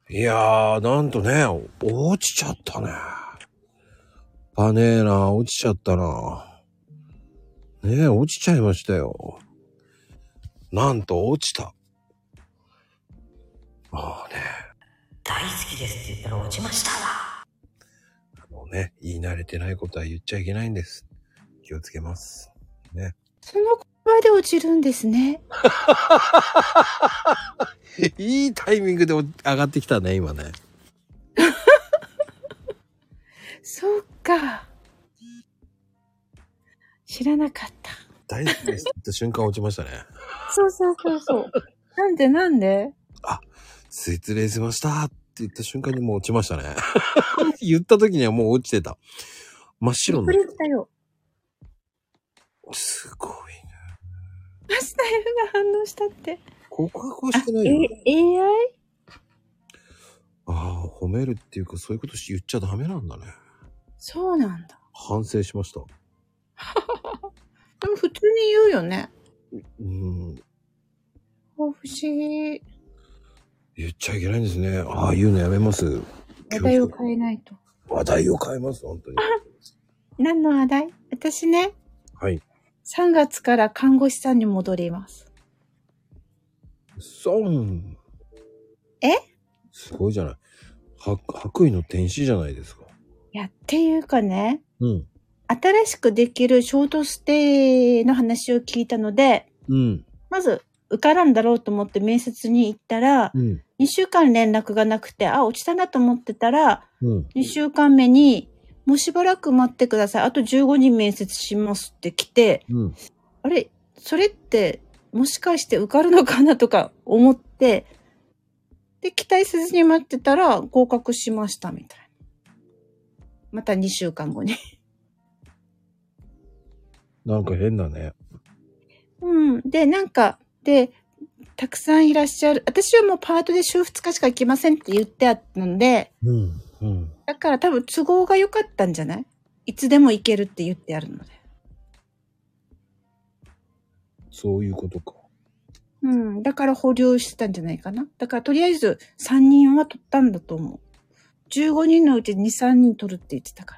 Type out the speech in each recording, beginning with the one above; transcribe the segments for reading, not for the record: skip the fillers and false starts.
いやー、なんとね、落ちちゃったね。パネーな、落ちちゃったな。ねえ、落ちちゃいましたよ。なんと落ちた。ああね。 大好きですって言ったら落ちましたわ。 もうね、言い慣れてないことは言っちゃいけないんです。気をつけます。ね。 その言葉で落ちるんですね。 いいタイミングで上がってきたね、今ね。 そうか。知らなかった。 大好きですって言った瞬間落ちましたね。 そうそうそうそう。なんであ、失礼しましたって言った瞬間にもう落ちましたね。言った時にはもう落ちてた。真っ白になっびっくりしたよ。 すごいね。 スタイルが反応したって。 告白はしてないよ。 AI？ ああ、褒めるっていうかそういうこと言っちゃダメなんだね。 そうなんだ。 反省しました。 でも普通に言うよね。不思議。 言っちゃいけないんですね。ああ、言うのやめます。 話題を変えないと。 話題を変えます、本当に。 何の話題？私ね。 はい。 3月から看護師さんに戻ります。 すごいじゃない。白衣の天使じゃないですか。 いや、っていうかね。 うん。 新しくできるショートステイの話を聞いたので、 うん。 まず受からんだろうと思って面接に行ったら、 うん、 2週間連絡がなくて、落ちたなと思ってたら、 うん、 2週間目に、もうしばらく待ってください。あと15人面接しますって来て、 うん、 あれ、それってもしかして受かるのかなとか思って、で、期待せずに待ってたら合格しましたみたいな。また2週間後に。 なんか変だね。 うん。で、で、たくさんいらっしゃる。私はもうパートで週2日しか行けませんって言ってあったので、 うん、うん。 だから多分都合が良かったんじゃない？いつでも行けるって言ってあるので。 そういうことか。 うん。だから保留してたんじゃないかな。だからとりあえず3人は取ったんだと思う。15人のうち2、3人取るって言ってたから。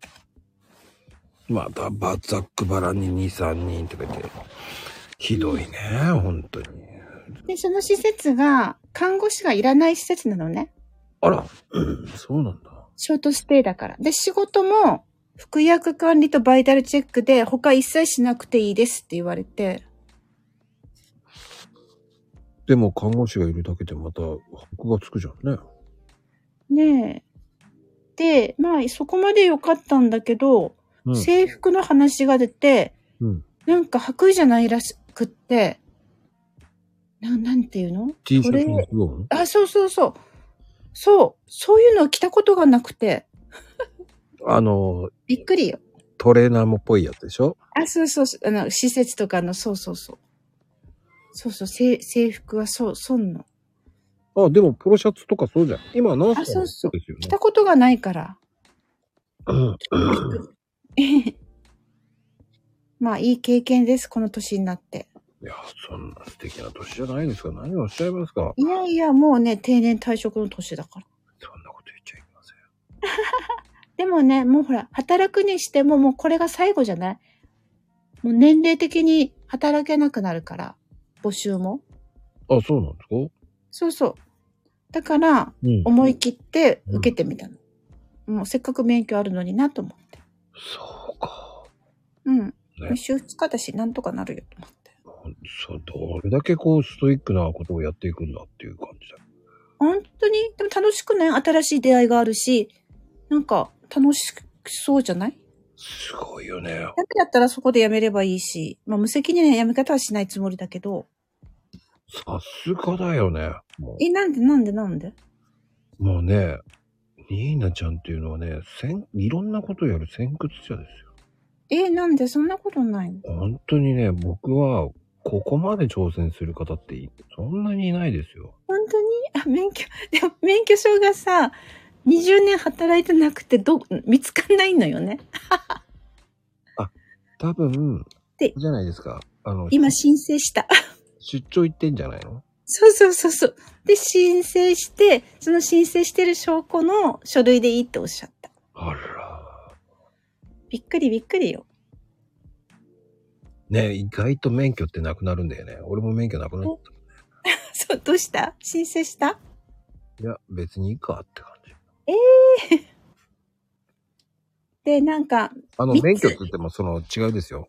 またざっくばらんに2、3人とか言って。ひどいね、本当に。 で、その施設が看護師がいらない施設なのね。 あら、そうなんだ。 ショートステイだから。で、仕事も服薬管理とバイタルチェックで他一切しなくていいですって言われて。 でも看護師がいるだけでまた箔がつくじゃんね。 ねえ。で、まあそこまで良かったんだけど、制服の話が出て、なんか白衣じゃないらしくって、なんていうの？ T シャツのズボン？ そうそうそう。そういうのを着たことがなくて。びっくりよ。 トレーナーもっぽいやつでしょ？ そうそうそう。施設とかの、そうそうそう。そうそう、制服はそんの。 でもポロシャツとかそうじゃん。今ナースそうそう。 ですよね。 着たことがないから。まあ、いい経験です、この年になって。 いや、そんな素敵な年じゃないですか。何をおっしゃいますか。 いやいや、もうね、定年退職の年だから。 そんなこと言っちゃいけません。 でもね、もうほら、働くにしてももうこれが最後じゃない？もう年齢的に働けなくなるから、募集も。 そうなんですか？ そうそう。だから、思い切って受けてみたの。もうせっかく免許あるのになと思って。 そうか。 ね、週2日だし、なんとかなるよと思って。 どれだけストイックなことをやっていくんだっていう感じだよ。 本当に？でも楽しくね、新しい出会いがあるし、なんか楽しそうじゃない？ すごいよね。 だけだったらそこで辞めればいいし、まあ無責任な辞め方はしないつもりだけど。 さすがだよね。 なんでもうね、ニーナちゃんっていうのはね、いろんなことをやる先駆者ですよ。 なんでそんなことないの？ 本当にね、僕は、ここまで挑戦する方ってそんなにいないですよ。 本当に？でも免許証がさ、20年働いてなくて見つかんないのよね。 多分、じゃないですか。 今申請した。 出張行ってんじゃないの？ そうそうそうそう。で、申請して、その申請してる証拠の書類でいいっておっしゃった。 あら。 びっくりびっくりよ。 ね、意外と免許ってなくなるんだよね。俺も免許なくなった。 そう、どうした？申請した？ いや、別にいいかって感じ。 で、なんか、 免許って言っても違うですよ。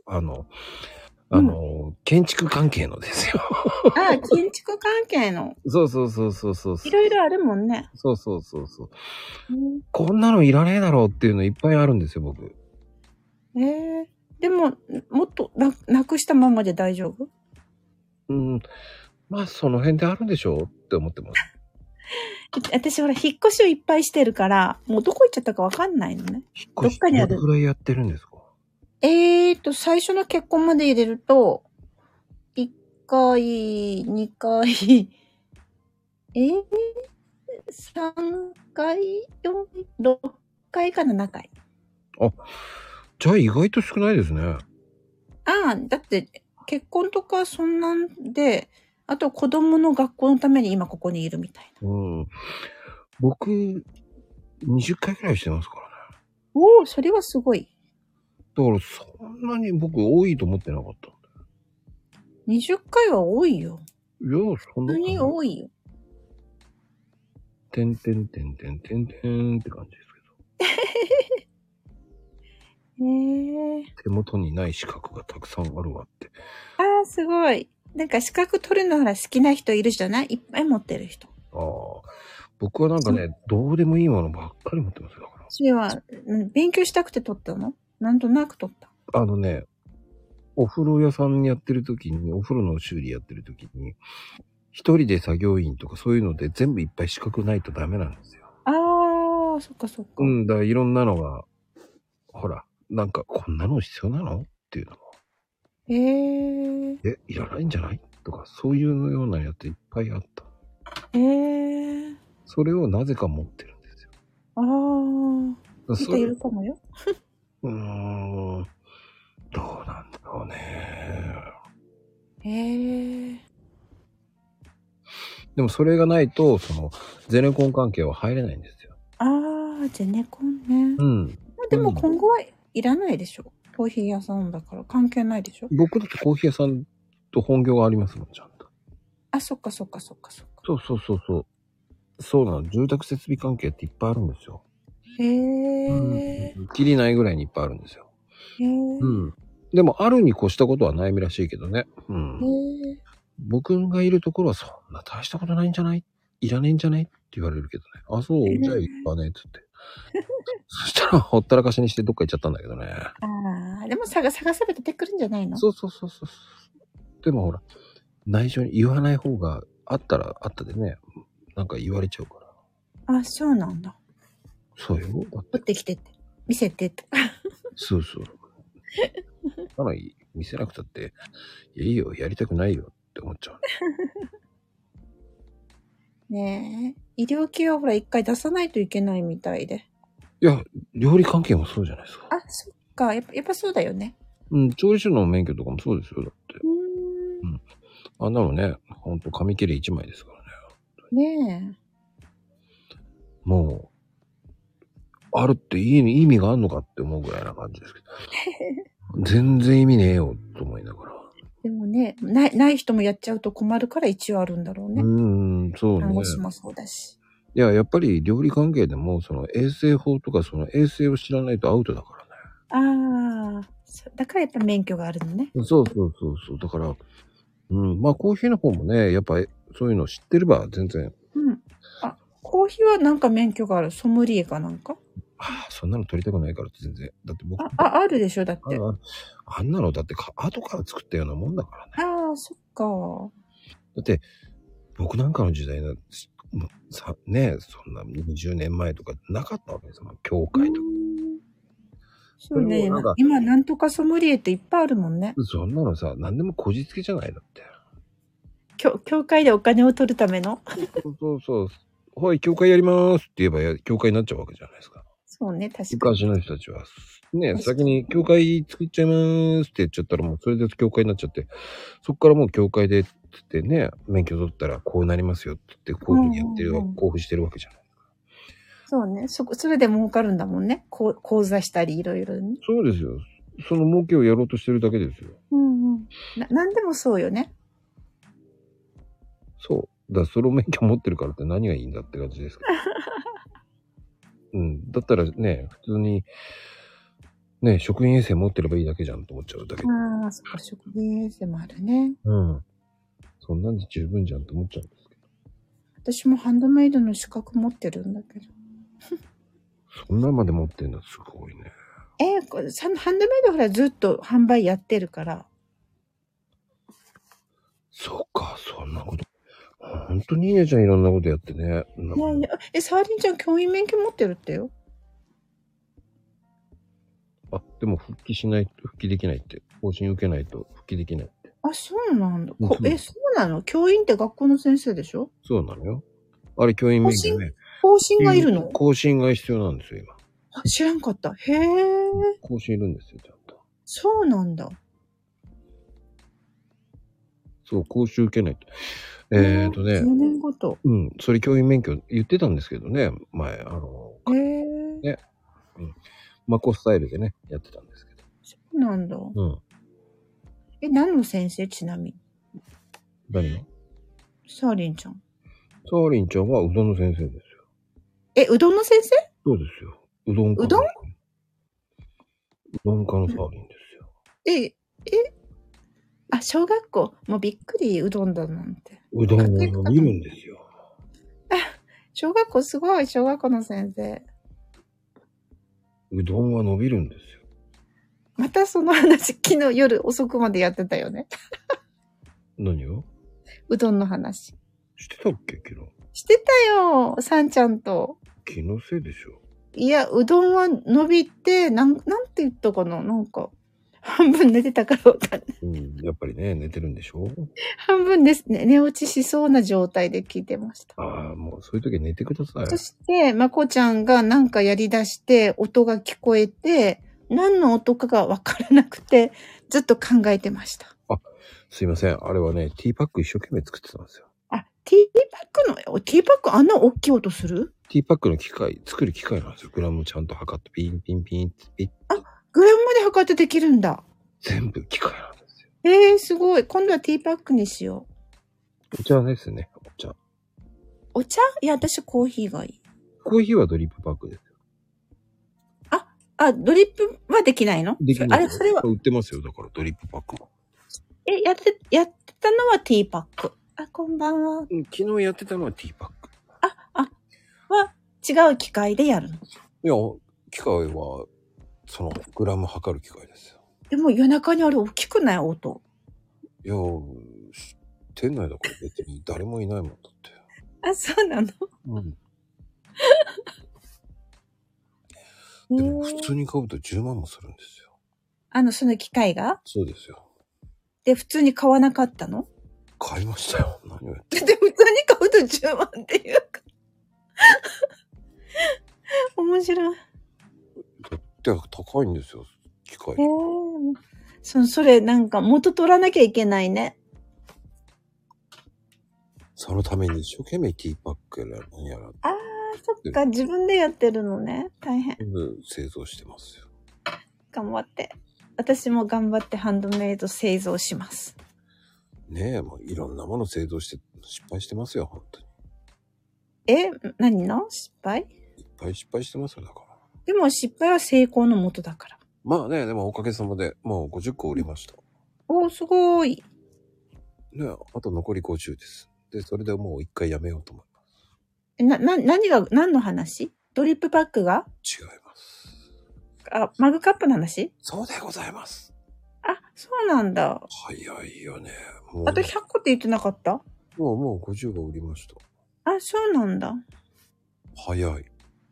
建築関係のですよ。 ああ、建築関係の。 そうそうそうそうそう。 いろいろあるもんね。 そうそうそうそう。こんなのいらねえだろうっていうのいっぱいあるんですよ、僕。 でも、もっとなくしたままで大丈夫？ まあ、その辺であるんでしょうって思ってます。 私ほら、引っ越しをいっぱいしてるから、もうどこ行っちゃったかわかんないのね。 引っ越しどれくらいやってるんですか？ 最初の結婚まで入れると、1回、2回、3回、4回、6回か7回。 あ、じゃあ意外と少ないですね。 ああ、だって結婚とかそんなんで、あと子供の学校のために今ここにいるみたいな。 僕、20回くらいしてますからね。 おお、それはすごい。 だからそんなに僕多いと思ってなかったんだよ。 20回は多いよ。 いや、そんなに多いよ。 てんてんてんてんてんてんって感じですけど。手元にない資格がたくさんあるわって。 ああ、すごい。なんか資格取るのほら好きな人いるじゃない？いっぱい持ってる人。 ああ。僕はなんかね、どうでもいいものばっかり持ってますよ。 それは、勉強したくて取ったの？なんとなく取った。 お風呂屋さんやってる時に、お風呂の修理やってる時に、一人で作業員とかそういうので全部いっぱい資格ないとダメなんですよ。 ああ、そっかそっか。 だからいろんなのが、ほら、なんかこんなの必要なのっていうのも。いらないんじゃないとか、そういうようなやついっぱいあった。それをなぜか持ってるんですよ。 ああ。いるかもよ。 どうなんだろうね。でもそれがないと、ゼネコン関係は入れないんですよ。 ああ、ゼネコンね。でも今後はいらないでしょ。コーヒー屋さんだから関係ないでしょ。 僕だってコーヒー屋さんと本業がありますもん、ちゃんと。 あ、そっかそっかそっかそっか。 そうそうそうそう。そうなの。住宅設備関係っていっぱいあるんですよ。きりないぐらいにいっぱいあるんですよ。でも、あるに越したことはないらしいけどね。僕がいるところはそんな大したことないんじゃない？いらねえんじゃねって言われるけどね。あ、そう、じゃあいいわね、つって。そしたら、ほったらかしにしてどっか行っちゃったんだけどね。 ああ、でも探せば出てくるんじゃないの？ そう。でもほら、内緒に言わない方があったらあったでね、なんか言われちゃうから。 あ、そうなんだ。 そうよ。 持ってきてって。見せてって。 そう。なのに、見せなくたって、いいよ、やりたくないよって思っちゃう。 ねえ。医療系はほら一回出さないといけないみたいで。 いや、料理関係もそうじゃないですか。 あ、そっか。やっぱそうだよね。 調理師の免許とかもそうですよ、だって。あんなのね、ほんと紙切れ1枚ですからね。ねえ。 もう、あるって意味があるのかって思うぐらいな感じですけど。全然意味ねえよ、と思いながら。 でもね、ない人もやっちゃうと困るから一応あるんだろうね。 そうね。 看護師もそうだし。 いや、やっぱり料理関係でも、衛生法とか衛生を知らないとアウトだからね。ああ、だからやっぱ免許があるのね。 そう。だから、まあコーヒーの方もね、やっぱそういうの知ってれば全然。 あ、コーヒーはなんか免許がある。ソムリエかなんか？ そんなの取りたくないからって全然。だって僕。 あるでしょ、だって。 あんなのだって後から作ったようなもんだからね。 ああ、そっか。 だって、僕なんかの時代の、ね、そんな20年前とかなかったわけですもん、教会とか。 そうね、今なんとかソムリエっていっぱいあるもんね。 そんなのさ、何でもこじつけじゃないだって。 教会でお金を取るためのそう。はい、教会やりますって言えば、教会になっちゃうわけじゃないですか。 そうね、確かに。 昔の人たちは、ね、先に教会作っちゃいますって言っちゃったらもうそれで教会になっちゃって、そっからもう教会でつってね、免許取ったらこうなりますよって言って、こういうふうにやってる、交付してるわけじゃない。 そうね。それで儲かるんだもんね。講座したりいろいろね。 そうですよ。その儲けをやろうとしてるだけですよ。 なんでもそうよね。 そう。だからその免許持ってるからって何がいいんだって感じですから。だったらね、普通に、ね、職員衛生持ってればいいだけじゃんと思っちゃうだけ。 ああ、そっか、職員衛生もあるね。 そんなんで十分じゃんと思っちゃうんですけど。私もハンドメイドの資格持ってるんだけど。 そんなまで持ってんだ、すごいね。 これハンドメイドほらずっと販売やってるから。 そっか、そんなこと。本当にいいねちゃんいろんなことやってね。 いや、サーリンちゃん教員免許持ってるってよ。 でも復帰できないって。更新受けないと復帰できないって。 そうなんだ。そうなの？教員って学校の先生でしょ？ そうなのよ。あれ教員免許ね。 更新がいるの？ 更新が必要なんですよ、今。 知らんかった。へえ。 更新いるんですよ、ちゃんと。 そうなんだ。 そう、講習受けないと。 10年ごと。 それ教員免許言ってたんですけどね、前、ね。マコスタイルでね、やってたんですけど。 そうなんだ。何の先生ちなみに？ 何の？ サーリンちゃん。 サーリンちゃんはうどんの先生ですよ。 うどんの先生？ そうですよ。うどん科のサーリンですよ。 小学校。もうびっくり、うどんだなんて。 うどんを見るんですよ。 小学校すごい、小学校の先生。 うどんは伸びるんですよ。 またその話、昨日夜遅くまでやってたよね。 何を？ うどんの話。 してたっけ昨日。 してたよ、さんちゃんと。 気のせいでしょ。 いや、うどんは伸びて、なんて言ったかな、なんか、半分寝てたからわかんない。 やっぱりね、寝てるんでしょ？ 半分ですね。寝落ちしそうな状態で聞いてました。 もうそういう時は寝てください。 そして、まこちゃんがなんかやり出して、音が聞こえて、何の音かがわからなくて、ずっと考えてました。 すいません。あれはね、ティーパック一生懸命作ってたんですよ。 ティーパックあんな大きい音する？ ティーパックの作る機械なんですよ。グラムちゃんと測って、ピンピンピンってピッ。 グラムまで測ってできるんだ。 全部機械なんですよ。すごい。今度はティーパックにしよう。お茶ですね、お茶。 お茶？いや、私コーヒーがいい。 コーヒーはドリップパックですよ。 ドリップはできないの？ できない。 それは。 売ってますよ。だからドリップパックも。 やってたのはティーパック。こんばんは。 昨日やってたのはティーパック。 は違う機械でやるの？ いや、機械は、グラム測る機械ですよ。 でも夜中にあれ大きくない音？ いや、店内だから別に誰もいないもんだって。 そうなの？ でも普通に買うと10万もするんですよ。 その機械が？ そうですよ。 で、普通に買わなかったの？ 買いましたよ。何をやってで、普通に買うと10万っていうか。面白い。 だって高いんですよ、機械。 それなんか元取らなきゃいけないね。 そのために一生懸命ティーパックやら何やら。 そっか、自分でやってるのね。大変。 製造してますよ。 頑張って。私も頑張ってハンドメイド製造します。 ねえ、もういろんなもの製造して失敗してますよ、本当に。 何の失敗？ いっぱい失敗してますよ、だから。 でも失敗は成功のもとだから。 まあね、でもおかげさまでもう50個売りました。 すごい。 ね、あと残り50です。で、それでもう一回やめようと思います。 何の話？ドリップパックが？ 違います。 マグカップの話？ そうでございます。 そうなんだ。 早いよね。 あと100個って言ってなかった？ もう50個売りました。 そうなんだ。 早い。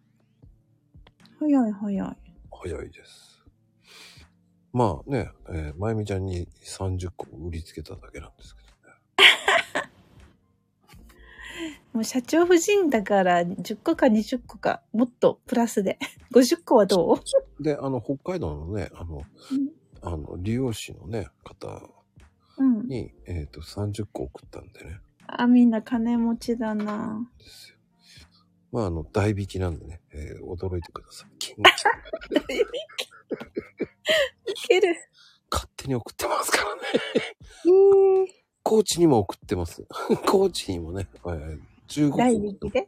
早いです。まあね、まゆみちゃんに30個売りつけただけなんですけどね。 もう社長夫人だから10個か20個かもっとプラスで50個はどう？ で、北海道のね、理容師のね、方に、30個送ったんでね。 あ、みんな金持ちだな。 ですよ。まあ、代引きなんでね、驚いてください。 代引きウケる。 勝手に送ってますからね。コーチにも送ってます。コーチにもね、15個。 代引きで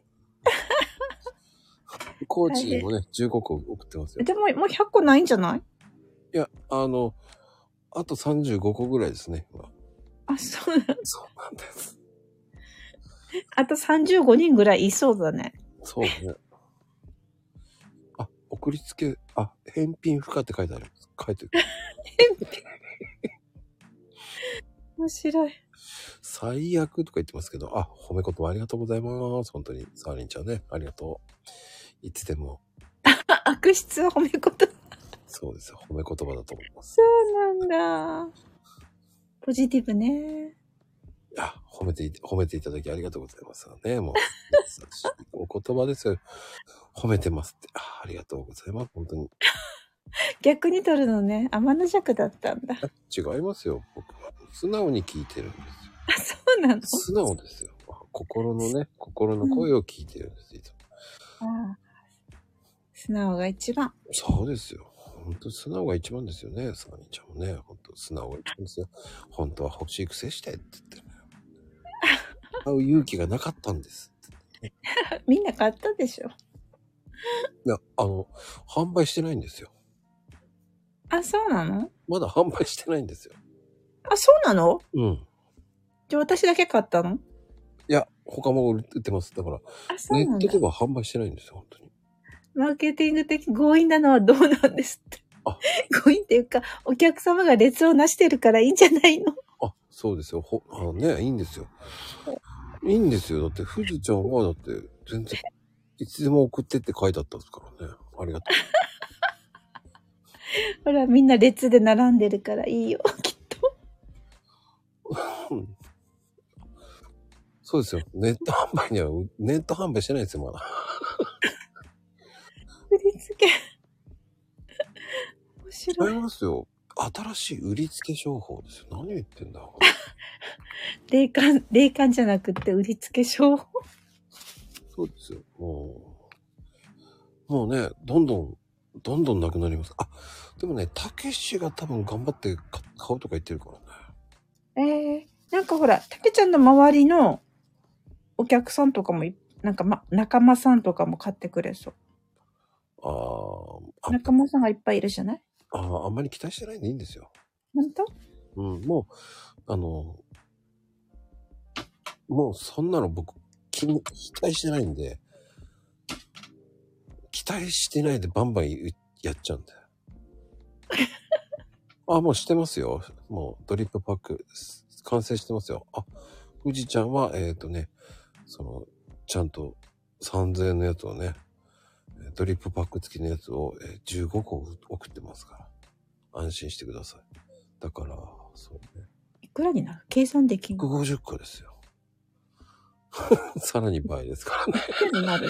コーチにもね、15個送ってますよ。 でも、もう100個ないんじゃない？ いや、あと35個ぐらいですね。 あ、そうなんそうなんです。 あと35人ぐらいいそうだね。 そうね。あ、送りつけ、返品不可って書いてあります。書いてる。 返品面白い。 最悪とか言ってますけど、褒め言葉ありがとうございます。本当に、サーリンちゃんね、ありがとう。いつでも。 悪質褒め言葉。 そうですよ。褒め言葉だと思います。 そうなんだ。ポジティブね。 いや、褒めていただきありがとうございますね。もう、お言葉ですよ。褒めてますって。ありがとうございます。本当に。 逆に取るのね。天の弱だったんだ。 違いますよ。僕は。素直に聞いてるんですよ。 あ、そうなの？ 素直ですよ。心の声を聞いてるんです。いつも。 素直が一番。 そうですよ。本当素直が一番ですよね。サーニーちゃんもね。本当素直が一番ですよ。本当は欲しいくせしてって言ってる。会う勇気がなかったんですって、ね。 みんな買ったでしょ。 いや、販売してないんですよ。 あ、そうなの？ まだ販売してないんですよ。 あ、そうなの？ うん。 じゃあ私だけ買ったの？ いや、他も売ってます。だから、 そうなんだ。 ネットでは販売してないんですよ、本当に。 マーケティング的強引なのはどうなんですって。強引っていうか、お客様が列をなしてるからいいんじゃないの？ そうですよ。いいんですよ。いいんですよ。だって、富士ちゃんは、だって、全然、いつでも送ってって書いてあったんですからね。ありがとう。ほら、みんな列で並んでるからいいよ、きっと。 そうですよ。ネット販売してないですよ、まだ。 売りつけ。面白い。 違いますよ。新しい売りつけ商法ですよ。何言ってんだ。 霊感じゃなくて売りつけ商法。そうですよ。もうね、どんどんなくなります。でもね、たけしが多分頑張って買うとか言ってるからね。なんかほら、たけちゃんの周りのお客さんとかも、なんか仲間さんとかも買ってくれそう。仲間さんがいっぱいいるじゃない？ あんまり期待してないんでいいんですよ。 本当？ もう、もうそんなの僕、期待してないんで、期待してないでバンバンやっちゃうんだよ。もうしてますよ。もうドリップパック、完成してますよ。富士ちゃんは、ちゃんと3000円のやつをね、ドリップパック付きのやつを15個送ってますから。安心してください。だから、そうね。 いくらになる？計算できんの ？150個ですよ。さらに倍ですからね。 いくらになる？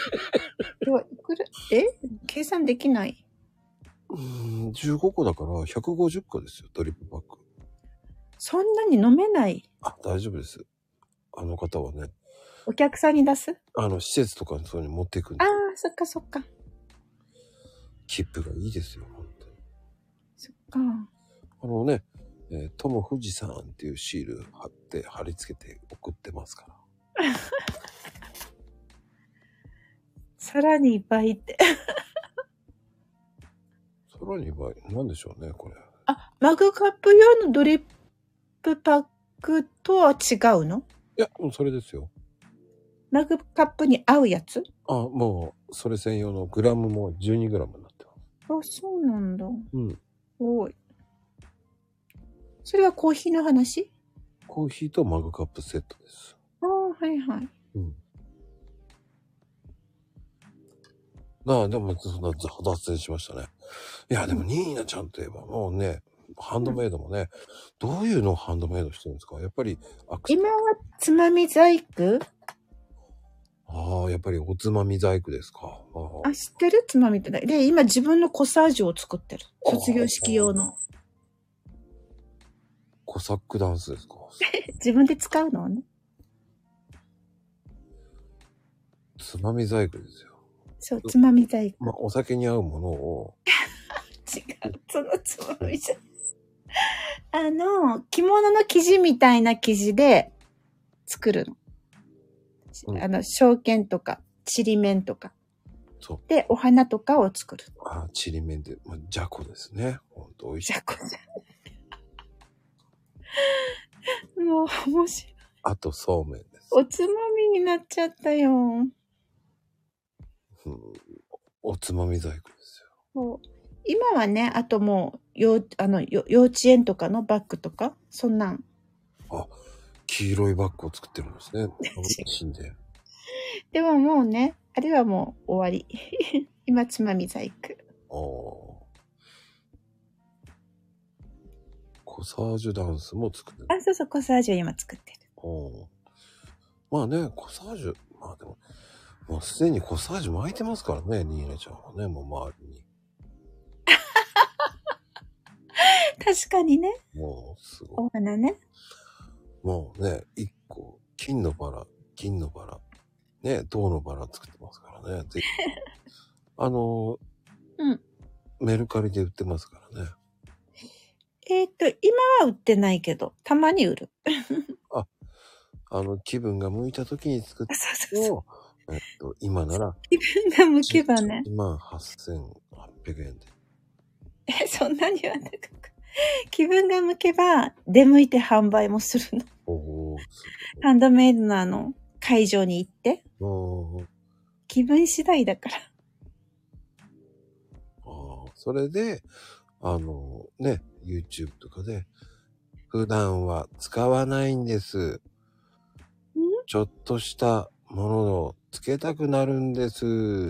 計算できない。 15個だから150個ですよ、ドリップパック。 そんなに飲めない？ 大丈夫です。あの方はね。 お客さんに出す？ 施設とかにそういうの持っていくんで。 そっかそっか。 切符がいいですよ、本当に。 そっか。 友富士山っていうシール貼り付けて送ってますから。 さらに倍って。 さらに倍、なんでしょうね、これ。 マグカップ用のドリップパックとは違うの？ いや、もうそれですよ。 マグカップに合うやつ？ もう、それ専用のグラムも12グラムになってます。そうなんだ。 すごい。それはコーヒーの話？ コーヒーとマグカップセットです。 はいはい。 でも、そんな脱線しましたね。いや、でも、ニーナちゃんといえば、もうね、ハンドメイドもね、どういうのをハンドメイドしてるんですか？やっぱり、 今はつまみ細工？ やっぱりおつまみ細工ですか。 知ってる？つまみってね。で、今自分のコサージュを作ってる。卒業式用の。 ココサックダンスですか？ 自分で使うのね。 つまみ細工ですよ。 そう、つまみ細工。 まあ、お酒に合うものを。 違う、そのつまみじゃ。着物の生地みたいな生地で作るの。証券とか、ちりめんとか。 そう。 で、お花とかを作る。 あ、ちりめんで、まあ、じゃこですね。ほんと美味しい。 じゃこじゃ。もう、面白い。 あと、そうめんです。 おつまみになっちゃったよ。 おつまみ細工ですよ。 そう今はね、あともう、幼稚園とかのバッグとか、そんなん。 あ、黄色いバッグを作ってるんですね。死んで。 でももうね、あれはもう終わり。今、つまみ細工。 コサージュダンスも作ってる。 あ、そうそう、コサージュを今作ってる。 まあね、コサージュ、まあでも、もうすでにコサージュ巻いてますからね、ニーナちゃんはね、もう周りに。 確かにね。 もうすごい。 お花ね。 もうね、一個、金のバラ、ね、銅のバラ作ってますからね。ぜひうん。 メルカリで売ってますからね。 今は売ってないけど、たまに売る。 気分が向いた時に作って、 そう。 今なら、 気分が向けばね。 18,800円で。 そんなには高く。気分が向けば、出向いて販売もするの。ハンドメイドの会場に行って。気分次第だから。 それで、ね、YouTube とかで、普段は使わないんです。ちょっとしたものをつけたくなるんです。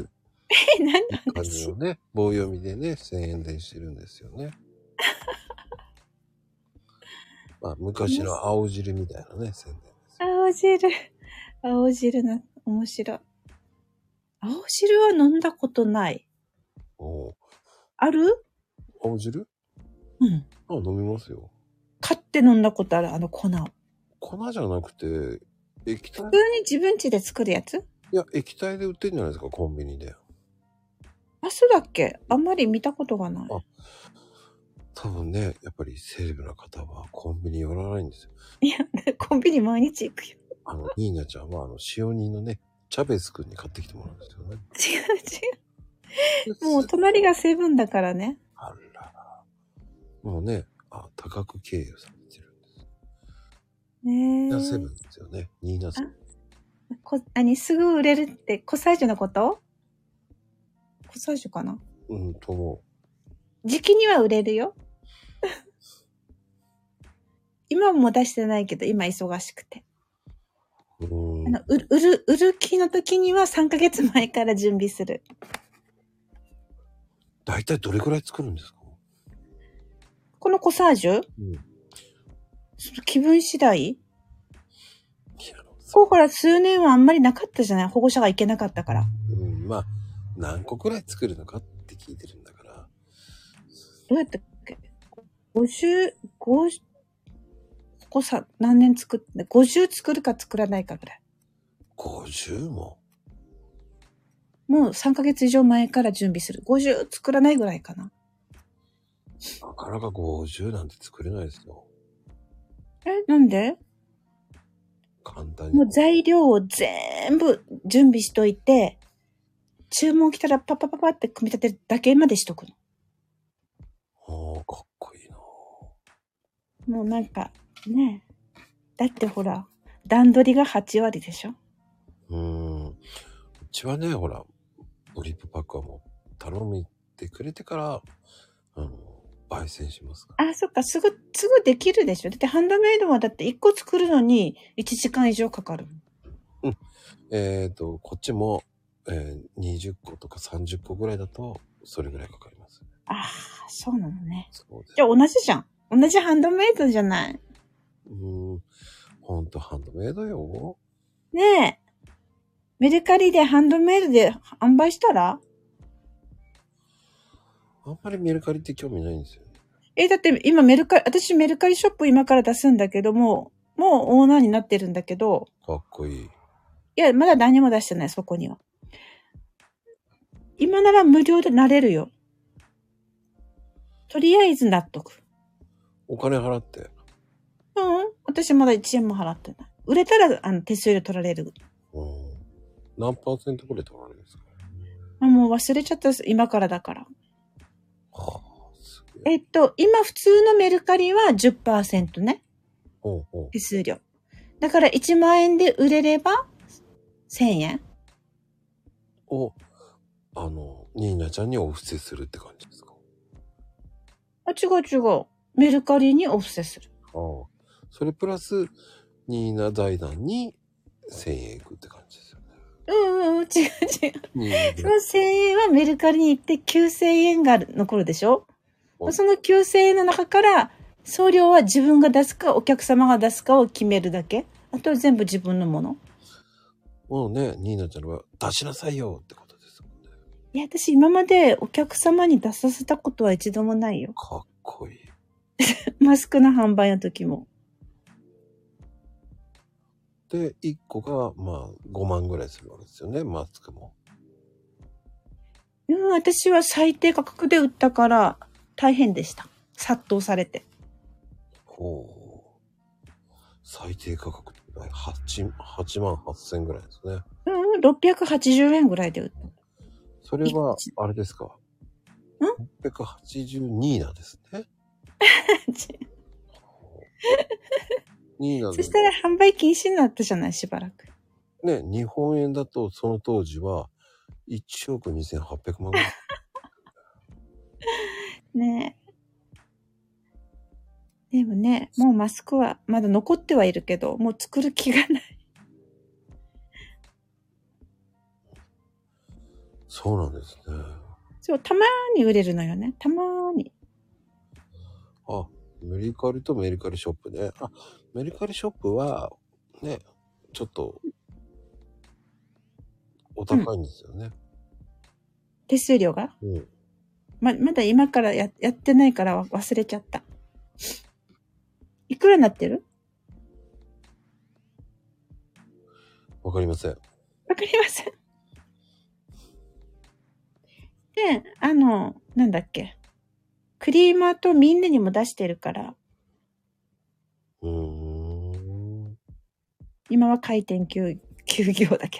何の話？ 感じのね、棒読みでね、宣伝してるんですよね。まあ、昔の青汁みたいなね、宣伝です。 青汁な、面白い。青汁は飲んだことない。ある？ 青汁？ うん。 飲みますよ。 買って飲んだことある、粉。 粉じゃなくて、液体？ 普通に自分家で作るやつ？ いや、液体で売ってるんじゃないですか、コンビニで。 あ、そうだっけ？あんまり見たことがない。 多分ね、やっぱりセレブな方はコンビニ寄らないんですよ。 いや、コンビニ毎日行くよ。 ニーナちゃんは使用人のね、チャベス君に買ってきてもらうんですよね。 違う。もう隣がセブンだからね。 あら。もうね、多額経由されてるんです。ニーナセブンですよね。ニーナセブン。 すぐ売れるって、コサージュのこと？コサージュかな？ と思う。時期には売れるよ。今も出してないけど、今忙しくて。売る気の時には3ヶ月前から準備する。 だいたいどれくらい作るんですか？ このコサージュ？気分次第？ここから数年はあんまりなかったじゃない？保護者が行けなかったから。 まあ、何個くらい作るのかって聞いてるんだから。 どうやったっけ？何年作って、50作るか作らないかぐらい。 50も？ もう3ヶ月以上前から準備する。50作らないぐらいかな。 なかなか50なんて作れないですよ。 なんで？ 簡単に。 もう材料を全部準備しといて、注文来たらパパパパって組み立てるだけまでしとくの。 かっこいいな。 もうなんか、ねえ。だってほら、段取りが8割でしょ？ うちはね、ほら、ドリップパックはもう頼みてくれてから、焙煎しますから。 そっか、すぐできるでしょ。だってハンドメイドはだって1個作るのに1時間以上かかる。 こっちも、20個とか30個ぐらいだと、それぐらいかかります。 そうなのね。 そうです。 じゃあ同じじゃん。同じハンドメイドじゃない。 ほんとハンドメイドよ。 ねえ。メルカリでハンドメイドで販売したら？ あんまりメルカリって興味ないんですよね。 だって今私メルカリショップ今から出すんだけどもうオーナーになってるんだけど。 かっこいい。 いや、まだ何も出してない、そこには。今なら無料でなれるよ。とりあえず納得。 お金払って。 私まだ1円も払ってない。売れたら、手数料取られる。 何%くらい取られるんですか？ もう忘れちゃったです。今からだから。 はあ、 今普通のメルカリは 10% ね。手数料。だから1万円で売れれば1000円を、ニーナちゃんにお布施するって感じですか？ 違う。メルカリにお布施する。 それプラス、ニーナ財団に1000円いくって感じですよね。 違う。その1000円はメルカリに行って9000円が残るでしょ？その9000円の中から送料は自分が出すかお客様が出すかを決めるだけ。あとは全部自分のもの。 もうね、ニーナちゃんは出しなさいよってことですもんね。 いや、私今までお客様に出させたことは一度もないよ。 かっこいい。 マスクの販売の時も。 で、1個が、5万ぐらいするわけですよね、マスクも。 私は最低価格で売ったから大変でした。殺到されて。 最低価格って8万8000ぐらいですね。 680円ぐらいで売った。 それは、あれですか？682なんですね。 そしたら販売禁止になったじゃない、しばらく。 ね、日本円だとその当時は1億2800万ぐらい。 ねえ。でもね、もうマスクはまだ残ってはいるけど、もう作る気がない。 そうなんですね。 そう、たまーに売れるのよね。たまーに。 メルカリとメルカリショップね。メルカリショップは、ね、ちょっと、お高いんですよね。 手数料が？まだ今からやってないから忘れちゃった。いくらになってる？ わかりません。 わかりません。で、なんだっけ。クリーマーとみんなにも出してるから。今は開店休業だけ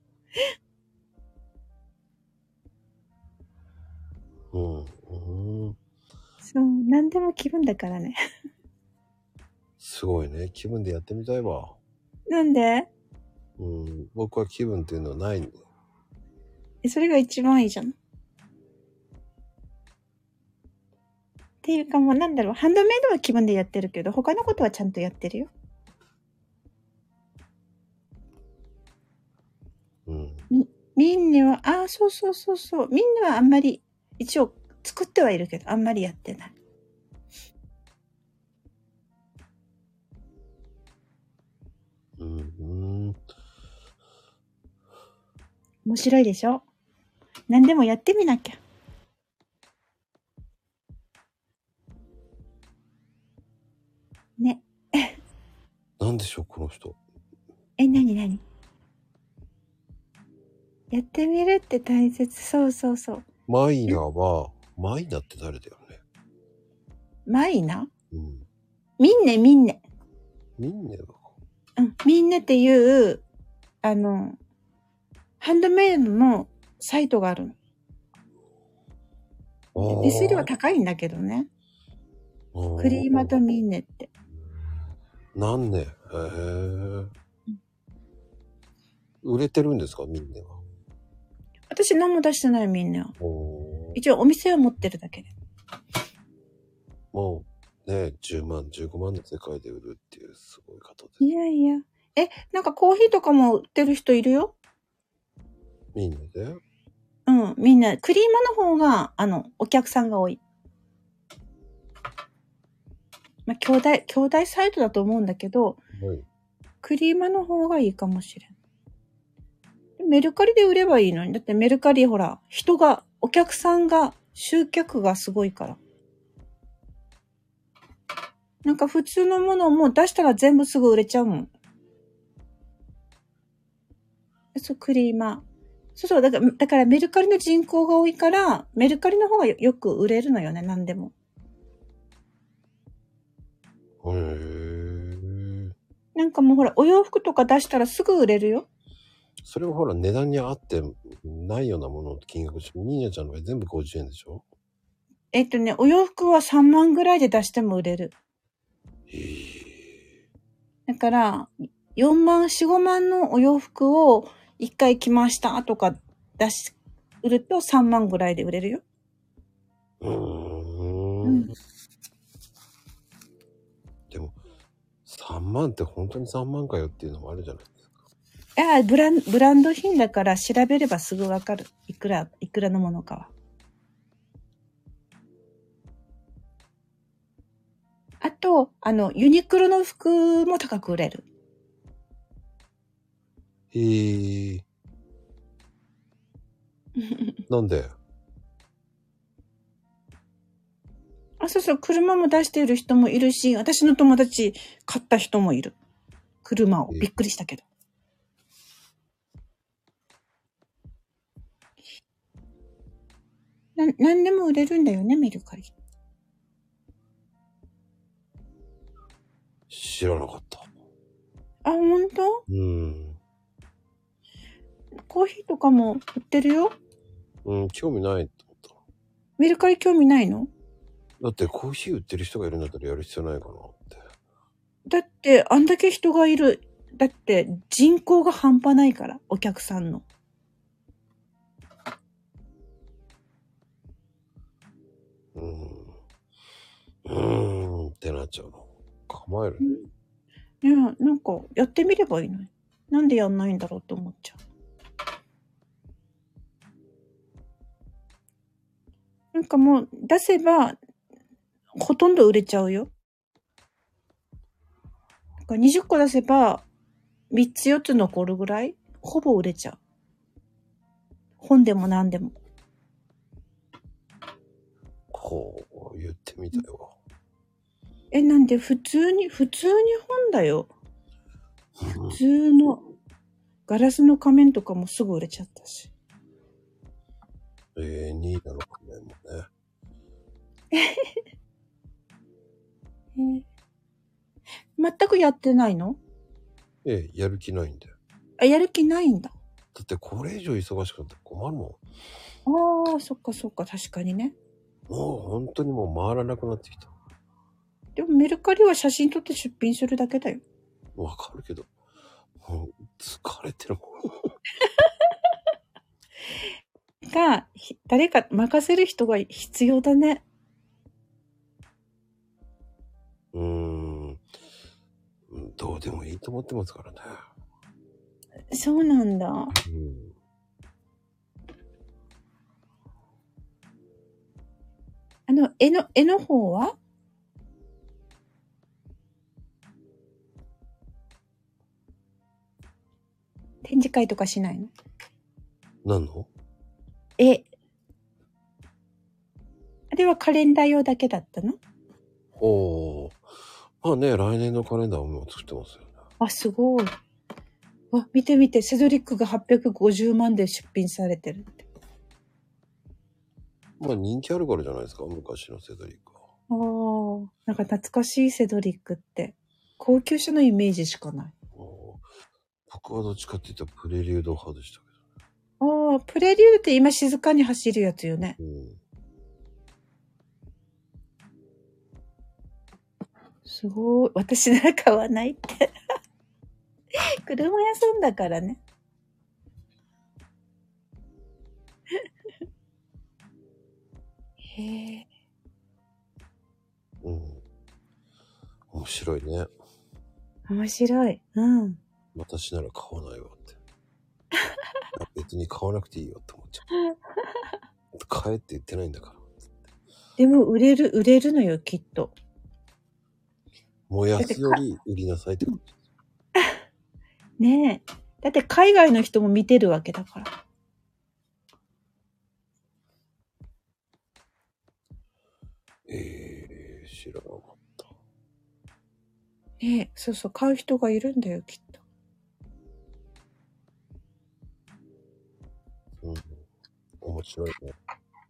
ど。そう、何でも気分だからね。 すごいね。気分でやってみたいわ。 なんで？ 僕は気分っていうのはないんで。 それが一番いいじゃん。っていうかもうハンドメイドは気分でやってるけど、他のことはちゃんとやってるよ。みんなは、そう。みんなはあんまり、一応作ってはいるけど、あんまりやってない。面白いでしょ？何でもやってみなきゃ。ね。 なんでしょう、この人。 何？やってみるって大切。そう。 マイナって誰だよね。 マイナ？みんな。 みんなだ。 みんなっていう、ハンドメイドのサイトがあるの。手数料は高いんだけどね。クリーマとミンネって。 何年？売れてるんですか、ミンネは。 私何も出してない、ミンネは。一応お店を持ってるだけで。 もうね、10万、15万の世界で売るっていうすごい方です。 いや。なんかコーヒーとかも売ってる人いるよ。 ミンネで？ みんな、クリーマの方が、お客さんが多い。兄弟サイトだと思うんだけど、クリーマの方がいいかもしれん。メルカリで売ればいいのに。だってメルカリほら、お客さんが、集客がすごいから。 なんか普通のものも出したら全部すぐ売れちゃうもん。そう、クリーマー。そうそう、だからメルカリの人口が多いから、メルカリの方がよく売れるのよね、何でも。 へー。 なんかもうほら、お洋服とか出したらすぐ売れるよ。 それはほら、値段に合ってないようなものの金額でしょ。ニーナちゃんの場合全部50円でしょ。 お洋服は3万ぐらいで出しても売れる。 へー。 だから、4万、4、5万のお洋服を1回着ましたとか売ると3万ぐらいで売れるよ。うん。 でも、3万って本当に3万かよっていうのもあるじゃないですか。 いや、ブランド品だから調べればすぐわかる。いくらのものかは。あと、ユニクロの服も高く売れる。 へー。なんで？ そうそう、車も出している人もいるし、私の友達買った人もいる。車を。びっくりしたけど。なんでも売れるんだよね、メルカリ。 知らなかった。 ほんと？コーヒーとかも売ってるよ。 興味ないと思った。 メルカリ興味ないの？ だってコーヒー売ってる人がいるんだったらやる必要ないかなって。 だって、あんだけ人がいる。だって、人口が半端ないから、お客さんの。 ってなっちゃうの。構えるね。いや、なんか、やってみればいいのに。なんでやんないんだろうって思っちゃう。なんかもう、出せば、ほとんど売れちゃうよ。なんか20個出せば、3つ4つ残るぐらい、ほぼ売れちゃう。本でも何でも。 こう、言ってみたよ。 なんで普通に本だよ。普通の、ガラスの仮面とかもすぐ売れちゃったし。 ニーナの仮面もね。全くやってないの？ やる気ないんで。 やる気ないんだ。 だってこれ以上忙しくなったら困るもん。そっか、確かにね。 もう本当にもう回らなくなってきた。 でもメルカリは写真撮って出品するだけだよ。 わかるけど、もう疲れてるもん。誰か任せる人が必要だね。 どうでもいいと思ってますからね。 そうなんだ。絵の方は？展示会とかしないの？ 何の？ あれはカレンダー用だけだったの？ まあね、来年のカレンダーをもう作ってますよね。 すごい。見て、セドリックが850万で出品されてるって。 まあ人気あるからじゃないですか、昔のセドリックは。 なんか懐かしいセドリックって。高級車のイメージしかない。 僕はどっちかって言ったらプレリュード派でしたけどね。プレリュードって今静かに走るやつよね。すごい。私なら買わないって。車屋さんだからね。へえ。 面白いね。 面白い。 私なら買わないわって。別に買わなくていいよって思っちゃう。買えって言ってないんだから。 でも売れるのよ、きっと。 もやすより売りなさいってことです。 ねえ。だって海外の人も見てるわけだから。 知らなかった。 ねえ、そうそう、買う人がいるんだよ、きっと。 うん。面白いね。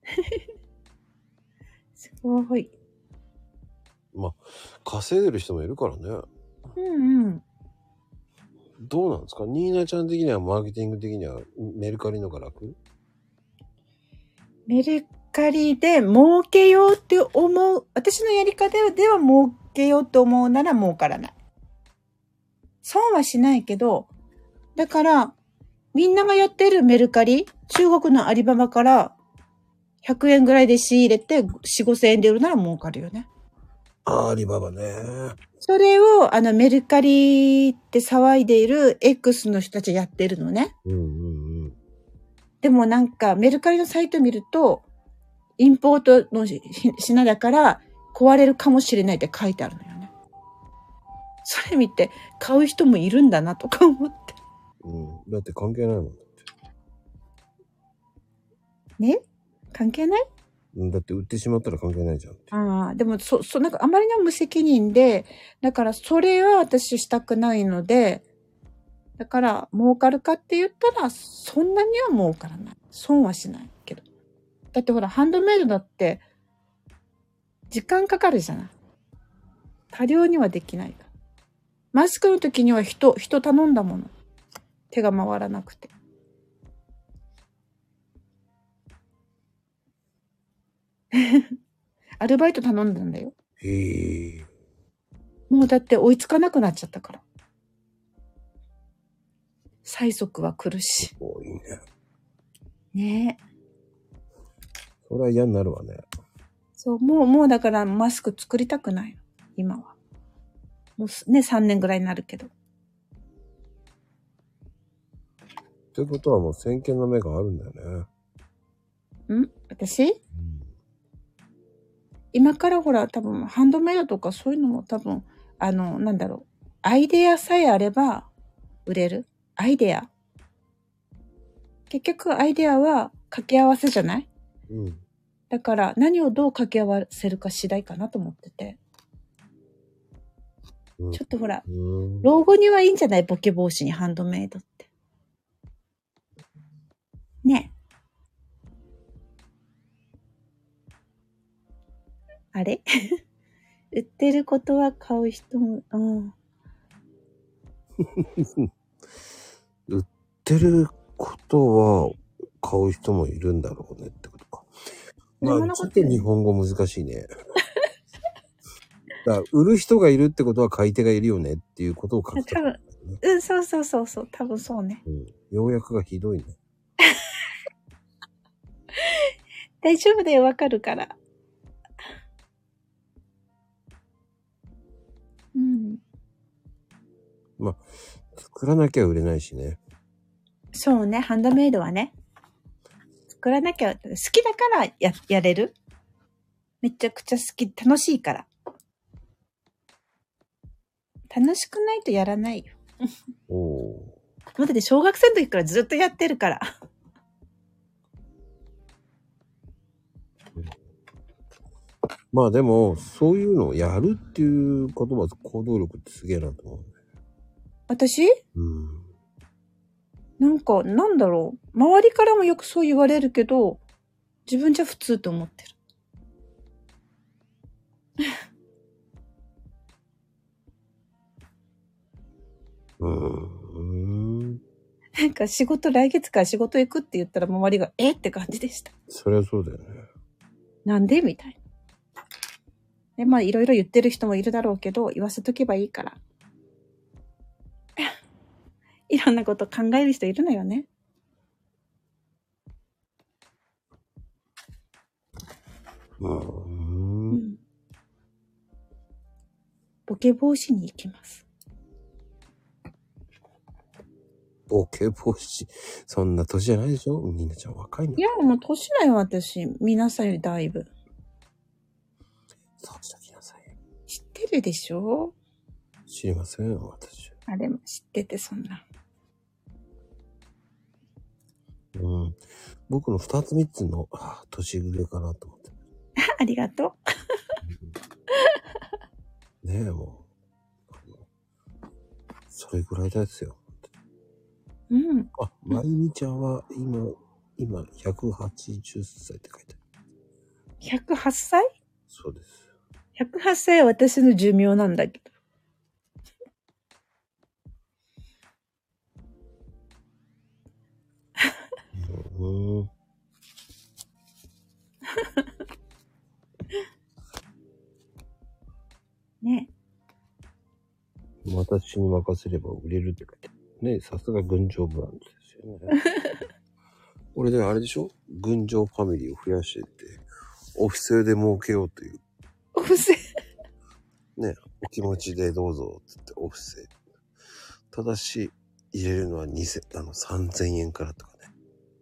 すごい。 まあ、稼いでる人もいるからね。 うんうん。 どうなんですか？ニーナちゃん的にはマーケティング的にはメルカリのが楽？ メルカリで儲けようって思う、私のやり方では儲けようと思うなら儲からない。損はしないけど、だから、みんながやってるメルカリ、中国のアリババから100円ぐらいで仕入れて4、5000円で売るなら儲かるよね。 アリババね。 それをメルカリって騒いでいる X の人たちやってるのね。 うんうんうん。 でもなんかメルカリのサイト見ると、インポートの品だから壊れるかもしれないって書いてあるのよね。それ見て買う人もいるんだなとか思って。 うん。だって関係ないもん。 ね？関係ない？ だって売ってしまったら関係ないじゃんって。 ああ、でもなんかあまりにも無責任で、だからそれは私したくないので、だから儲かるかって言ったらそんなには儲からない。損はしないけど。だってほら、ハンドメイドだって時間かかるじゃない。多量にはできないから。マスクの時には人頼んだもの。手が回らなくて。アルバイト頼んだんだよ。 へえ。 もうだって追いつかなくなっちゃったから。催促は来るし。 すごいね。 ねえ。 それは嫌になるわね。 そう、もうだからマスク作りたくないの。今は。もうね、3年ぐらいになるけど。 ということはもう先見の目があるんだよね。 私？今からほら多分ハンドメイドとかそういうのも多分、なんだろう。アイデアさえあれば売れる。アイデア。結局アイデアは掛け合わせじゃない？ うん。 だから何をどう掛け合わせるか次第かなと思ってて。 うん、 ちょっとほら、老後にはいいんじゃない？ボケ防止にハンドメイドって。ね。あれ売ってることは買う人も、うん。 売ってることは買う人もいるんだろうねってことか。まあ、ちょっと日本語難しいね。だから売る人がいるってことは買い手がいるよねっていうことを書くと、ね。 多分、そう。多分そうね。 要約がひどいね。 大丈夫だよ、わかるから。うん。 まあ、作らなきゃ売れないしね。 そうね、ハンドメイドはね。作らなきゃ、好きだからやれる。めちゃくちゃ好き、楽しいから。楽しくないとやらないよ。 おー。 だって小学生の時からずっとやってるから。 まあでも、そういうのをやるっていう言葉、行動力ってすげえなと思う。 私？なんか、なんだろう。周りからもよくそう言われるけど、自分じゃ普通と思ってる。なんか来月から仕事行くって言ったら周りが、えって感じでした。 そりゃそうだよね。 なんでみたいな。で、まあいろいろ言ってる人もいるだろうけど、言わせとけばいいから。いろんなこと考える人いるのよね。ボケ防止に行きます。 ボケ防止。そんな年じゃないでしょ？みんなちゃん若いの。 いや、もう年だよ、私。皆さんよりだいぶ。 そうしときなさい。 知ってるでしょ？ 知りません、私。 あれも知ってて、そんな。 僕の2つ3つの年上かなと思って。 ありがとう。 ねえ、もう。 それぐらいですよ。 うん。 あ、まゆみちゃんは今、180歳って書いてある。 108歳？ そうです。 108歳は私の寿命なんだけど。ね。 私に任せれば売れるって書いてある。ね、さすが群青ブランドですよね。俺ね、あれでしょ？群青ファミリーを増やしてって、オフィスで儲けようという。 お布施。 ね、お気持ちでどうぞって言ってオフィスで。ただし、入れるのは3000円からとかね。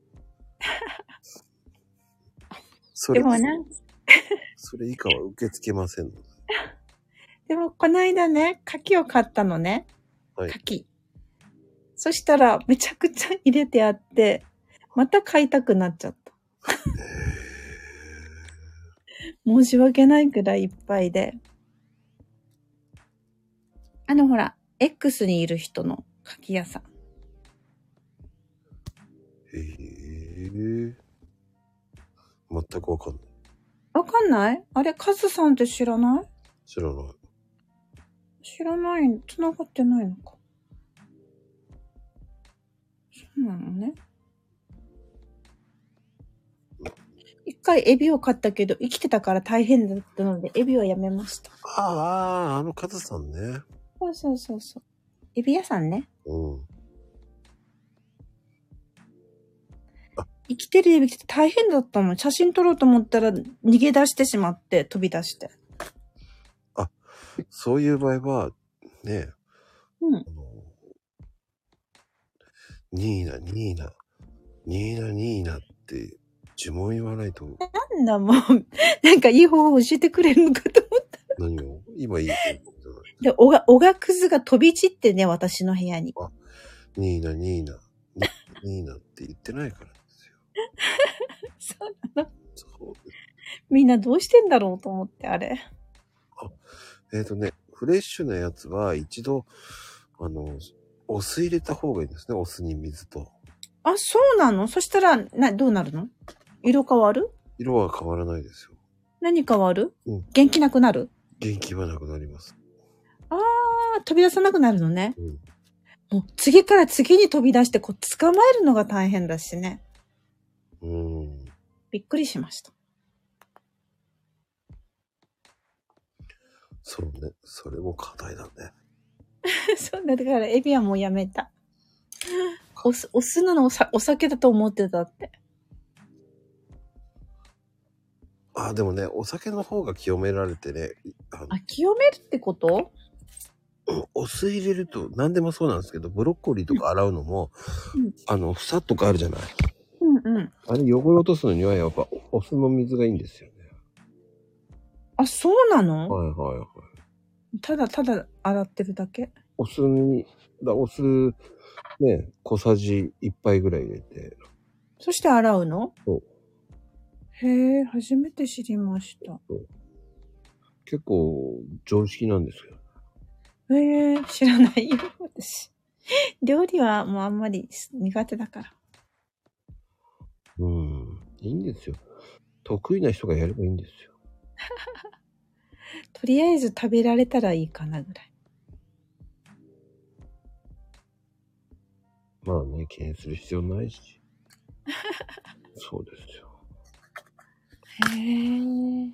でもね。 それ以下は受け付けませんので。 でも、この間ね、牡蠣を買ったのね。 はい。 牡蠣。そしたら、めちゃくちゃ入れてあって、また買いたくなっちゃった。申し訳ないくらいいっぱいで。ほら、X にいる人の牡蠣屋さん。 全くわかんない。 わかんない？あれ、カズさんって知らない？ 知らない。 知らない、繋がってないのか。そうなのね。一回エビを買ったけど、生きてたから大変だったので、エビはやめました。 あのカズさんね。 そう。エビ屋さんね。 うん。 生きてるエビって大変だったの。写真撮ろうと思ったら逃げ出してしまって、飛び出して。 あ、そういう場合は、ね、 うん。 ニーナって呪文言わないと。 なんだもう、なんかいい方法教えてくれるのかと思った。 何を今いいで、おがくずが飛び散ってね、私の部屋に。 あ、ニーナって言ってないからですよ。 そうなの。 そうです。 みんなどうしてんだろうと思って、あれ。 フレッシュなやつは一度、お酢入れた方がいいですね。お酢に水と。 あ、そうなの？そしたら、どうなるの？色変わる？ 色は変わらないですよ。 何変わる？ うん。 元気なくなる？ 元気はなくなります。 飛び出さなくなるのね。 うん。 もう次から次に飛び出して、捕まえるのが大変だしね。びっくりしました。 そうね。それも課題だね。 そうだからエビはもうやめた。お酢なのお酒だと思ってたって。 でもね、お酒の方が清められてね。 清めるってこと？ お酢入れると何でもそうなんですけど、ブロッコリーとか洗うのも、房とかあるじゃない。あれ汚れ落とすのにはやっぱお酢の水がいいんですよね。 あ、そうなの？ はい。 ただ洗ってるだけ？ お酢ね、小さじ1杯ぐらい入れて。 そして洗うの？ そう。 へえ、初めて知りました。 結構常識なんですよ。 知らないよ、私。料理はもうあんまり苦手だから。 いいんですよ。得意な人がやればいいんですよ。 とりあえず食べられたらいいかなぐらい。 まあね、気にする必要ないし。そうですよ。 へえ。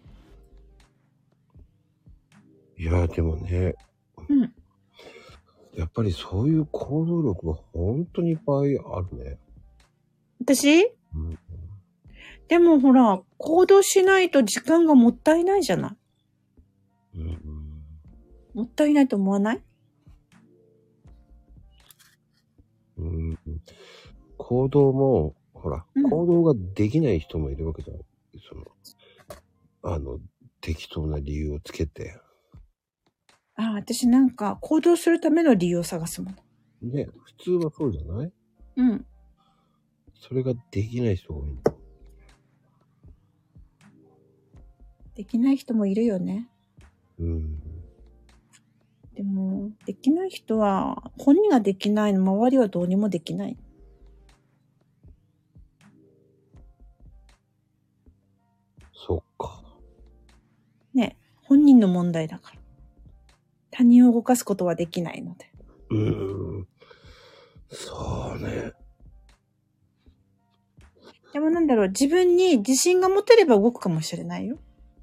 いや、でもね。やっぱりそういう行動力が本当にいっぱいあるね。 私？でもほら、行動しないと時間がもったいないじゃない。もったいないと思わない？ 行動も、ほら、行動ができない人もいるわけじゃない。適当な理由をつけて。 私なんか行動するための理由を探すもの。 ね、普通はそうじゃない？それができない人が多い。 できない人もいるよね。 でも、できない人は、本人ができないの、周りはどうにもできない。 そっか。 ね、本人の問題だから。他人を動かすことはできないので。 そうね。 でもなんだろう、自分に自信が持てれば動くかもしれないよ。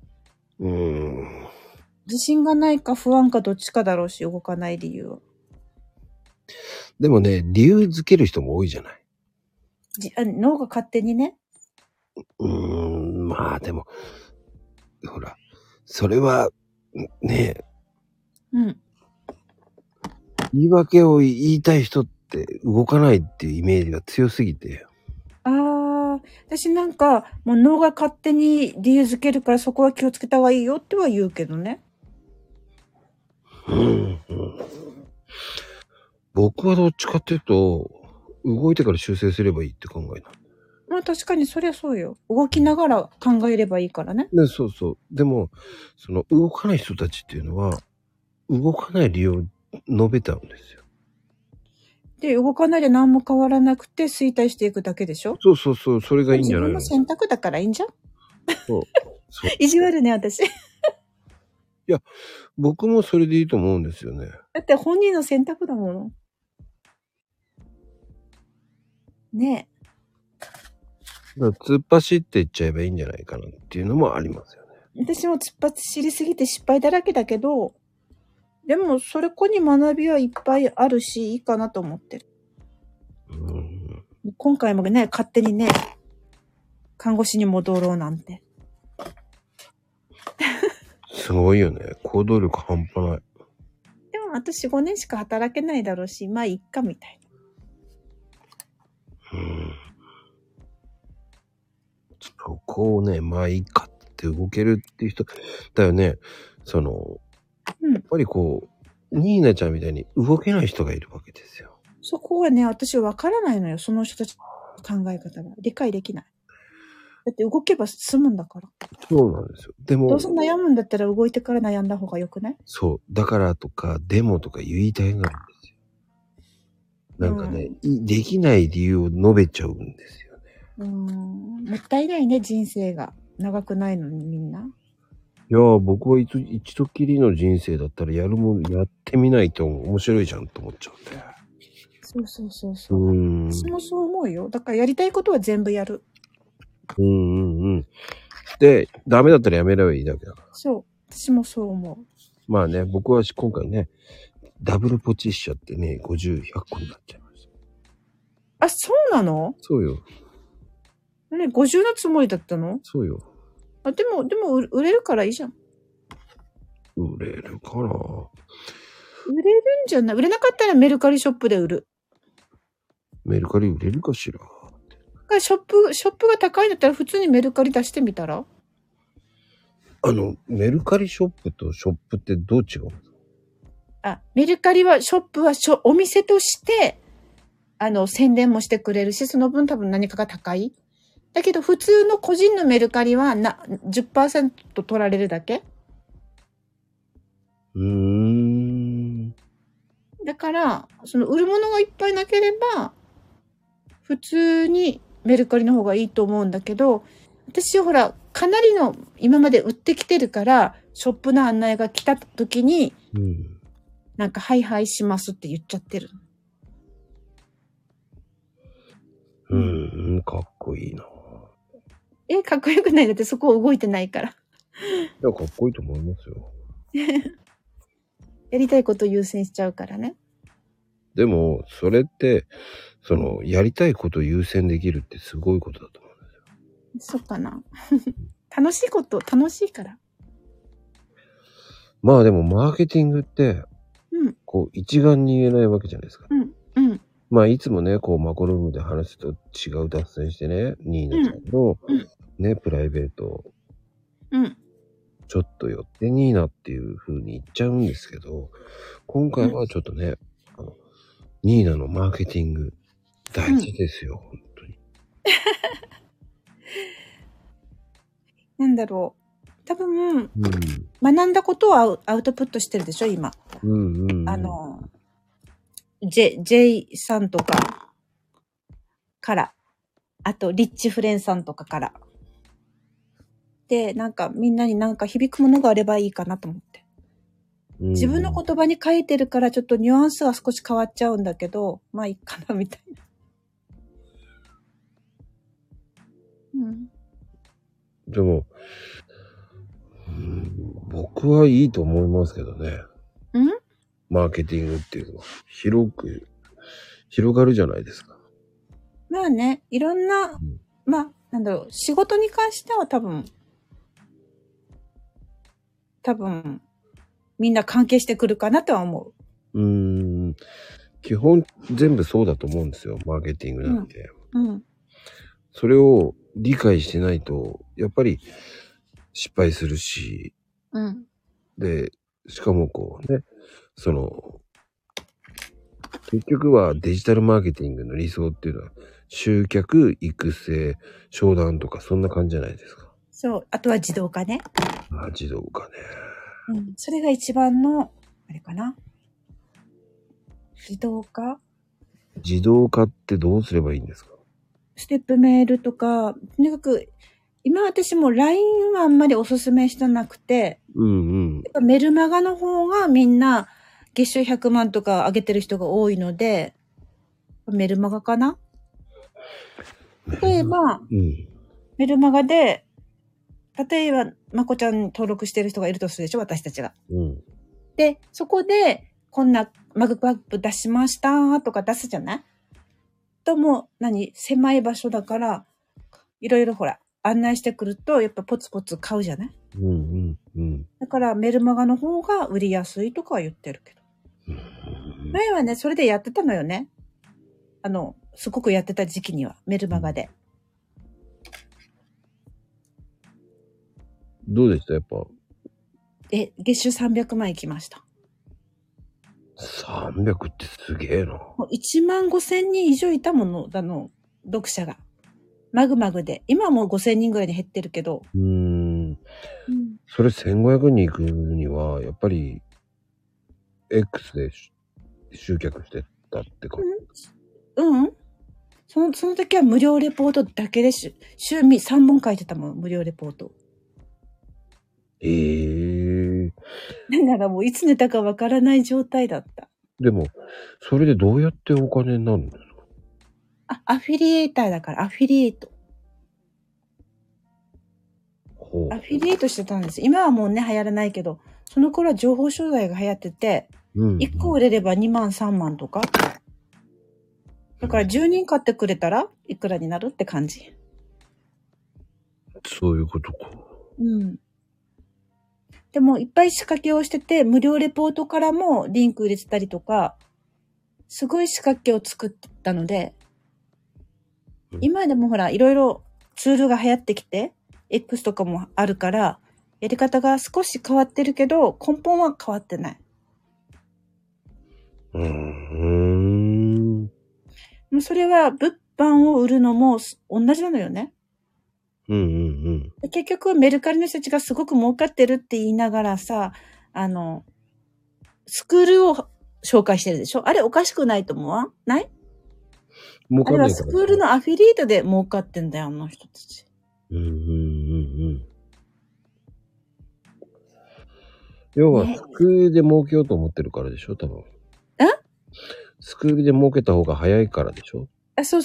自信がないか不安かどっちかだろうし、動かない理由は。 でもね、理由づける人も多いじゃない。 脳が勝手にね。 まあでも、ほら、それは、ね、言い訳を言いたい人って動かないっていうイメージが強すぎて。 私なんか、もう脳が勝手に理由づけるからそこは気をつけた方がいいよっては言うけどね。 僕はどっちかっていうと、動いてから修正すればいいって考えな。 まあ確かにそりゃそうよ。動きながら考えればいいからね。 ね、そうそう。でも、その動かない人たちっていうのは、動かない理由を述べたんですよ。 で、動かないで何も変わらなくて衰退していくだけでしょ？ そうそうそう、それがいいんじゃないの？ 自分の選択だからいいんじゃん？ そう。 意地悪ね、私。 いや、僕もそれでいいと思うんですよね。 だって本人の選択だもの。ねえ。だから突っ走っていっちゃえばいいんじゃないかなっていうのもありますよね。 私も突っ走りすぎて失敗だらけだけど、でもそれこに学びはいっぱいあるし、いいかなと思ってる。今回もね、勝手にね、看護師に戻ろうなんて。 すごいよね。行動力半端ない。 でもあと4、5年しか働けないだろうし、まあいっかみたいな。 そこをね、まあいいかって動けるっていう人だよね。やっぱりこう、ニーナちゃんみたいに動けない人がいるわけですよ。 そこはね、私は分からないのよ。その人たちの考え方が。理解できない。だって動けば済むんだから。 そうなんですよ。でも。 どうせ悩むんだったら動いてから悩んだ方がよくない？ そう。だからとか、でもとか言いたいがるんですよ。なんかね、できない理由を述べちゃうんですよね。 もったいないね、人生が。長くないのにみんな。 いやー、僕は一度きりの人生だったらやるものやってみないと面白いじゃんと思っちゃうんで。 そう。私もそう思うよ。だからやりたいことは全部やる。 で、ダメだったらやめればいいだけだから。 そう。私もそう思う。 まあね、僕は今回ね、ダブルポチしちゃってね、50、100個になっちゃいました。 あ、そうなの？ そうよ。 ね、50のつもりだったの？ そうよ。 あ、でも、売れるからいいじゃん。 売れるかな？ 売れるんじゃない？売れなかったらメルカリショップで売る。 メルカリ売れるかしら？ ショップが高いんだったら普通にメルカリ出してみたら？ メルカリショップとショップってどう違うんですか？ メルカリは、ショップはお店として、宣伝もしてくれるし、その分多分何かが高い。だけど普通の個人のメルカリは10% 取られるだけ。だから、売るものがいっぱいなければ、普通にメルカリの方がいいと思うんだけど、私ほら、かなりの今まで売ってきてるから、ショップの案内が来た時に、なんか、はいはいしますって言っちゃってる。 かっこいいな。 かっこよくない？だってそこ動いてないから。いや、かっこいいと思いますよ。 やりたいこと優先しちゃうからね。 でも、それって、やりたいことを優先できるってすごいことだと思うんですよ。 そうかな。楽しいから。 まあでも、マーケティングって、こう、一概に言えないわけじゃないですか。まあ、いつもね、こう、マコルームで話すと違う脱線してね、ニーナちゃんの、ね、プライベート、ちょっと寄ってニーナっていう風に言っちゃうんですけど、今回はちょっとね、ニーナのマーケティング、大事ですよ、本当に。 なんだろう。多分、学んだことをアウトプットしてるでしょ、今。 J さんとかから、あとリッチフレンさんとかから。で、なんかみんなになんか響くものがあればいいかなと思って。自分の言葉に書いてるからちょっとニュアンスが少し変わっちゃうんだけど、まあいいかなみたいな。 でも、僕はいいと思いますけどね。マーケティングっていうのは広がるじゃないですか。 まあね、いろんな、まあ、なんだろう、仕事に関しては多分、みんな関係してくるかなとは思う。 基本全部そうだと思うんですよ、マーケティングなんて。それを理解してないと、やっぱり失敗するし、で、しかもこうね、結局はデジタルマーケティングの理想っていうのは、集客、育成、商談とかそんな感じじゃないですか。 そう。あとは自動化ね。 自動化ね。 それが一番の、あれかな。自動化ってどうすればいいんですか？ ステップメールとか、とにかく、今私も LINE はあんまりおすすめしてなくて、メルマガの方がみんな月収100万とか上げてる人が多いので、メルマガかな？例えば、メルマガで、例えば、まこちゃんに登録してる人がいるとするでしょ、私たちが。で、そこで、こんなマグカップ出しましたとか出すじゃない？とも、狭い場所だから、いろいろほら、案内してくると、やっぱポツポツ買うじゃない？だからメルマガの方が売りやすいとかは言ってるけど。前はね、それでやってたのよね。すごくやってた時期には、メルマガで。 どうでしたやっぱ。 月収300万いきました。 300ってすげえな。 もう15,000人以上いたもの、読者が。マグマグで。今はもう5,000人ぐらいに減ってるけど。 それ1500人行くには、やっぱり、X で集客してたってか。 その時は無料レポートだけで週3本書いてたもん、無料レポート。だからもういつ寝たかわからない状態だった。 でも、それでどうやってお金になるんですか？ アフィリエーターだから、アフィリエイト。アフィリエイトしてたんです。今はもうね、流行らないけど、その頃は情報商材が流行ってて、1個売れれば2万3万とか。だから10人買ってくれたらいくらになるって感じ。 そういうことか。 でもいっぱい仕掛けをしてて、無料レポートからもリンク入れてたりとか、すごい仕掛けを作ってたので、今でもほら、いろいろツールが流行ってきて、X とかもあるから、やり方が少し変わってるけど、根本は変わってない。それは物販を売るのも同じなのよね。結局メルカリの人たちがすごく儲かってるって言いながらさ、スクールを紹介してるでしょ？あれおかしくないと思わない？あれはスクールのアフィリエイトで儲かってんだよ、あの人たち。 要は、スクールで儲けようと思ってるからでしょ多分。スクールで儲けた方が早いからでしょ？ そう。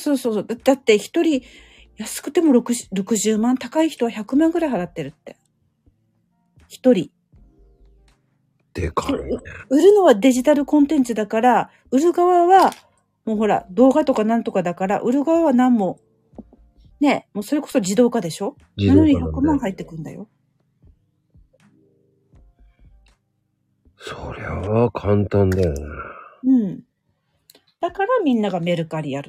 だって一人、安くても60万、高い人は100万ぐらい払ってるって。一人。 でかいね。 売るのはデジタルコンテンツだから、売る側は、もうほら、動画とかなんとかだから、売る側は何も、ね、もうそれこそ自動化でしょ？なのに100万入ってくんだよ。 そりゃあ簡単だよね。 だからみんながメルカリやる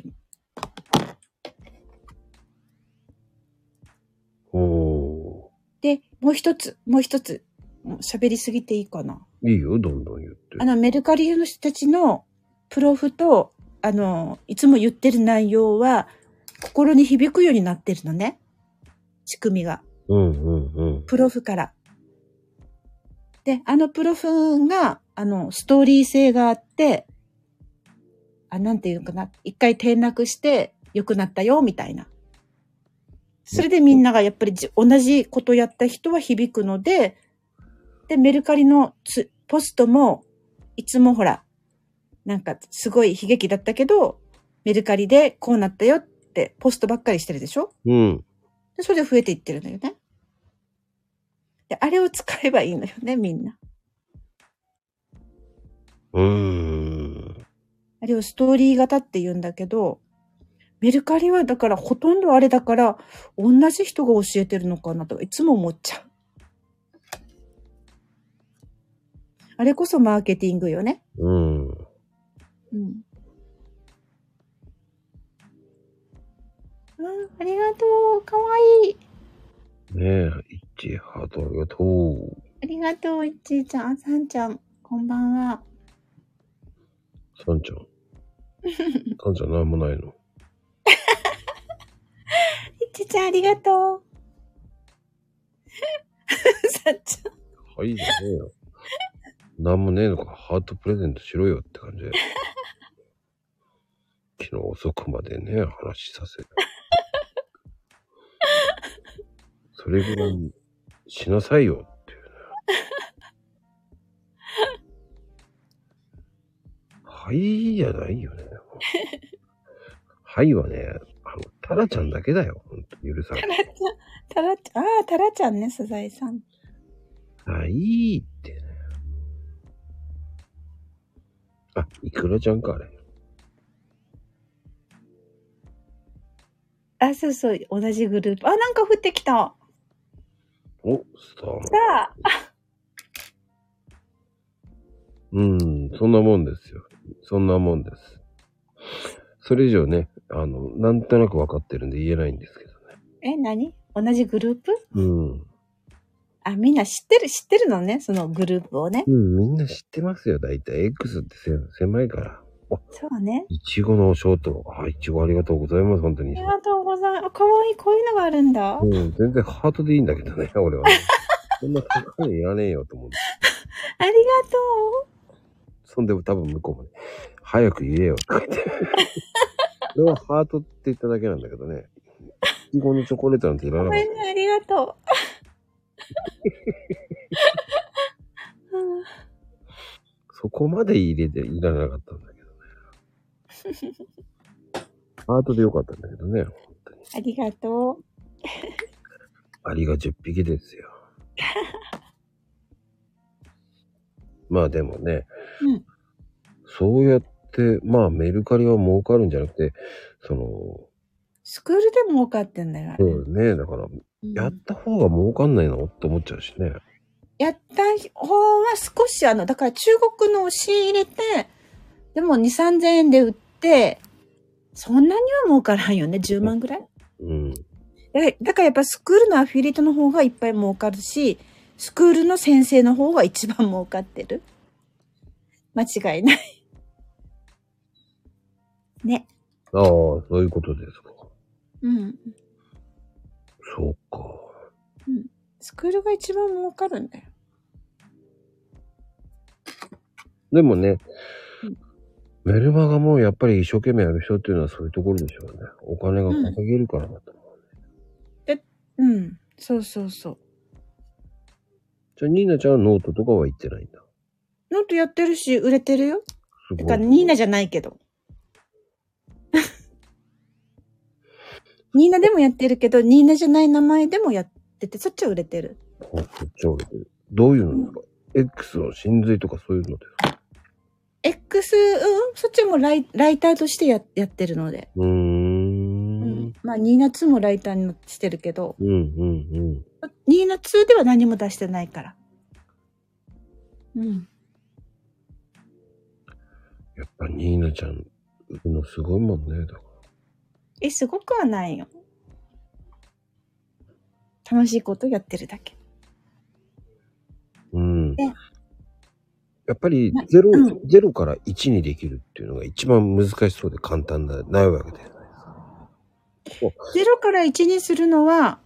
の。で、もう一つ、喋りすぎていいかな？ いいよ、どんどん言って。 メルカリの人たちのプロフと、いつも言ってる内容は、心に響くようになってるのね。仕組みが。プロフから。で、プロフが、 ストーリー性があって、なんていうのかな。一回転落して良くなったよ、みたいな。それでみんながやっぱり同じことやった人は響くので、で、メルカリのポストも、いつもほら、なんかすごい悲劇だったけど、メルカリでこうなったよってポストばっかりしてるでしょ？ うん。で、 それで増えていってるんだよね。で、あれを使えばいいのよね、みんな。あれをストーリー型って言うんだけど、メルカリはだからほとんどあれだから、同じ人が教えてるのかなといつも思っちゃう。あれこそマーケティングよね。うん。ありがとう。かわいい。 ねえ、いっちハートありがとう。 ありがとう、いっちーちゃん。さんちゃん、こんばんは。 さんちゃん。さんちゃんなんもないの。 いっちーちゃん、ありがとう。さんちゃん。 はいじゃねえよ。なんもねえのか、ハートプレゼントしろよって感じで。昨日遅くまでね、話させる。それぐらいしなさいよっていうね。はいじゃないよね。はいはね、タラちゃんだけだよ。ほんと許さない。 タラちゃんね、サザエさん。 はいってね。イクラちゃんか、あれ。 そうそう、同じグループ。なんか降ってきた。 お、スター。 さあ。 そんなもんですよ。そんなもんです。それ以上ね、なんとなく分かってるんで言えないんですけどね。 何？同じグループ？みんな知ってるのね、そのグループをね。 みんな知ってますよ、大体。X って狭いから。 そうね。 いちごのショート。いちごありがとうございます、本当に。 ありがとうございます。かわいい、こういうのがあるんだ。 全然ハートでいいんだけどね、俺は、ね。そんな高いのいらねえよと思って。 ありがとう。 そんで多分向こうもね、早く言えよとか言って。これはハートって言っただけなんだけどね。いちごのチョコレートなんていらなかった。 ごめんね、ありがとう。 そこまでいらなかったんだけどね。ハートでよかったんだけどね。本当にありがとう。 アリが10匹ですよ。まあでもね、そうやって、メルカリは儲かるんじゃなくて、 スクールで儲かってんだよ。 そうね。だから、やった方が儲かんないのって思っちゃうしね。 やった方は少しだから中国のを仕入れて、でも2、3000円で売って、そんなには儲からんよね。10万ぐらい。だからやっぱスクールのアフィリエイトの方がいっぱい儲かるし、スクールの先生の方が一番儲かってる。間違いない。ね。 そういうことですか。そうか。 スクールが一番儲かるんだよ。 でもね、メルマガもやっぱり一生懸命やる人っていうのはそういうところでしょうね。お金が稼げるからだと思うね。そうそうそう。 じゃあ、ニーナちゃんはノートとかは言ってないんだ。 ノートやってるし、売れてるよ。だからニーナじゃないけど。ニーナでもやってるけど、ニーナじゃない名前でもやってて、そっちは売れてる。 そっちは売れてる。どういうのですか、X の真髄とかそういうのですか？ X、そっちもライターとしてやってるので。ニーナ2もライターにしてるけど。ニーナ2では何も出してないから。 やっぱニーナちゃん、売るのすごいもんね。だから。 すごくはないよ。楽しいことやってるだけ。 やっぱり0から1にできるっていうのが一番難しそうで簡単ないわけです。 0から1にするのは、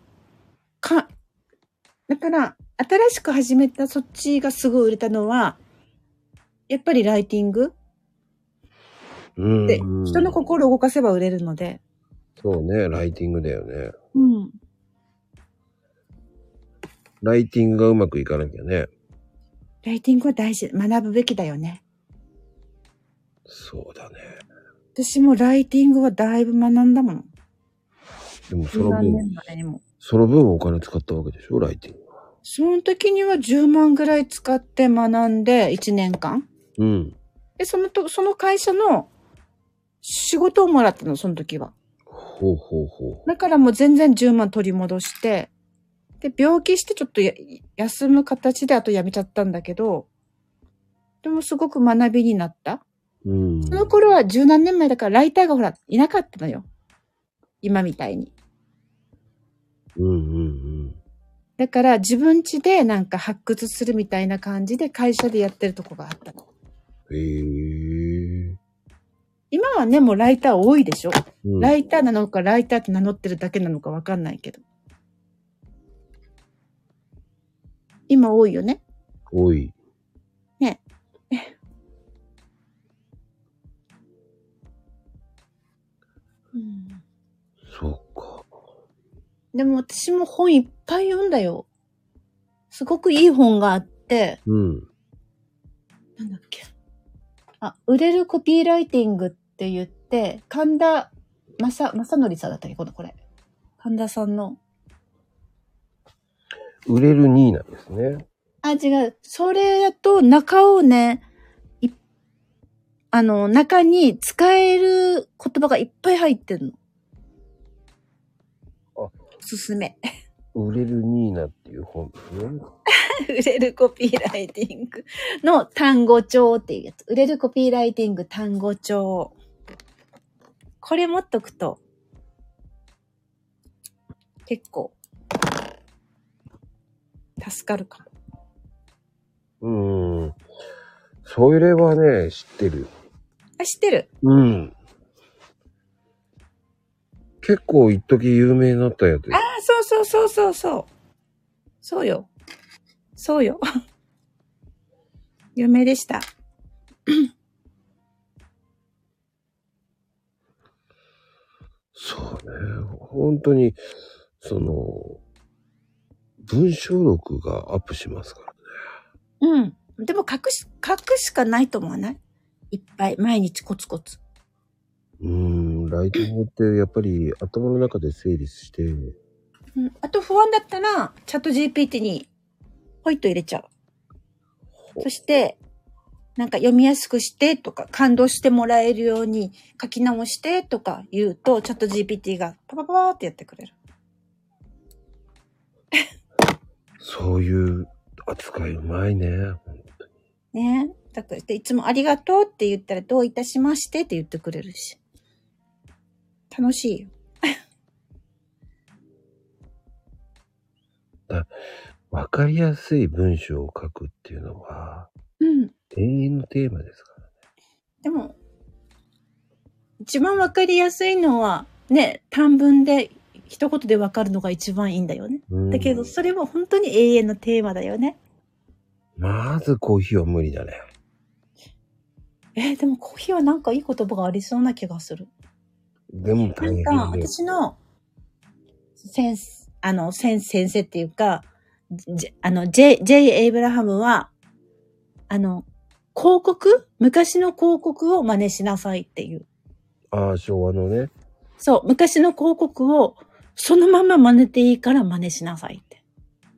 だから、新しく始めたそっちがすぐ売れたのは、 やっぱりライティングで、人の心を動かせば売れるので。 そうね、ライティングだよね。 うん。 ライティングがうまくいかなきゃね。 ライティングは大事。学ぶべきだよね。 そうだね。 私もライティングはだいぶ学んだもん。 でもその分お金使ったわけでしょ、ライティングは。 その時には10万ぐらい使って学んで1年間。 うん。 で、その会社の仕事をもらったの、その時は。 ほうほうほう。 だからもう全然10万取り戻して、で、病気してちょっと休む形であと辞めちゃったんだけど、でもすごく学びになった。 うん。 その頃は十何年前だからライターがほら、いなかったのよ。今みたいに。 うんうんうん。 だから自分家でなんか発掘するみたいな感じで会社でやってるとこがあったの。 へえ。 今はね、もうライター多いでしょ、 うん、 ライターなのかライターって名乗ってるだけなのかわかんないけど。今多いよね。 多い。 ね。うん、 そうか。 でも私も本いっぱい読んだよ。すごくいい本があって。 うん。 なんだっけ。売れるコピーライティングって言って、神田正則さんだったっけ、これ。神田さんの。 売れる2なんですね。 違う。それだと中をね、中に使える言葉がいっぱい入ってるの。おすすめ。 売れるニーナっていう本ですね。 売れるコピーライティングの単語帳っていうやつ。売れるコピーライティング単語帳。これ持っとくと、結構、助かるかも。それはね、知ってる。 知ってる。 うん。結構一時有名になったやつ。 そう。そうよ。有名でした。 そうね。本当に、文章力がアップしますからね。うん。でも書くしかないと思わない？いっぱい、毎日コツコツ。 ライティングってやっぱり頭の中で整理して。 あと不安だったら、チャット GPT にポイッと入れちゃう。そして、なんか読みやすくしてとか、感動してもらえるように書き直してとか言うと、チャット GPT がパパパーってやってくれる。 そういう扱いうまいね。本当にね。だからいつもありがとうって言ったら、どういたしましてって言ってくれるし。楽しいよ。 わかりやすい文章を書くっていうのは、永遠のテーマですからね。 でも、一番わかりやすいのは、ね、短文で一言でわかるのが一番いいんだよね。だけど、それも本当に永遠のテーマだよね。 まずコーヒーは無理だね。 でもコーヒーはなんかいい言葉がありそうな気がする。 でも大変だよ。 なんか私の先生っていうか、J. エイブラハムは、昔の広告を真似しなさいっていう。 昭和のね。 そう、昔の広告をそのまま真似ていいから真似しなさいって。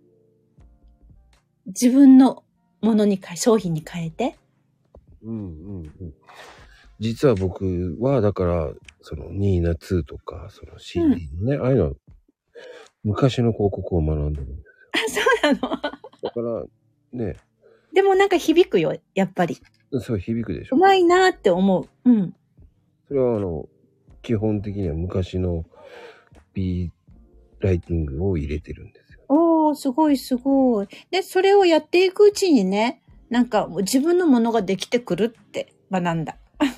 自分のものに商品に変えて。 実は僕は、だから、ニーナ2とか、CD のね、ああいうの、昔の広告を学んでるんですよ。そうなの？ だから、ね。 でもなんか響くよ、やっぱり。 そう、響くでしょ。 うまいなって思う。 それは基本的には昔のライティングを入れてるんですよ。 すごいすごい。で、それをやっていくうちにね、なんか自分のものができてくるって学んだ。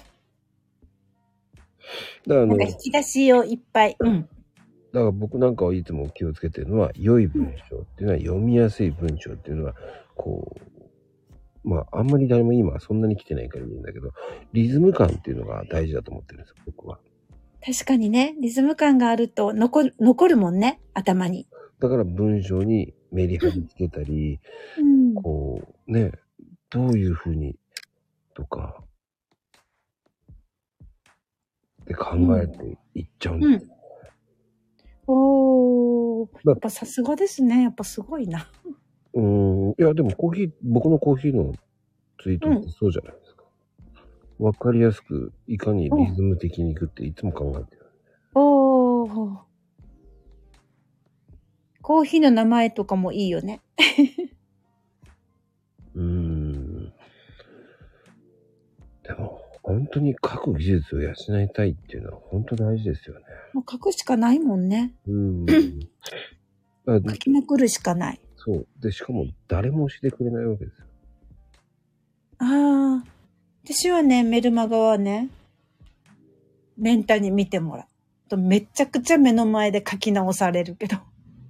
だからなんか引き出しをいっぱい。 だから僕なんかはいつも気をつけてるのは、良い文章っていうのは、読みやすい文章っていうのは、 まあ、あんまり誰も今そんなに来てないから言うんだけど、リズム感っていうのが大事だと思ってるんですよ、僕は。 確かにね、リズム感があると残るもんね、頭に。 だから文章にメリハリつけたり、 うん、 こう、ね、どういうふうに、とか、で考えていっちゃうんですよ。 おー、やっぱさすがですね。やっぱすごいな。 いや、でも僕のコーヒーのツイートってそうじゃないですか。わかりやすく、いかにリズム的にいくっていつも考えてる。 おー。コーヒーの名前とかもいいよね。 でも、本当に書く技術を養いたいっていうのは本当大事ですよね。 もう書くしかないもんね。書きまくるしかない。 そう。で、しかも誰も教えてくれないわけですよ。 ああ。私はね、メルマガはね、メンタに見てもらう。とめちゃくちゃ目の前で書き直されるけど。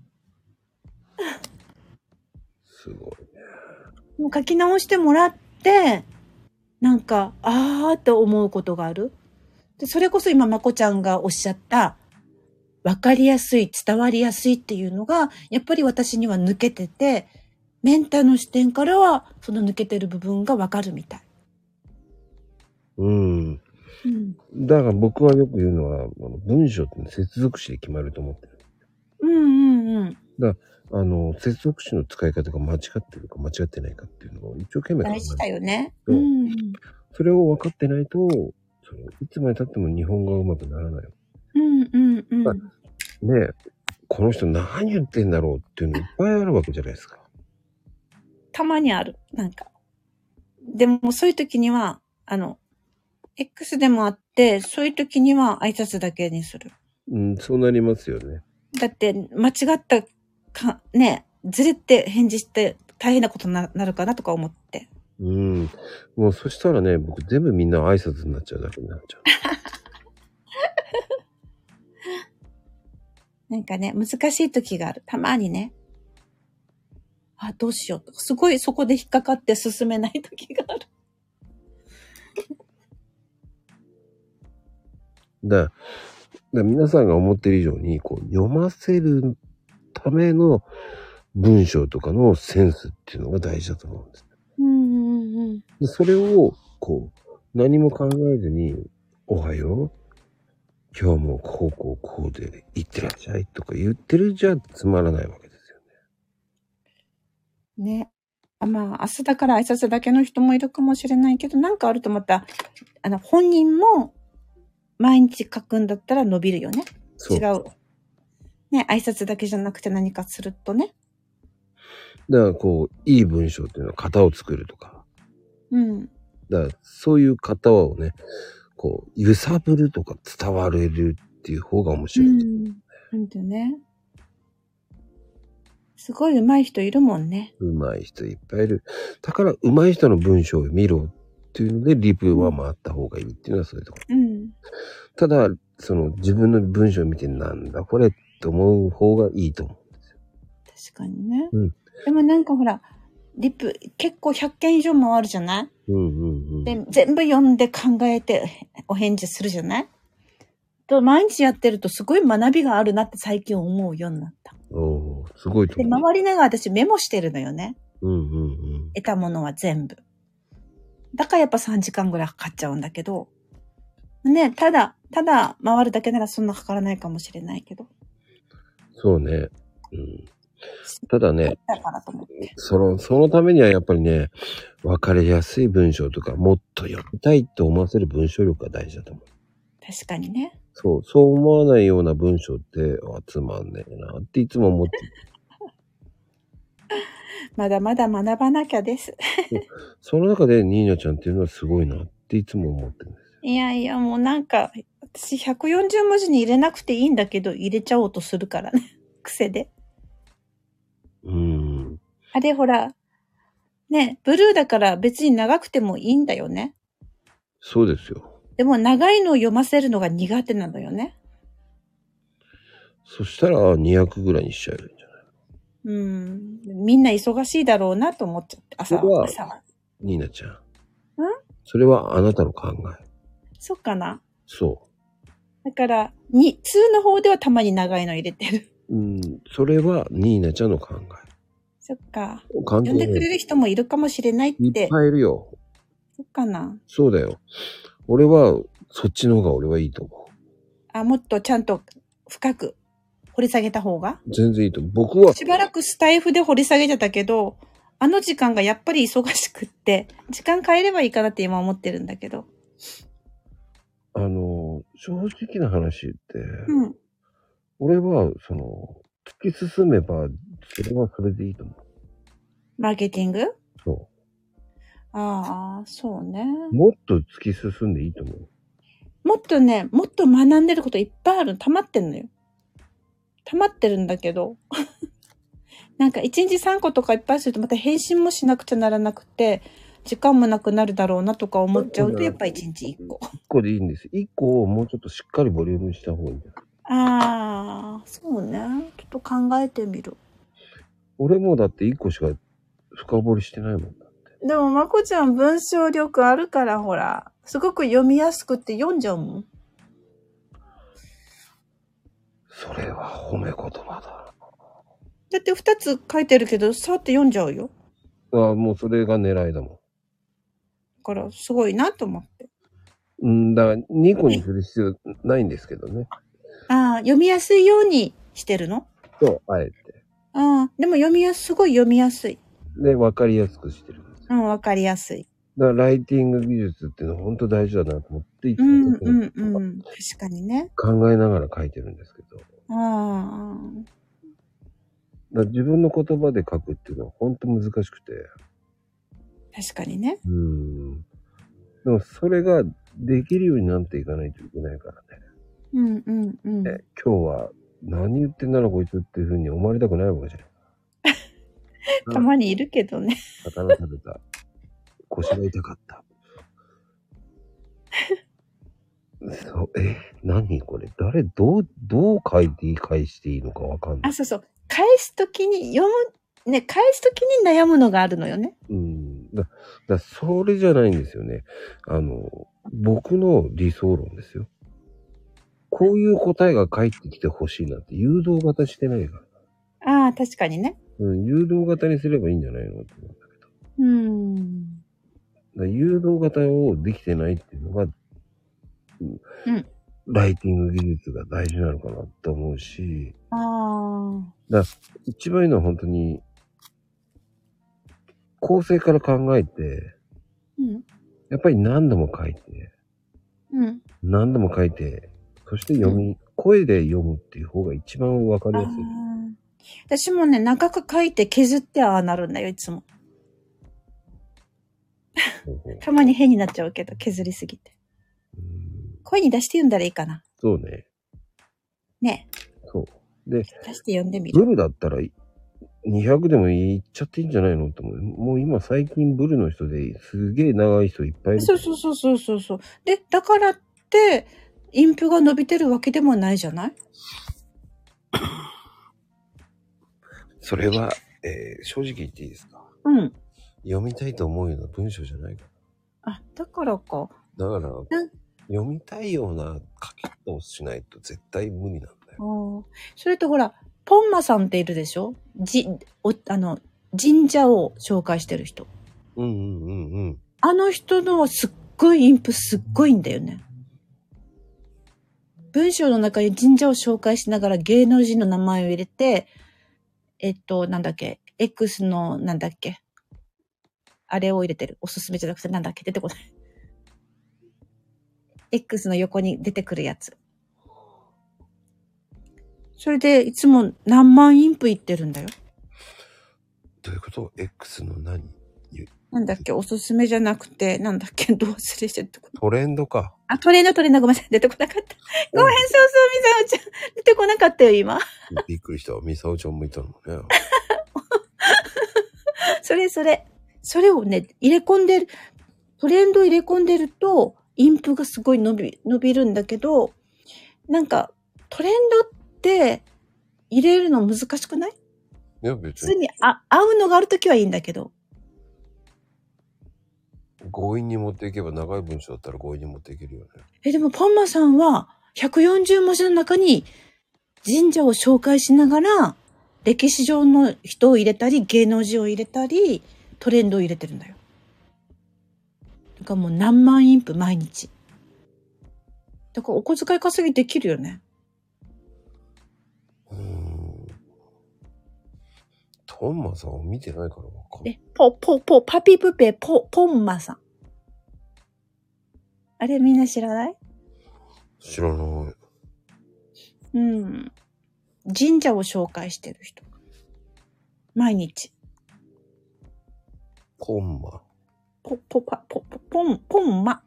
すごいね。 もう書き直してもらって、なんか、あーって思うことがある。で、それこそ今、まこちゃんがおっしゃった、わかりやすい、伝わりやすいっていうのが、やっぱり私には抜けてて、メンタの視点からは、その抜けてる部分がわかるみたい。 だから僕はよく言うのは、文章って接続詞で決まると思ってる。だから接続詞の使い方が間違ってるか間違ってないかっていうのを一生懸命考えてる。 大事だよね。 それを分かってないと、いつまで経っても日本語が上手くならない。ねえ、この人何言ってんだろうっていうのいっぱいあるわけじゃないですか。 たまにある。なんか。でもそういう時には、X でもあって、そういう時には挨拶だけにする。 そうなりますよね。 だって、間違ったね、ずれて返事して大変なことになるかなとか思って。 もうそしたらね、僕全部みんな挨拶になっちゃうだけになっちゃう。 なんかね、難しい時がある。たまにね。あ、どうしようと。すごいそこで引っかかって進めない時がある。 だから皆さんが思ってる以上に、こう、読ませるための文章とかのセンスっていうのが大事だと思うんです。でそれを、こう、何も考えずに、おはよう。今日もこうで行ってらっしゃいとか言ってるじゃつまらないわけですよね。ね。まあ、明日だから挨拶だけの人もいるかもしれないけど、なんかあるとまた、本人も毎日書くんだったら伸びるよね。違う。ね、挨拶だけじゃなくて何かするとね。 だからこう、いい文章っていうのは型を作るとか。だからそういう型をね、こう、揺さぶるとか伝われるっていう方が面白い。 なんだよね。すごい上手い人いるもんね。 上手い人いっぱいいる。だから上手い人の文章を見ろっていうので、リプは回った方がいいっていうのはそういうところ。ただ、自分の文章を見てなんだこれって思う方がいいと思うんですよ。 確かにね。でもなんかほら、リプ結構100件以上回るじゃない？で、全部読んで考えてお返事するじゃない？と毎日やってるとすごい学びがあるなって最近思うようになった。 すごいと思う。 で、周りながら私メモしてるのよね。 得たものは全部。だからやっぱ3時間ぐらいかかっちゃうんだけど。ね、ただ回るだけならそんなかからないかもしれないけど。 そうね。ただね、そのためにはやっぱりね、分かりやすい文章とか、もっと読みたいって思わせる文章力が大事だと思う。 確かにね。 そう思わないような文章って、つまんねえなっていつも思ってる。 まだまだ学ばなきゃです。 その中でニーナちゃんっていうのはすごいなっていつも思ってるんですよ。 いやいや、もうなんか、私140文字に入れなくていいんだけど、入れちゃおうとするからね。癖で。あれほら、ね、ブルーだから別に長くてもいいんだよね。 そうですよ。 でも長いのを読ませるのが苦手なのよね。 そしたら200ぐらいにしちゃえばいいんじゃない？ みんな忙しいだろうなと思っちゃって、朝は。 ニーナちゃん。 ん？ それはあなたの考え。 そっかな。 そう。 だから、2の方ではたまに長いの入れてる。 それはニーナちゃんの考え。 そっか。 呼呼んでくれる人もいるかもしれないって。 いっぱいいるよ。 そっかな。 そうだよ。俺は、そっちの方が俺はいいと思う。 もっとちゃんと深く掘り下げた方が全然いいと思う。僕は。 しばらくスタイフで掘り下げてたけど、あの時間がやっぱり忙しくって、時間変えればいいかなって今思ってるんだけど。 正直な話言って、 俺は、突き進めば、それはそれでいいと思う。 マーケティング？ そう。 ああ、そうね。 もっと突き進んでいいと思う。 もっと学んでることいっぱいある。溜まってんのよ。溜まってるんだけど。なんか1日3個とかいっぱいするとまた返信もしなくちゃならなくて、時間もなくなるだろうなとか思っちゃうと、やっぱ1日1個。 1個でいいんです。1個をもうちょっとしっかりボリュームした方がいいんだよ。 ああ、そうね。ちょっと考えてみる。 俺もだって1個しか深掘りしてないもんだって。 でも、まこちゃん文章力あるから、ほら、すごく読みやすくって読んじゃうもん。 それは褒め言葉だ。 だって2つ書いてるけど、さーって読んじゃうよ。 もうそれが狙いだもん。だから、すごいなと思って。 だから2個にする必要ないんですけどね。 読みやすいようにしてるの？ そう、あえて。 でもすごい読みやすい。 で、わかりやすくしてるんです。 わかりやすい。 だからライティング技術っていうのは本当大事だなと思っていつも確かにね。 考えながら書いてるんですけど。だ自分の言葉で書くっていうのは本当難しくて。 確かにね。 でもそれができるようになっていかないといけないからね。今日は何言ってんだろこいつっていう風に思われたくないわけじゃない。 たまにいるけどね。 魚食べた。腰が痛かった。何これどう書いて返していいのかわかんない。 そうそう。返すときに悩むのがあるのよね。 それじゃないんですよね。僕の理想論ですよ。こういう答えが返ってきてほしいなって誘導型してないから。 確かにね。 誘導型にすればいいんじゃないのと思うんだけど。誘導型をできてないっていうのが、ライティング技術が大事なのかなって思うし。一番いいのは本当に、構成から考えて、やっぱり何度も書いて、何度も書いて、そして声で読むっていう方が一番わかりやすい。 私もね、長く書いて削ってなるんだよ、いつも。たまに変になっちゃうけど、削りすぎて。声に出して読んだらいいかな。 そうね。 ね。 そう。で、 出して読んでみる。 ブルだったら200でもいっちゃっていいんじゃないのと思う。もう今最近ブルの人ですげえ長い人いっぱいいる。 そう。で、だからって、インプが伸びてるわけでもないじゃない？ それは、正直言っていいですか？読みたいと思うような文章じゃないから。 だからか。 だから、読みたいような書き方をしないと絶対無理なんだよ。 それとほら、ポンマさんっているでしょ？神社を紹介してる人。あの人のはすっごいインプすっごいんだよね。文章の中に神社を紹介しながら芸能人の名前を入れて、なんだっけ、X のなんだっけ、あれを入れてる。おすすめじゃなくてなんだっけ、出てこない。X の横に出てくるやつ。それでいつも何万インプいってるんだよ。 どういうこと？ X の何？ なんだっけ、おすすめじゃなくて、なんだっけ、どう忘れしてるってこと。 トレンドか。 トレンド、ごめんなさい。出てこなかった。ごめん、そう、みさおちゃん。出てこなかったよ、今。 びっくりした。みさおちゃんもいたのね。 それをね、入れ込んでる、トレンド入れ込んでると、インプがすごい伸びるんだけど、なんか、トレンドって入れるの難しくない？ いや、別に。 普通に合うのがあるときはいいんだけど。 強引に持っていけば、長い文章だったら強引に持っていけるよでね。 もポンマさんは140文字の中に神社を紹介しながら、歴史上の人を入れたり、芸能人を入れたり、トレンドを入れてるんだよ。だからもう何万インプ毎日。だからお小遣い稼ぎできるよね。 トンマさんを見てないからわかんない。 パピプペ、ポンマさん。あれみんな知らない？ 知らない。 神社を紹介してる人。毎日。 ポンマ。 ポンマ。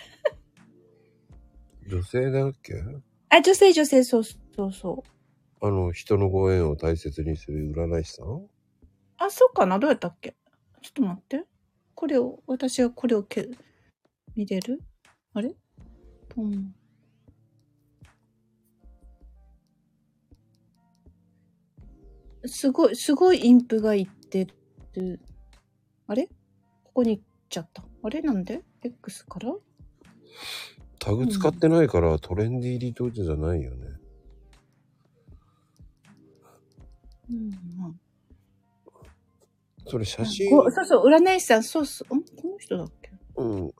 女性だっけ？ 女性、そう。 人のご縁を大切にする占い師さん？ そうかな？どうやったっけ？ちょっと待って。私はこれを見れる？あれ？ポン。すごいインプがいってる。あれ？ここに行っちゃった。あれなんで？ X から？ タグ使ってないからトレンディーリトーチじゃないよね。それ写真。 そう、占い師さん、そう。この人だっけ？ そう、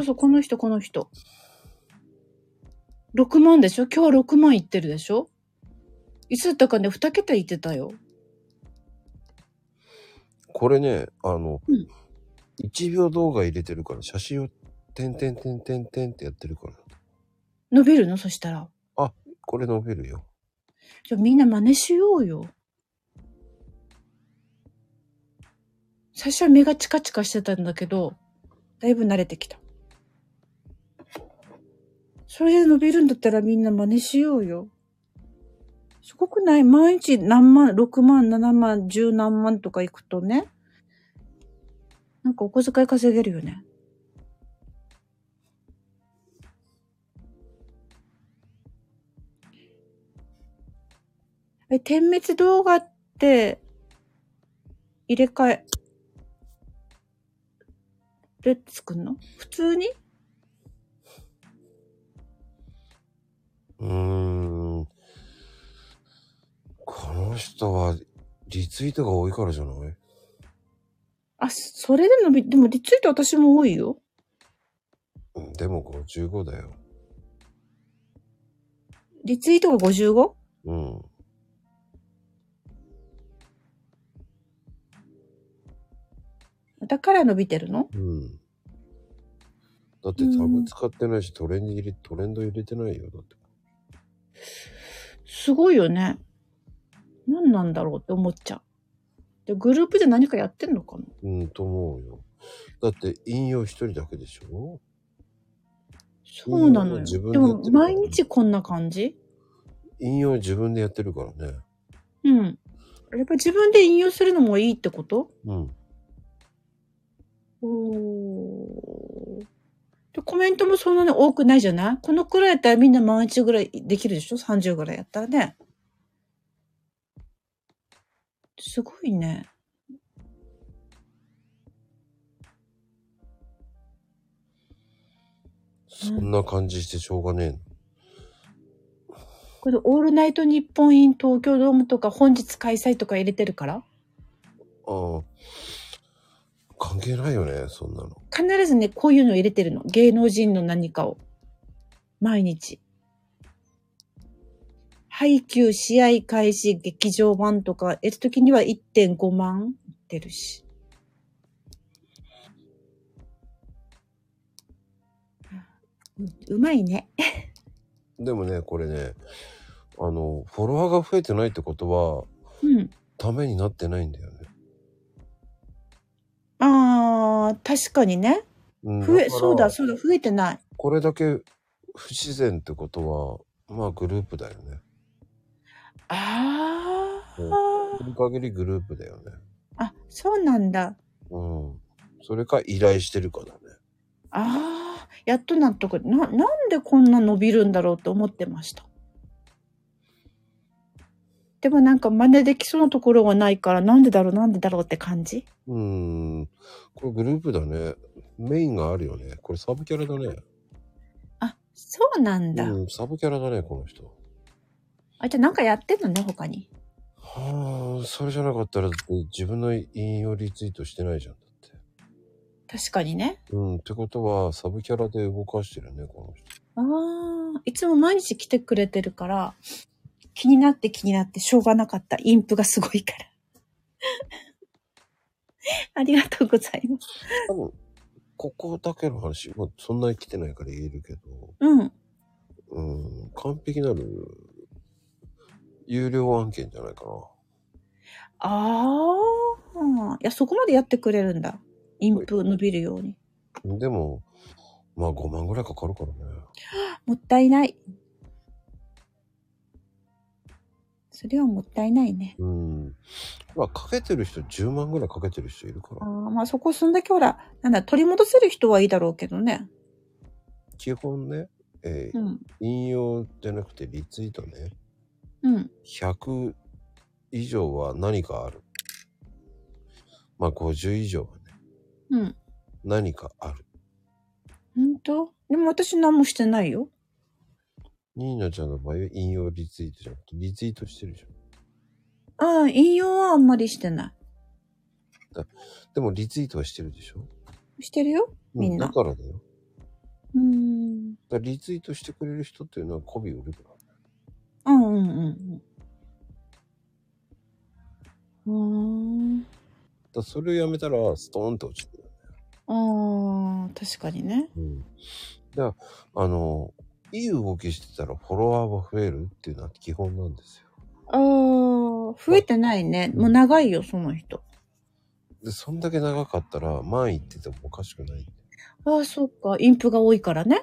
この人。6万でしょ？今日は6万いってるでしょ？いつだったかね、2桁いってたよ。 これね、1秒動画入れてるから、写真をてんてってやってるから。 伸びるの？そしたら。 これ伸びるよ。 じゃあみんな真似しようよ。最初は目がチカチカしてたんだけど、だいぶ慣れてきた。それで伸びるんだったらみんな真似しようよ。すごくない？毎日何万、6万、7万、10何万とかいくとね、なんかお小遣い稼げるよね。点滅動画って入れ替えで作るの？普通に？ この人はリツイートが多いからじゃない？ それででもリツイート私も多いよ。 でも55だよ。 リツイートが 55？ だから伸びてるの？ だってタグ使ってないし、トレンド入れてないよ。だって。 すごいよね。何なんだろうって思っちゃう。で、グループで何かやってんのかな？ と思うよ。だって引用一人だけでしょ？ そうなのよ。でも毎日こんな感じ？ 引用自分でやってるからね。 やっぱ自分で引用するのもいいってこと？で、コメントもそんなに多くないじゃない？このくらいやったらみんな毎日ぐらいできるでしょ？ 30 ぐらいやったらね。すごいね。 そんな感じしてしょうがねえの。 これオールナイトニッポンイン東京ドームとか本日開催とか入れてるから？ 関係ないよね、そんなの。 必ずね、こういうの入れてるの。芸能人の何かを。毎日。配給、試合開始、劇場版とか、時には 1.5 万いってるし。うまいね。 でもね、これね、フォロワーが増えてないってことは、ためになってないんだよね。 確かにね。そうだ、増えてない。 これだけ不自然ってことは、まあグループだよね。その限りグループだよね。 そうなんだ。 それか依頼してるかだね。 やっと納得。なんでこんな伸びるんだろうと思ってました。 でもなんか真似できそうなところがないから、なんでだろうって感じ。 これグループだね。メインがあるよね。これサブキャラだね。 あ、そうなんだ。 サブキャラだね、この人。 あ、じゃあなんかやってんのね、他に。 それじゃなかったら自分の引用リツイートしてないじゃん。だって。 確かにね。 ってことは、サブキャラで動かしてるね、この人。いつも毎日来てくれてるから、気になってしょうがなかった。インプがすごいから。ありがとうございます。 多分、ここだけの話、そんなに来てないから言えるけど、完璧なる有料案件じゃないかな。いや、そこまでやってくれるんだ。インプ伸びるように。 でも、まあ5万ぐらいかかるからね。 もったいない。それはもったいないね。 まあ、かけてる人、10万ぐらいかけてる人いるから。 まあそこそんだけほら、取り戻せる人はいいだろうけどね。 基本ね、引用じゃなくてリツイートね。100以上は何かある。まあ50以上はね。何かある。 本当？でも私何もしてないよ。 ニーナちゃんの場合は引用リツイートじゃなくてリツイートしてるじゃん。引用はあんまりしてない。 でもリツイートはしてるでしょ？ してるよ、みんな。 だからだよ。リツイートしてくれる人っていうのは媚び売るから。それをやめたらストーンと落ちてるよね。確かにね。 だからいい動きしてたらフォロワーは増えるっていうのは基本なんですよ。 増えてないね。もう長いよ、その人。 で、そんだけ長かったら前行っててもおかしくない。 そっか。インプが多いからね。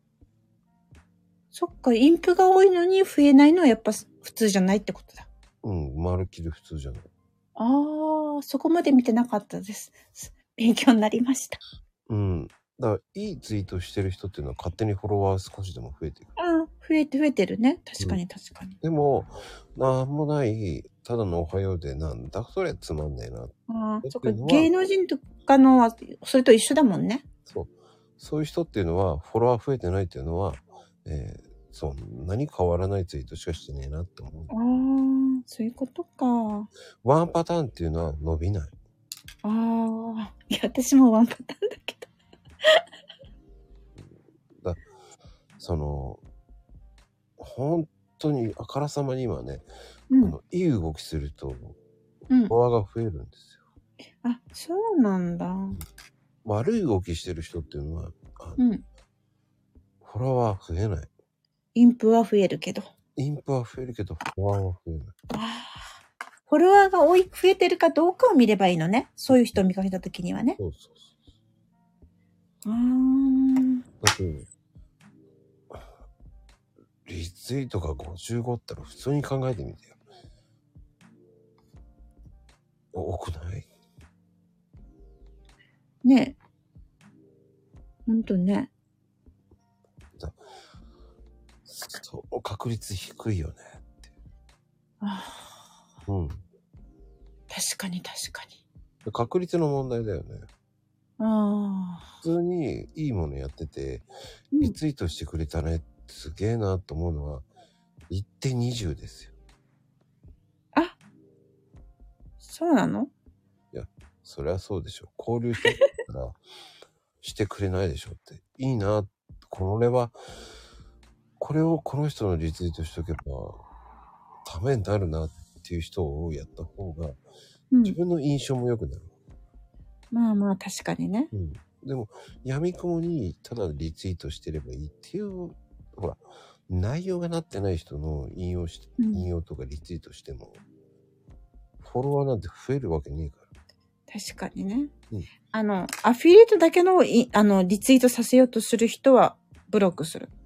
そっか。インプが多いのに増えないのはやっぱ普通じゃないってことだ。 まるっきり普通じゃない。 そこまで見てなかったです。勉強になりました。 だからいいツイートしてる人っていうのは勝手にフォロワー少しでも増えていく。 増えてるね。確かに。 でも、なんもない、ただのおはようでなんだそれつまんねえな。 そっか。芸能人とかのは、それと一緒だもんね。 そういう人っていうのは、フォロワー増えてないっていうのは、そんなに変わらないツイートしかしてねえなって思う。 そういうことか。 ワンパターンっていうのは伸びない。 いや、私もワンパターンだけど。 本当にあからさまに今ね、いい動きすると、フォロワーが増えるんですよ。そうなんだ。 悪い動きしてる人っていうのは、フォロワー増えない。 インプは増えるけど。 インプは増えるけど、フォロワーは増えない。 フォロワーが増えてるかどうかを見ればいいのね。そういう人を見かけたときにはね。 だって、リツイートが55ったら普通に考えてみてよ。多くない？ ねえ。ほんとね。 そう確率低いよねって。 確かに。 確率の問題だよね。普通にいいものやってて、リツイートしてくれたね、すげえなと思うのは、1手20ですよ。 そうなの？ いや、そりゃそうでしょ。交流してたら、してくれないでしょって。いいな、これをこの人のリツイートしとけば、ためになるなっていう人をやった方が、自分の印象も良くなる。 まあ確かにね。 でも、闇雲にただリツイートしてればいいっていう、ほら、内容がなってない人の引用とかリツイートしても、フォロワーなんて増えるわけねえから。 確かにね。アフィリエイトだけのリツイートさせようとする人はブロックする。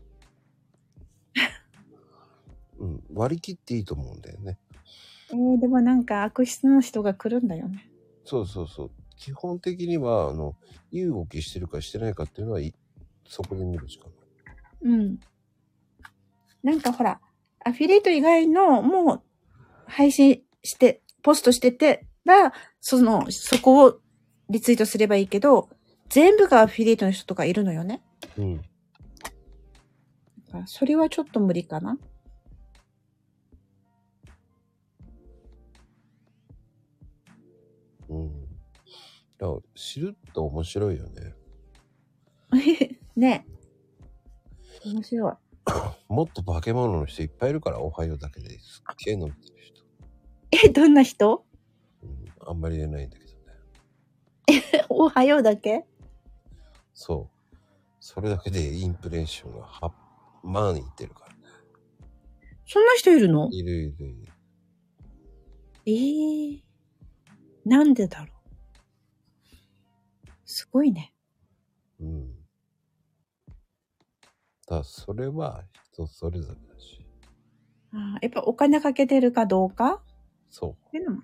割り切っていいと思うんだよね。 でもなんか悪質な人が来るんだよね。 そう。基本的には、いい動きしてるかしてないかっていうのは、そこで見るしかない。 なんかほら、アフィリエイト以外のも配信して、ポストしてて、そこをリツイートすればいいけど、全部がアフィリエイトの人とかいるのよね。 うん。 それはちょっと無理かな。 うん。知ると面白いよね。 ね。面白い。 もっと化け物の人いっぱいいるから、おはようだけですっげえ飲んでる人。 どんな人？ あんまり言えないんだけどね。 おはようだけ？ そう。それだけでインプレッションが8万いってるからね。 そんな人いるの？ いるいるいる。 なんでだろう。すごいね。 うん。それは人それぞれだし。 やっぱお金かけてるかどうか？ そう。 っていうのも。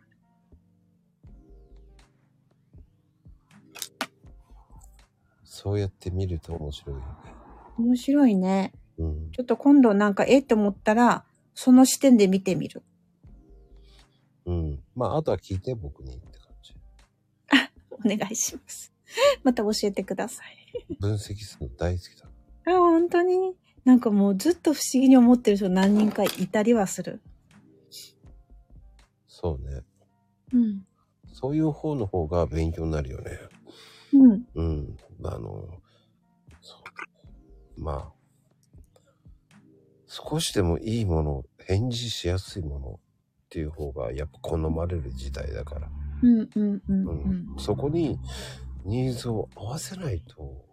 そうやって見ると面白いよね。 面白いね。 うん。 ちょっと今度なんかって思ったら、その視点で見てみる。 うん。まあ、あとは聞いて僕にって感じ。 お願いします。また教えてください。 分析するの大好きだ。 本当に？なんかもうずっと不思議に思ってる人何人かいたりはする。 そうね。 うん。 そういう方の方が勉強になるよね。 うん。 うん。まあ、少しでもいいもの、返事しやすいものっていう方がやっぱ好まれる時代だから。 うんうんうんうん。 そこにニーズを合わせないと。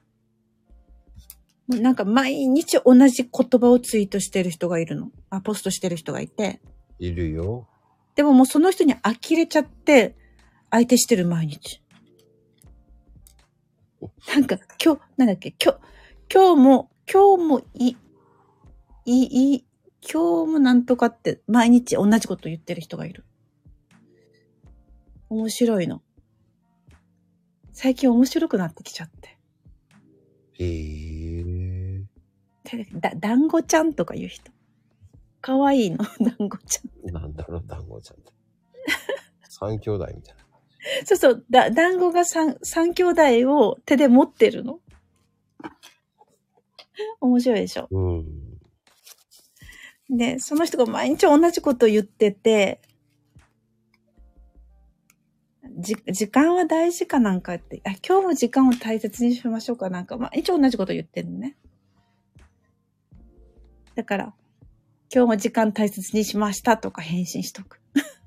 なんか毎日同じ言葉をツイートしてる人がいるの。ポストしてる人がいて。 いるよ。 でももうその人に呆れちゃって、相手してる毎日。なんかなんだっけ、今日もなんとかって毎日同じこと言ってる人がいる。面白いの。最近面白くなってきちゃって。団子ちゃんとか言う人。かわいいの、団子ちゃん。 なんだろう、団子ちゃんって。三兄弟みたいな。 そうそう、団子が三兄弟を手で持ってるの。面白いでしょ。 うん。 で、その人が毎日同じこと言ってて、時間は大事かなんかって、今日も時間を大切にしましょうかなんか、毎日同じこと言ってるのね。だから、今日も時間大切にしましたとか返信しとく。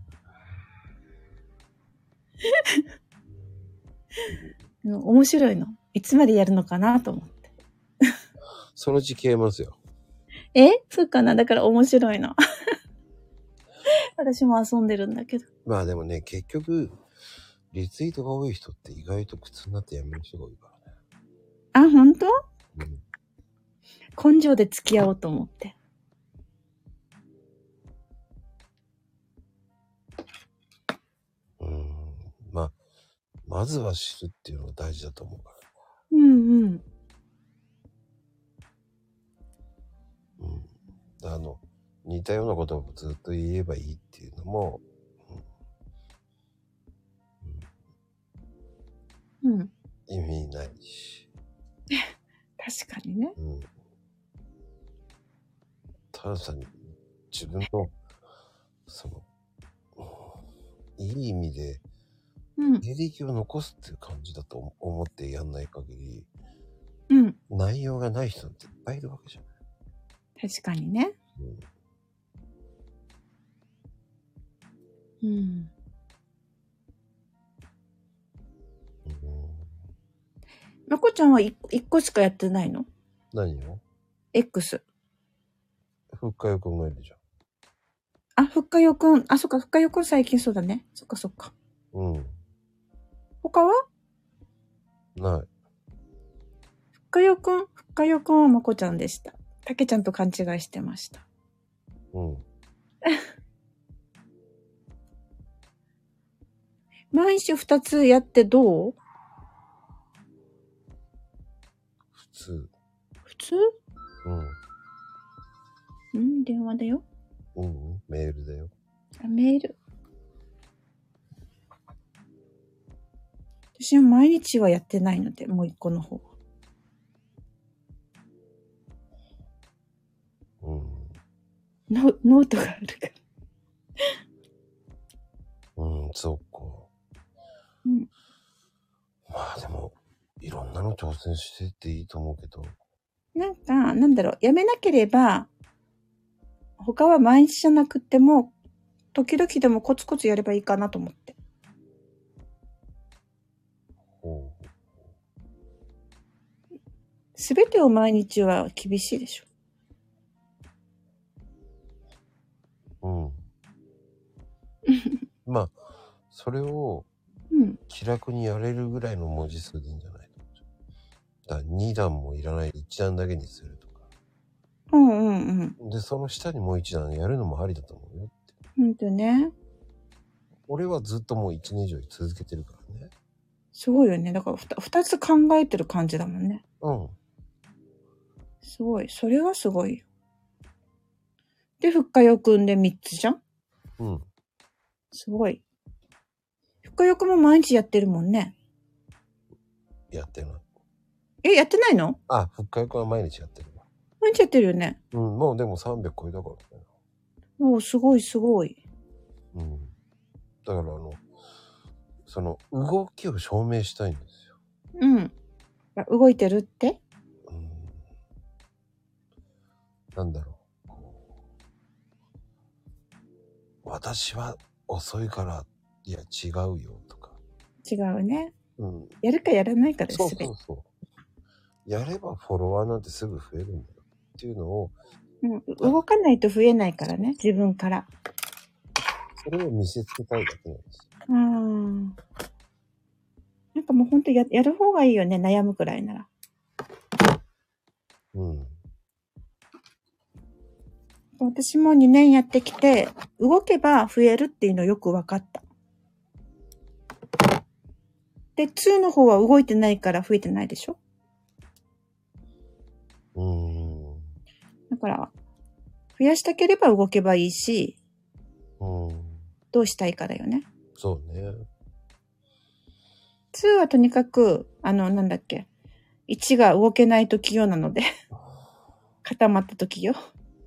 面白いの。いつまでやるのかなと思って。 そのうち消えますよ。 そうかな。だから面白いの。私も遊んでるんだけど。 まあでもね、結局、リツイートが多い人って意外と苦痛になってやめる人が多いからね。 本当？根性で付き合おうと思って。 まずは知るっていうのが大事だと思うから。似たようなことをずっと言えばいいっていうのも、意味ないし。 確かにね。 たださん、自分の、いい意味で、履歴を残すっていう感じだと思ってやんない限り、内容がない人っていっぱいいるわけじゃない。 確かにね。まこちゃんは一個しかやってないの？ 何を？ X。 ふっかよくんがいるじゃん。ふっかよくん。そっか、ふっかよくん最近そうだね。そっかそっか。他は？ ない。 ふっかよくんはまこちゃんでした。たけちゃんと勘違いしてました。毎日2つやってどう？普通？電話だよ。 メールだよ。 メール。私も毎日はやってないので、もう一個の方。ノートがあるから。 そっか。まあでも、いろんなの挑戦してっていいと思うけど。 なんだろう、やめなければ、他は毎日じゃなくても、時々でもコツコツやればいいかなと思って。すべてを毎日は厳しいでしょ。 まあ、それを気楽にやれるぐらいの文字数でいいんじゃないか。だから2段もいらない、1段だけにするとか。で、その下にもう1段やるのもありだと思うよって。 ほんとね。 俺はずっともう1年以上続けてるからね。 すごいよね。だから2つ考えてる感じだもんね。すごい。それはすごいよ。で、深谷くんで3つじゃん？すごい。深谷くんも毎日やってるもんね。 やってない。 やってないの？ 深谷くんは毎日やってるわ。 毎日やってるよね。 もうでも300超えたからね。 おー、すごいすごい。 だからその動きを証明したいんですよ。 動いてるって？ なんだろう。私は遅いから、いや違うよとか。 違うね。やるかやらないかです。 そう。やればフォロワーなんてすぐ増えるんだよっていうのを。 動かないと増えないからね、自分から。 それを見せつけたいだけなんですよ。 なんかもうほんとやる方がいいよね、悩むくらいなら。私も2年やってきて、動けば増えるっていうのよく分かった。で、2の方は動いてないから増えてないでしょ？だから、増やしたければ動けばいいし、どうしたいかだよね。 そうね。 2はとにかく、なんだっけ、1が動けない時用なので、固まった時よ。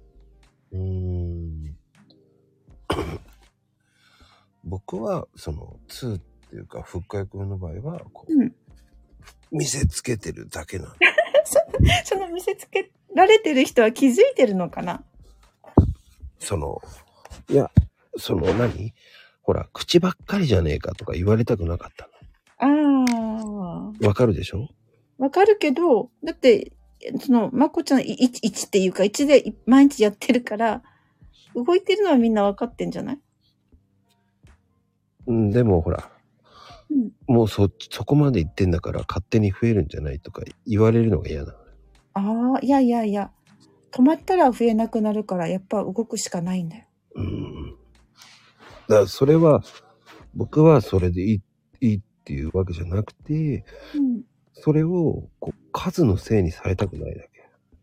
僕は、その、2っていうか、深谷君の場合は、見せつけてるだけなんだ。 その見せつけられてる人は気づいてるのかな？ 何？ほら、口ばっかりじゃねえかとか言われたくなかったの。わかるでしょ？ わかるけど、だって、まこちゃん1っていうか、1で毎日やってるから、動いてるのはみんなわかってんじゃない？ でもほら、もうそこまで言ってんだから勝手に増えるんじゃないとか言われるのが嫌だ。 いや。止まったら増えなくなるから、やっぱ動くしかないんだよ。 だからそれは、僕はそれでいいっていうわけじゃなくて、それを数のせいにされたくないだけ。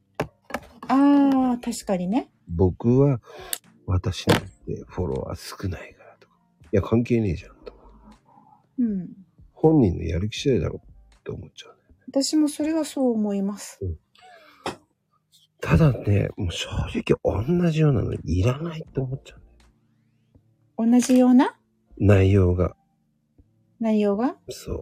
確かにね。 僕は私なんてフォロワー少ないからとか。いや、関係ねえじゃんと。本人のやる気次第だろって思っちゃうね。 私もそれはそう思います。 ただね、もう正直同じようなのいらないって思っちゃうね。 同じような？ 内容が。 そう。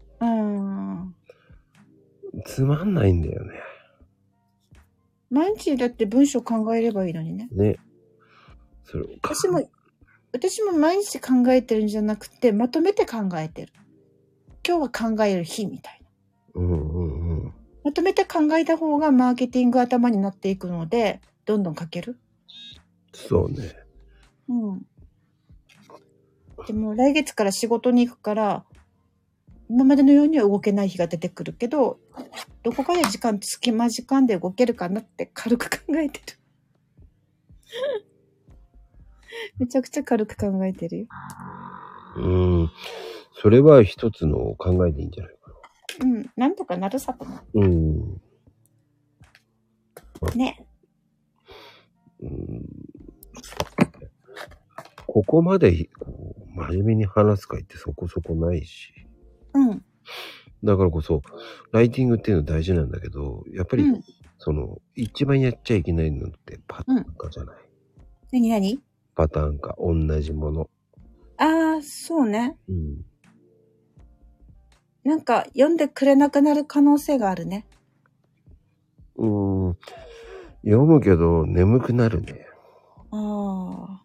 つまんないんだよね。 毎日だって文章考えればいいのにね。 それを私も毎日考えてるんじゃなくて、まとめて考えてる。今日は考える日みたいな。まとめて考えた方がマーケティング頭になっていくので、どんどん書ける。 そうね。 でも来月から仕事に行くから、今までのようには動けない日が出てくるけど、どこかで隙間時間で動けるかなって軽く考えてる。めちゃくちゃ軽く考えてるよ。 それは一つの考えでいいんじゃないかな。 なんとかなるさと思う。ね。 ここまでこう真面目に話す会ってそこそこないし。 うん。 だからこそ、ライティングっていうのは大事なんだけど、やっぱり、 うん、 一番やっちゃいけないのってパターン化じゃない。 何パターン化、同じもの。 ああ、そうね。 うん。 なんか、読んでくれなくなる可能性があるね。 読むけど眠くなるね。 ああ。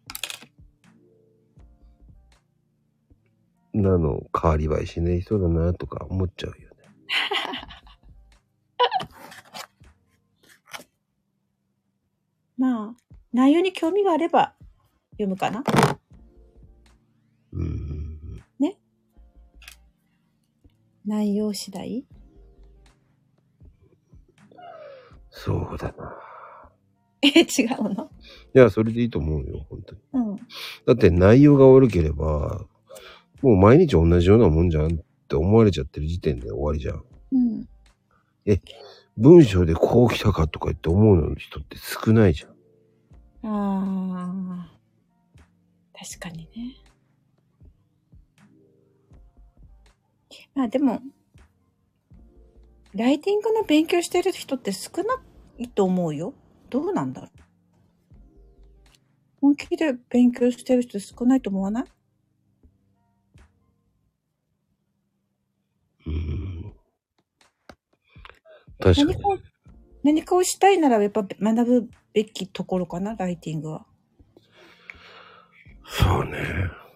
変わり映えしない人だなとか思っちゃうよね。 まあ、内容に興味があれば読むかな。ね。内容次第。 そうだな。 違うの？ いや、それでいいと思うよ、本当に。 うん。 だって内容が悪ければ、もう毎日同じようなもんじゃんって思われちゃってる時点で終わりじゃん。 うん。 文章でこう来たかとか言って思うの人って少ないじゃん。 ああ。確かにね。まあでも、ライティングの勉強してる人って少ないと思うよ。どうなんだろう。本気で勉強してる人少ないと思わない？ 確かに。 何かをしたいならやっぱ学ぶべきところかな、ライティングは。 そうね。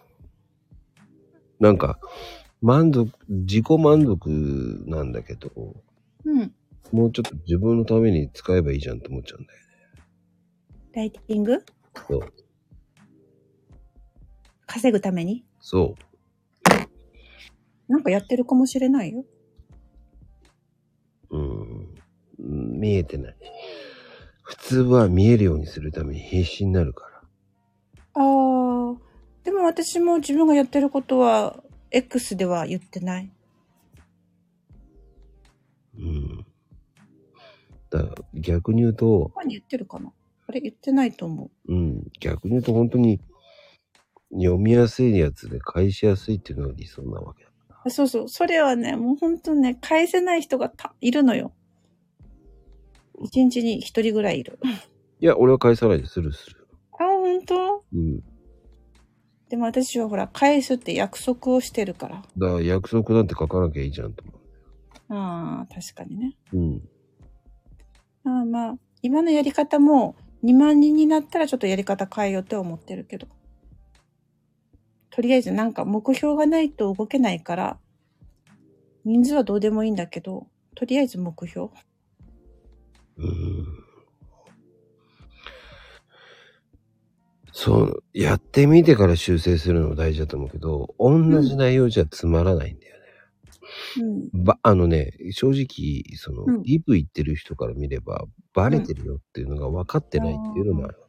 なんか、自己満足なんだけど、 うん。 もうちょっと自分のために使えばいいじゃんって思っちゃうんだよね。 ライティング？ そう。 稼ぐために？ そう。 なんかやってるかもしれないよ。 見えてない。普通は見えるようにするために必死になるから。 ああ、でも私も自分がやってることは X では言ってない。 だから逆に言うと。 他に言ってるかな？あれ言ってないと思う。逆に言うと本当に読みやすいやつで返しやすいっていうのが理想なわけだ。 そうそう。それはね、もう本当ね、返せない人がいるのよ。一日に一人ぐらいいる。 いや、俺は返さないでする。 あ、本当？でも私はほら、返すって約束をしてるから。 だから約束なんて書かなきゃいいじゃんと思う。 ああ、確かにね。まあ、今のやり方も2万人になったらちょっとやり方変えようって思ってるけど。とりあえずなんか目標がないと動けないから、人数はどうでもいいんだけど、とりあえず目標。 そう、やってみてから修正するのも大事だと思うけど、同じ内容じゃつまらないんだよね。正直、リプ言ってる人から見れば、バレてるよっていうのが分かってないっていうのもある。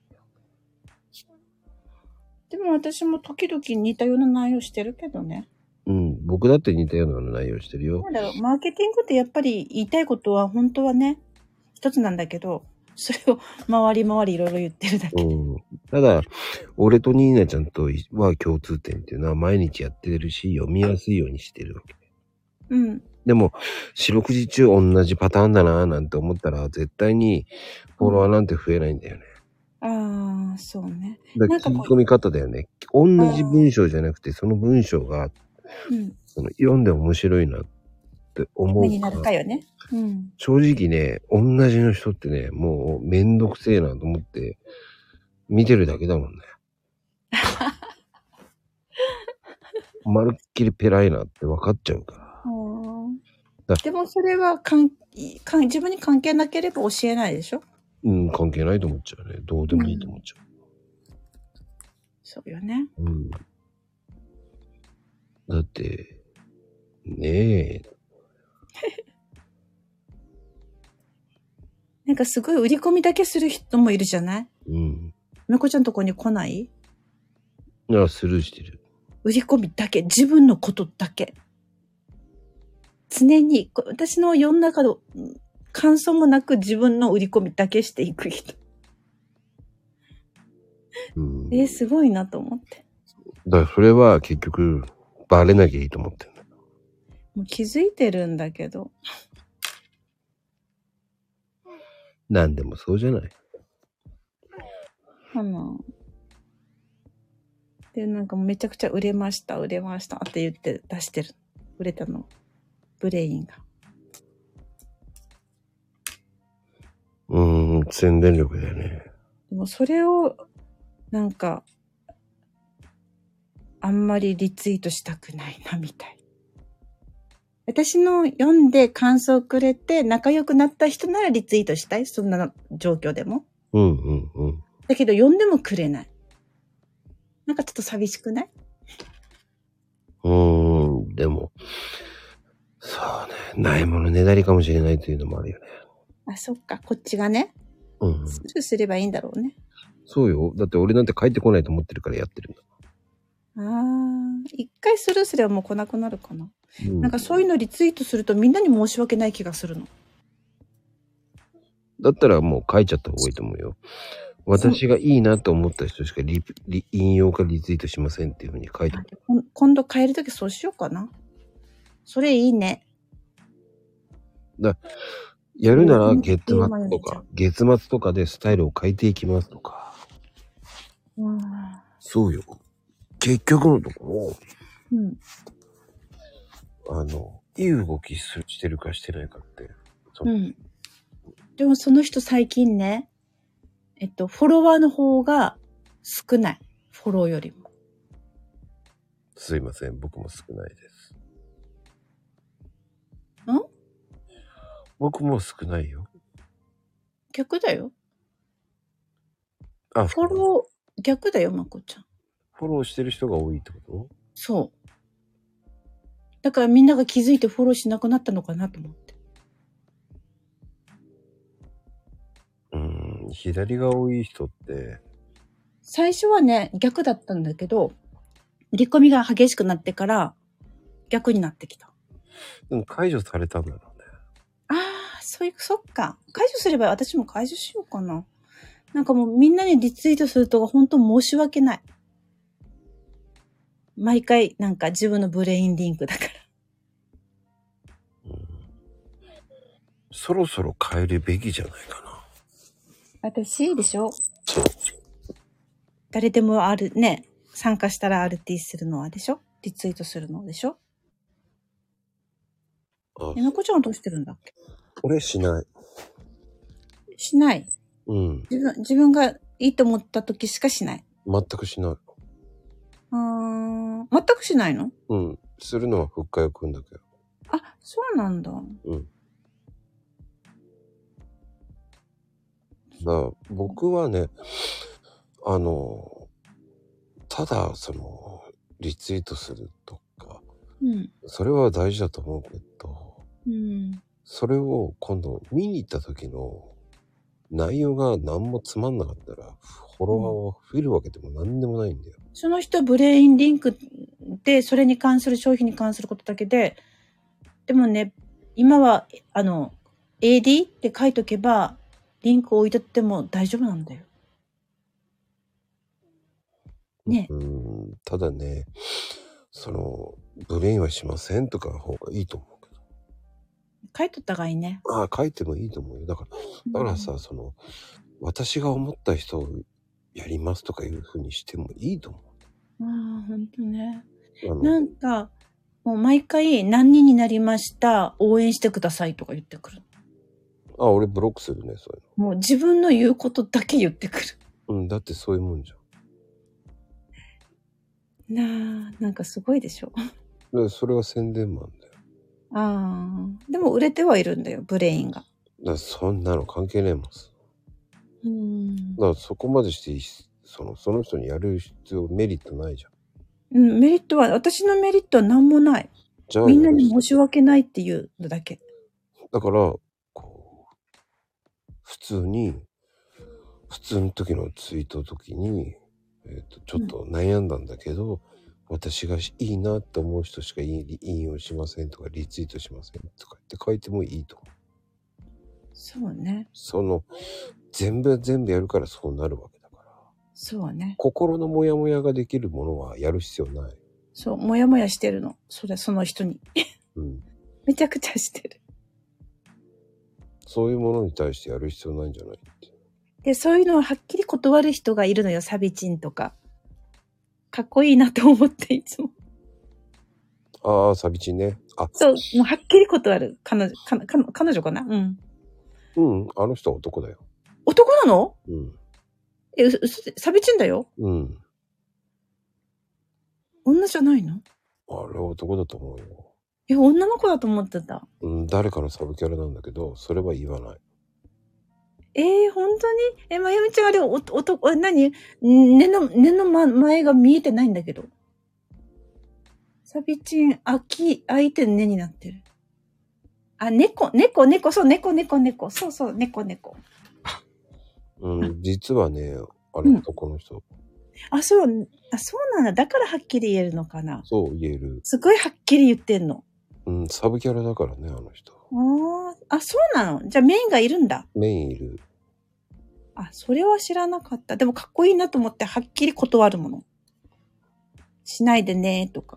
でも私も時々似たような内容してるけどね。 僕だって似たような内容してるよ。 なんだろう、マーケティングってやっぱり言いたいことは本当はね、一つなんだけど、それを回りいろいろ言ってるだけ。 ただ、俺とニーナちゃんとは共通点っていうのは毎日やってるし、読みやすいようにしてるわけ。でも、四六時中同じパターンだなぁなんて思ったら、絶対にフォロワーなんて増えないんだよね。 ああ、そうね。 だから聞き込み方だよね。同じ文章じゃなくて、その文章が、読んで面白いなって思うから。 になるかよね。 正直ね、同じの人ってね、もうめんどくせえなと思って見てるだけだもんね。まるっきりペライなって分かっちゃうから。 でもそれは自分に関係なければ教えないでしょ？ 関係ないと思っちゃうね。どうでもいいと思っちゃう。 そうよね。 だって、ねえ。 なんかすごい売り込みだけする人もいるじゃない？めこちゃんとこに来ない？ いや、スルーしてる。 売り込みだけ、自分のことだけ。常に、私の世の中の感想もなく自分の売り込みだけしていく人。 すごいなと思って。 だからそれは結局、バレなきゃいいと思ってる。 もう気づいてるんだけど。 何でもそうじゃない。 で、なんかめちゃくちゃ売れましたって言って出してる。売れたの。ブレインが。 宣伝力だよね。 でもそれを、なんか、あんまりリツイートしたくないな、みたい。私の読んで感想くれて仲良くなった人ならリツイートしたい。そんな状況でも。だけど読んでもくれない。なんかちょっと寂しくない？ でも、そうね。ないものねだりかもしれないというのもあるよね。 あ、そっか。こっちがね。スルーすればいいんだろうね。 そうよ。だって俺なんて帰ってこないと思ってるからやってるんだ。 一回スルーすればもう来なくなるかな。なんかそういうのリツイートするとみんなに申し訳ない気がするの。 だったらもう書いちゃった方がいいと思うよ。私がいいなと思った人しか引用かリツイートしませんっていうふうに書いてある。 今度変えるときそうしようかな。それいいね。 やるなら月末とかでスタイルを変えていきますとか。そうよ。結局のところ、いい動きしてるかしてないかって。 でもその人最近ね、フォロワーの方が少ない。フォローよりも。 すいません。僕も少ないです。僕も少ないよ。 逆だよ。 フォロー、逆だよ、まこちゃん。 フォローしてる人が多いってこと？ そう。だからみんなが気づいてフォローしなくなったのかなと思って。 左が多い人って。 最初はね、逆だったんだけど、売り込みが激しくなってから逆になってきた。 解除されたんだろうね。 そっか。解除すれば私も解除しようかな。なんかもうみんなにリツイートすると本当申し訳ない。毎回なんか自分のブレインリンクだから。 そろそろ変えるべきじゃないかな。 私でしょ？ そう。 誰でも参加したら RT するのはでしょ？リツイートするのでしょ？まこちゃんはどうしてるんだっけ？ 俺しない。 しない。自分がいいと思った時しかしない。 全くしない。 全くしないの？ するのはふっかよくんだけど。 そうなんだ。 僕はね、ただリツイートするとか、それは大事だと思うけど、それを今度見に行った時の内容が何もつまんなかったら、フォロワーは増えるわけでも何でもないんだよ。 その人ブレインリンクで、それに関する商品に関することだけで、でもね、今は、AD って書いとけば、リンク置いとっても大丈夫なんだよ。ね。 ただね、ブレインはしませんとか方がいいと思うけど。 書いとったがいいね。 書いてもいいと思うよ。だからさ、私が思った人をやりますとかいう風にしてもいいと思う。 ほんとね。なんか、もう毎回何人になりました、応援してくださいとか言ってくる。 俺ブロックするね、そういうの。もう自分の言うことだけ言ってくる。だってそういうもんじゃん。なんかすごいでしょ。 それは宣伝マンだよ。 でも売れてはいるんだよ、ブレインが。 そんなの関係ねえもん。だからそこまでしてその人にやる必要メリットないじゃん。 メリットは私のメリットは何もない。みんなに申し訳ないっていうのだけ。 だから普通の時のツイートの時にちょっと悩んだんだけど、私がいいなって思う人しか引用しませんとかリツイートしませんとかって書いてもいいと思う。 そうね。 全部やるからそうなるわけだから。 そうね。 心のモヤモヤができるものはやる必要ない。 そう、モヤモヤしてるの。その人に。 うん。 めちゃくちゃしてる。 そういうものに対してやる必要ないんじゃないって。 で、そういうのをはっきり断る人がいるのよ、サビチンとか。かっこいいなと思っていつも。 ああ、サビチンね。あ、 そう、もうはっきり断る。彼女かな。うん。 うん、あの人は男だよ。 男なの？ うん。 サビチンだよ。 うん。 女じゃないの？ あれは男だと思うよ。 女の子だと思ってた。 うん、誰かのサブキャラなんだけど、それは言わない。 本当に？まゆみちゃんあれ、何？根の前が見えてないんだけど。サビチン、開いて根になってる。あ、猫。そう、猫。そう、猫。 うん、実はね、あれ男の人。 そうなんだ。だからはっきり言えるのかな。 そう言える。 すごいはっきり言ってんの。 うん、サブキャラだからね、あの人。 そうなの？じゃあメインがいるんだ。 メインいる。 それは知らなかった。でもかっこいいなと思ってはっきり断るもの。しないでねとか。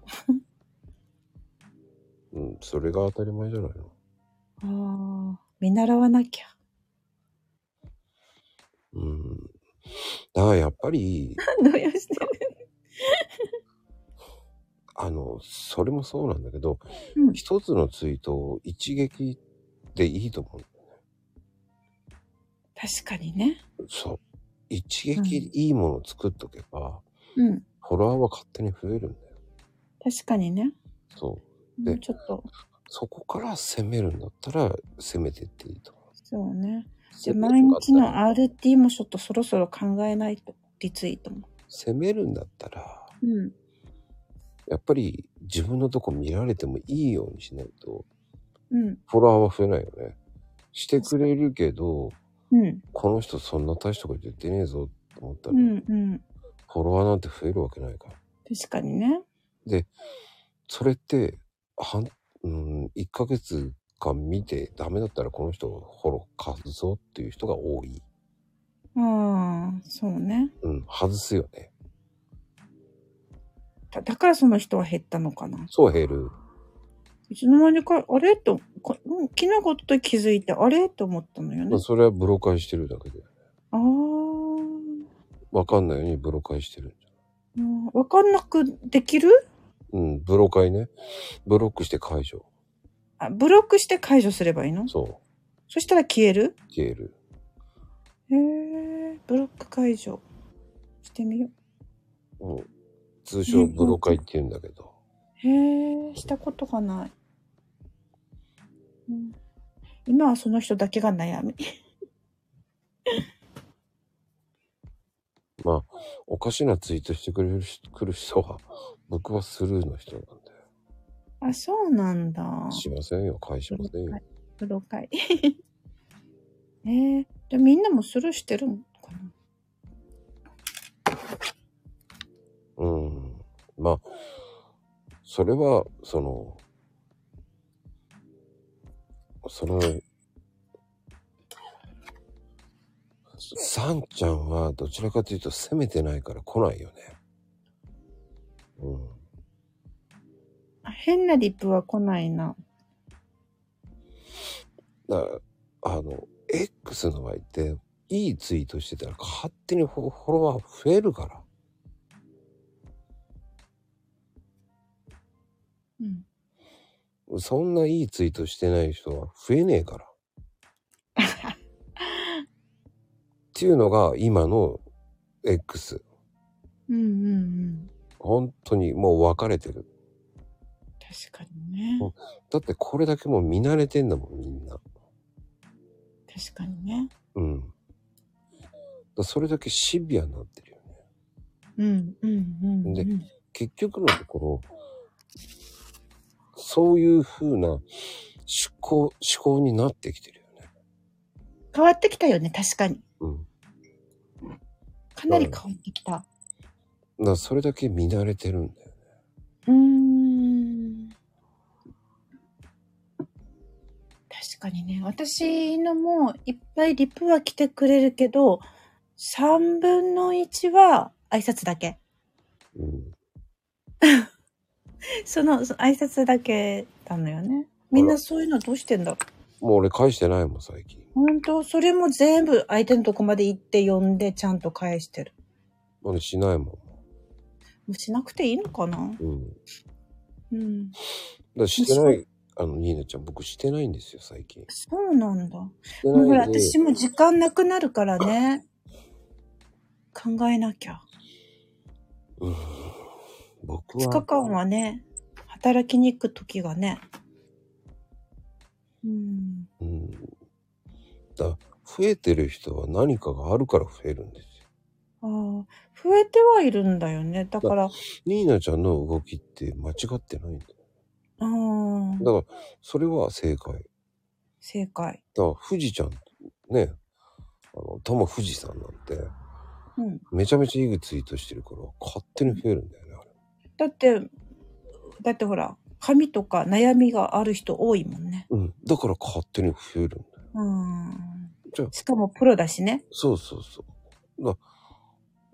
うん、それが当たり前じゃないの。 見習わなきゃ。 うん。だからやっぱり、 動揺してる。 それもそうなんだけど、 うん、 一つのツイートを一撃でいいと思うんだよね。 確かにね。 そう。一撃いいものを作っとけば、 うん。 フォロワーは勝手に増えるんだよ。 確かにね。 そう。で、 ちょっと。 そこから攻めるんだったら攻めてっていいと思う。 そうね。で、毎日の RT もちょっとそろそろ考えないと、リツイートも。 攻めるんだったら、 うん。 やっぱり自分のとこ見られてもいいようにしないと、 うん。 フォロワーは増えないよね。してくれるけど、 うん。 この人そんな大したこと言ってねえぞって思ったら、 うんうん。 フォロワーなんて増えるわけないから。 確かにね。 で、それって、1ヶ月間見てダメだったらこの人フォロー外そうっていう人が多い。 そうね。 うん、外すよね。 だからその人は減ったのかな。 そう減る。 いつの間にか、あれと、きなことと気づいて、あれと思ったのよね。 それはブロカイしてるだけで。わかんないようにブロカイしてるんじゃん。わかんなくできる？ うん、ブロカイね。ブロックして解除。 ブロックして解除すればいいの？ そう。 そしたら消える？ 消える。 ブロック解除してみよう。うん。通称ブロカイって言うんだけど。 したことがない。今はその人だけが悩み。 まあ、おかしなツイートしてくる人は、僕はスルーの人なんで。 そうなんだ。 しませんよ、返しませんよ。 ブロカイ。じゃあみんなもスルーしてるのかな？ まあ、それは、サンちゃんはどちらかというと攻めてないから来ないよね。 変なリップは来ないな。 X の場合って、いいツイートしてたら勝手にフォロワー増えるから。そんないいツイートしてない人は増えねえから。っていうのが今の X。本当にもう分かれてる。 確かにね。 だってこれだけもう見慣れてんだもん、みんな。 確かにね。 それだけシビアになってるよね。で、結局のところ、そういう風な思考になってきてるよね。 変わってきたよね、確かに。かなり変わってきた。 それだけ見慣れてるんだよね。 確かにね。私のもいっぱいリプは来てくれるけど、 3分の1は挨拶だけ。 うん。 その挨拶だけなのよね。みんなそういうのどうしてんだろう。もう俺返してないもん、最近。 本当それも全部相手のとこまで行って呼んでちゃんと返してる。 俺しないもん。 もうしなくていいのかな？ うん。 うん。 だしてない、ニーナちゃん、僕してないんですよ、最近。 そうなんだ。もしてないんで。 うほら、私も時間なくなるからね。考えなきゃ。僕は。2日間はね、働きに行くときがね。 だ増えてる人は何かがあるから増えるんですよ。 ああ、増えてはいるんだよね。だから。 ニーナちゃんの動きって間違ってないんだよ。だから、それは正解。 正解。 だから、富士ちゃん、ね、玉富士さんなんて、めちゃめちゃいいツイートしてるから、勝手に増えるんだよね、あれ。 だってほら、髪とか悩みがある人多いもんね。 うん。だから勝手に増えるんだよ。 じゃあしかもプロだしね。 そうそうそう。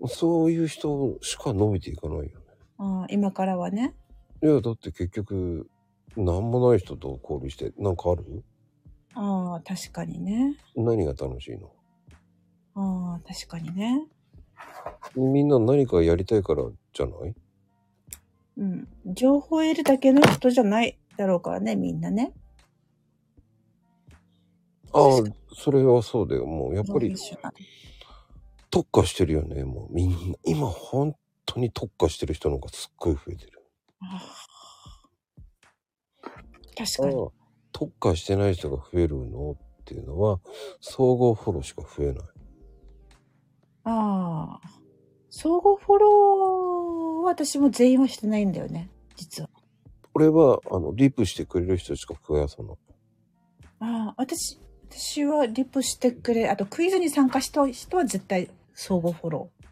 そういう人しか伸びていかないよね。 今からはね。 いや、だって結局、なんもない人と交流して、なんかある？ 確かにね。 何が楽しいの？ 確かにね。 みんな何かやりたいからじゃない？ うん。情報を得るだけの人じゃないだろうからね、みんなね。 それはそうだよ。もうやっぱり特化してるよね。もうみんな今本当に特化してる人の方がすっごい増えてる。 確かに。 特化してない人が増えるのっていうのは総合フォローしか増えない。 総合フォローは私も全員はしてないんだよね、実は。 俺はリプしてくれる人しか増やさない。 私はリプしてくれ、あとクイズに参加した人は絶対相互フォロ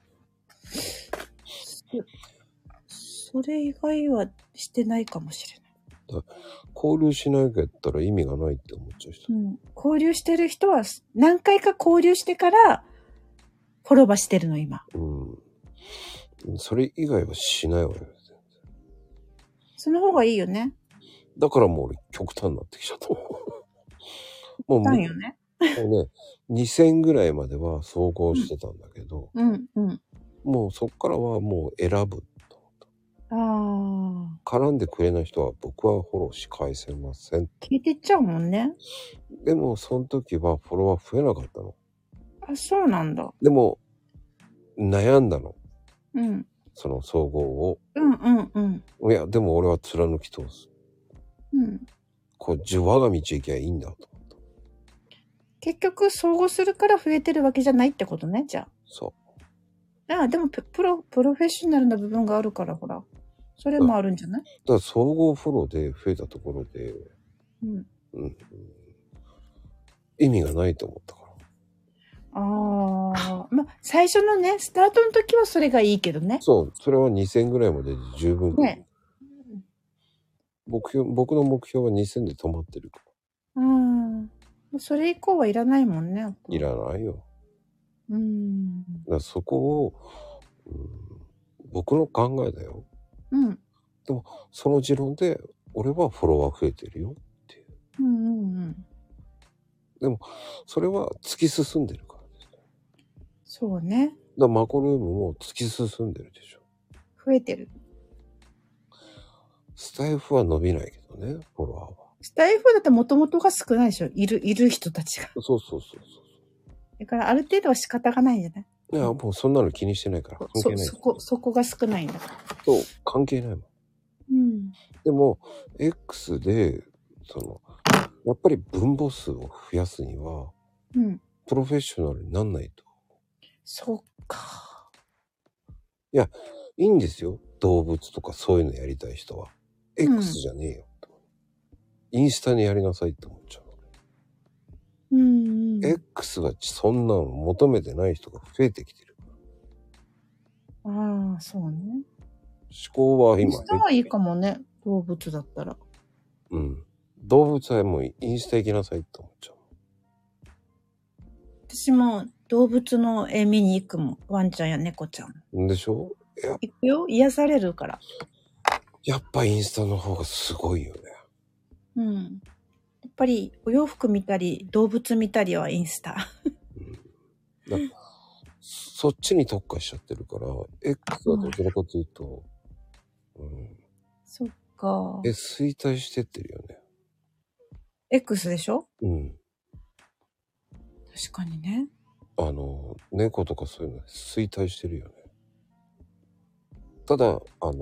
ー。それ以外はしてないかもしれない。 交流しなきゃやったら意味がないって思っちゃう人。 交流してる人は何回か交流してからフォローバーしてるの、今。 それ以外はしないわよ。 その方がいいよね。 だからもう俺極端になってきちゃった。 もうよね。 もうね、2000ぐらいまでは総合してたんだけど、もうそっからはもう選ぶと思った。絡んでくれない人は僕はフォローし返せません。 聞いてっちゃうもんね。 でもその時はフォロワー増えなかったの。 そうなんだ。 でも悩んだの。その総合を。いや、でも俺は貫き通す。我が道行きゃいいんだと思った。 結局、総合するから増えてるわけじゃないってことね、じゃあ。 そう。 でもプロフェッショナルな部分があるから、ほら。それもあるんじゃない？ だから総合フォローで増えたところで、意味がないと思ったから。 最初のね、スタートの時はそれがいいけどね。 そう、それは2000ぐらいまでで十分。ね。僕の目標は2000で止まってるから。 それ以降はいらないもんね。 いらないよ。だからそこを、僕の考えだよ。でも、その持論で、俺はフォロワー増えてるよっていう。でも、それは突き進んでるからですね。 そうね。 マコルームも突き進んでるでしょ。 増えてる。 スタイフは伸びないけどね、フォロワーは。 スタイフだって元々が少ないでしょ。いる人たちが。 そう。 だからある程度は仕方がないんじゃない？ いや、もうそんなの気にしてないから。関係ない。 そこが少ないんだから。 そう、関係ないもん。でも、X で、やっぱり分母数を増やすには、プロフェッショナルになんないと。 そっか。 いや、いいんですよ。動物とかそういうのやりたい人は。X じゃねえよ。インスタにやりなさいって思っちゃう。X はそんなの求めてない人が増えてきてる。 そうね。 思考は今。 インスタはいいかもね。動物だったら。 動物はもうインスタ行きなさいって思っちゃう。 私も動物の絵見に行くもん。ワンちゃんや猫ちゃん。 でしょ？ 行くよ。癒されるから。 やっぱインスタの方がすごいよね。 うん。やっぱりお洋服見たり、動物見たりはインスタ。 そっちに特化しちゃってるから、X はどちらかというと、 そっか。 衰退してってるよね。 X でしょ？ うん。 確かにね。 猫とかそういうの衰退してるよね。ただ、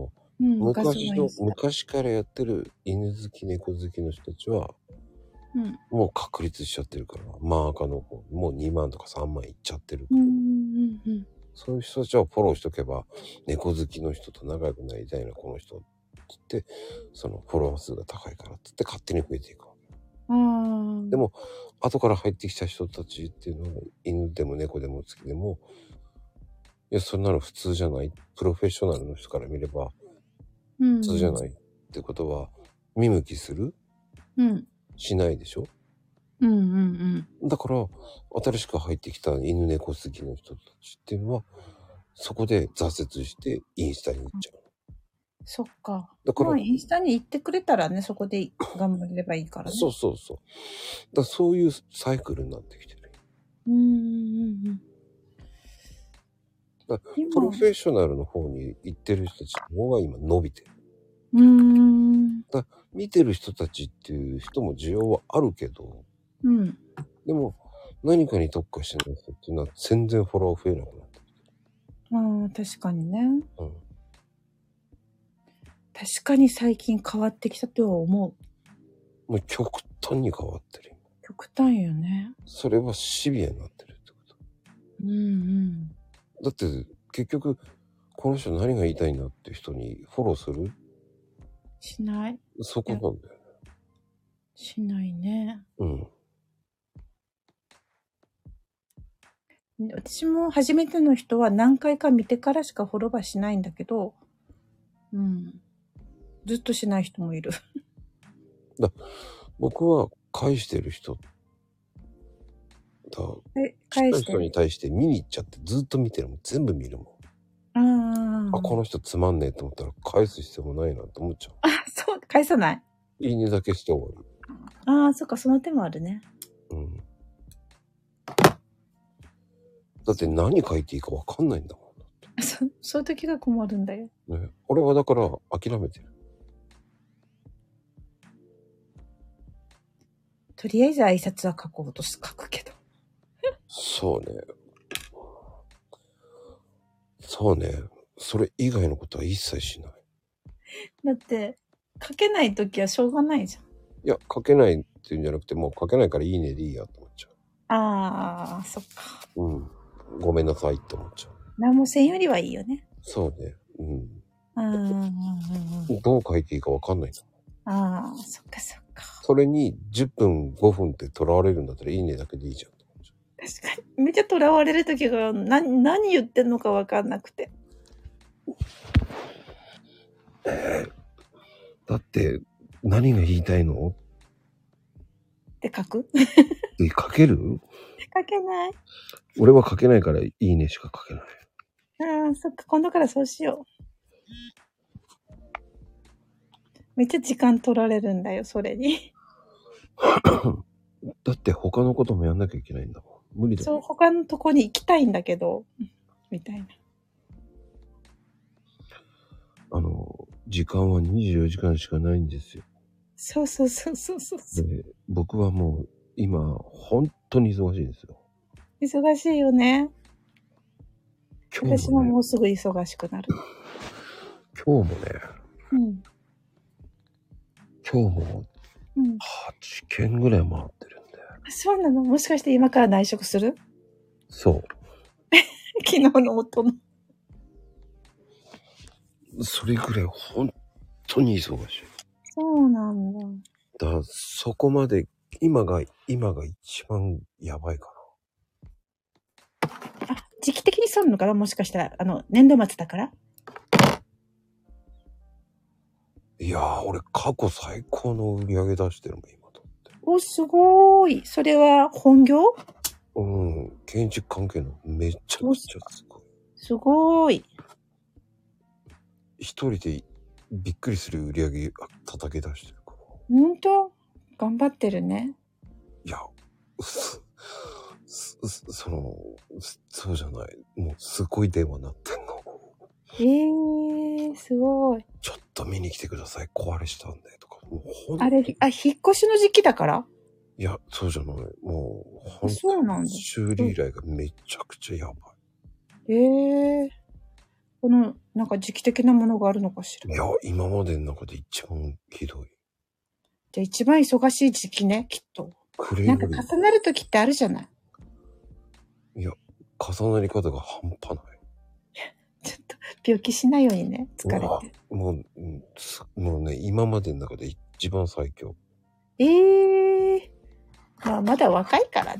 昔からやってる犬好き、猫好きの人たちは、もう確立しちゃってるから、マーカーの方、もう2万とか3万いっちゃってるから、そういう人たちはフォローしとけば、猫好きの人と仲良くなりたいな、この人って言って、そのフォロワー数が高いからって言って勝手に増えていくわけ。でも、後から入ってきた人たちっていうのは、犬でも猫でも好きでも、いや、そんなの普通じゃない。プロフェッショナルの人から見れば、普通じゃないってことは、見向きする？しないでしょ？だから、新しく入ってきた犬猫好きの人たちっていうのは、そこで挫折してインスタに行っちゃう。 そっか。 だから、 まあ、インスタに行ってくれたらね、そこで頑張ればいいからね。 そう。だからそういうサイクルになってきてる。だからプロフェッショナルの方に行ってる人たちの方が今伸びてる。だから見てる人たちっていう人も需要はあるけど、でも何かに特化してない人っていうのは全然フォロワー増えなくなってきてる。 確かにね。確かに最近変わってきたとは思う。もう極端に変わってる。 極端よね。 それはシビアになってるってこと。だって結局この人何が言いたいんだって人にフォローする？ しない。 そこなんだよね。 しないね。私も初めての人は何回か見てからしかフォローはしないんだけど、ずっとしない人もいる。 僕は返してる人返してる人に対して見に行っちゃってずっと見てるもん。全部見るもん。この人つまんねえと思ったら返す必要もないなって思っちゃう。 そう、返さない？ いいねだけして終わり。そっか、その手もあるね。 だって何書いていいか分かんないんだもん。 そういう時が困るんだよ。 ね、俺はだから諦めてる。 とりあえず挨拶は書こうと書くけど。 そうね。それ以外のことは一切しない。 だって、書けないときはしょうがないじゃん。 いや、書けないっていうんじゃなくて、もう書けないからいいねでいいやと思っちゃう。そっか。 ごめんなさいって思っちゃう。 何もせんよりはいいよね。 そうね。どう書いていいか分かんないんだ。 そっか。 それに10分、5分って囚われるんだったらいいねだけでいいじゃん。 確かに。めっちゃ囚われるときが何言ってんのか分かんなくて。 だって、何が言いたいのって書く？ 書ける？ 書けない。 俺は書けないからいいねしか書けない。 そっか。今度からそうしよう。めっちゃ時間取られるんだよ、それに。 だって他のこともやんなきゃいけないんだもん。無理だよ。 そう、他のとこに行きたいんだけど、みたいな。 時間は24時間しかないんですよ。 そう。 で、僕はもう今本当に忙しいんですよ。 忙しいよね。私ももうすぐ忙しくなる。 今日もね。今日も8件ぐらい回ってるんで。 そうなの？もしかして今から内職する？ そう。 昨日の夫の。 それぐらい本当に忙しい。 そうなんだ。 だからそこまで今が一番やばいかな。時期的にそうなのかな？もしかしたら年度末だから。 いやー、俺過去最高の売り上げ出してるもん今とって。 すごーい。それは本業？ 建築関係のめちゃくちゃすごい。 すごい。 一人でびっくりする売り上げ叩き出してるから。 ほんと頑張ってるね。 いや、そうじゃない。もうすごい電話になってんの。 すごい。 ちょっと見に来てください。壊れしたんで。とか。もうあれ、引っ越しの時期だから？ いや、そうじゃない。もう、ほんとそうなんだ。 修理依頼がめちゃくちゃやばい。この、なんか時期的なものがあるのかしら。 いや、今までの中で一番ひどい。 じゃあ一番忙しい時期ね、きっと。なんか重なる時ってあるじゃない。 いや、重なり方が半端ない。 ちょっと病気しないようにね、疲れて。 もうね、今までの中で一番最強。 まあ、まだ若いからね。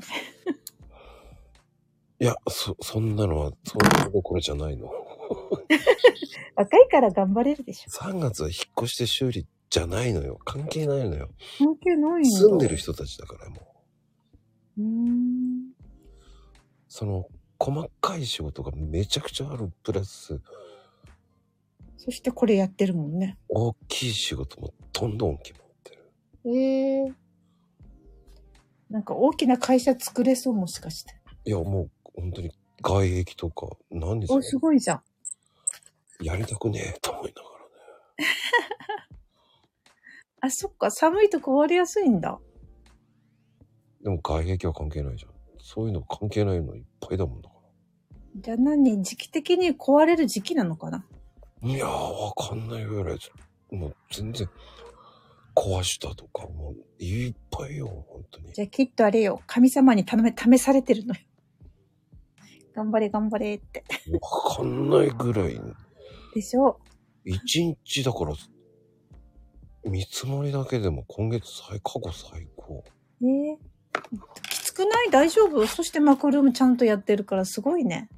いや、そんなのは、そんなどころじゃないの。 若いから頑張れるでしょ。 3月は引っ越して修理じゃないのよ。関係ないのよ。 関係ないの？ 住んでる人たちだからもう。その、細かい仕事がめちゃくちゃあるプラス。 そしてこれやってるもんね。 大きい仕事もどんどん決まってる。なんか大きな会社作れそう、もしかして。 いや、もう本当に外壁とか、何ですか？ すごいじゃん。 やりたくねえと思いながらね。 あ、そっか。寒いと壊れやすいんだ。 でも外壁は関係ないじゃん。そういうの関係ないのいっぱいだもんだから。 じゃあ時期的に壊れる時期なのかな？ いやー、わかんないぐらい。もう全然壊したとか、もういっぱいよ、本当に。 じゃあきっとあれよ。神様に試されてるのよ。頑張れ頑張れって。 わかんないぐらい。 でしょ？ 一日だから、見積もりだけでも今月過去最高。 きつくない？大丈夫？そしてマクルームちゃんとやってるからすごいね。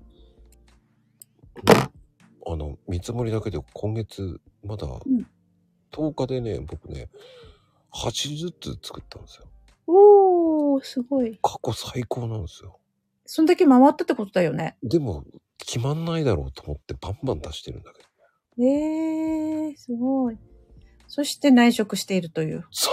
見積もりだけで今月まだ10日でね、僕ね、80つ作ったんですよ。 おー、すごい。 過去最高なんですよ。 そんだけ回ったってことだよね。 でも、決まんないだろうと思ってバンバン出してるんだけどね。すごい。そして内職しているという。 そう。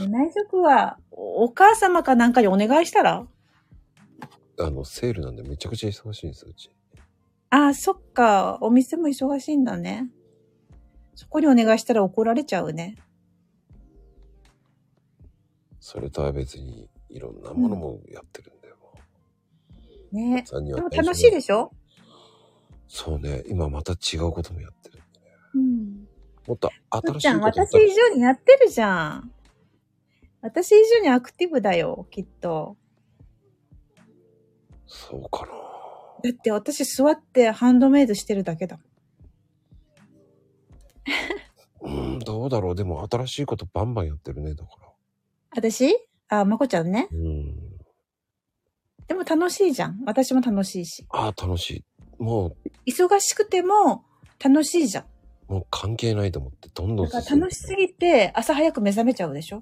内職は、お母様かなんかにお願いしたら？ セールなんでめちゃくちゃ忙しいんですよ、うち。 ああ、そっか。お店も忙しいんだね。そこにお願いしたら怒られちゃうね。 それとは別にいろんなものもやってるんだよ。 ね。でも楽しいでしょ？ そうね。今また違うこともやってるんでね。もっと新しいことちゃん、私以上にやってるじゃん。私以上にアクティブだよ、きっと。 そうかな。 だって私座ってハンドメイドしてるだけだもん。どうだろう。でも新しいことバンバンやってるね、だから。 私？まこちゃんね。でも楽しいじゃん。私も楽しいし。 楽しい。もう。 忙しくても楽しいじゃん。 もう関係ないと思ってどんどん進んで。楽しすぎて朝早く目覚めちゃうでしょ？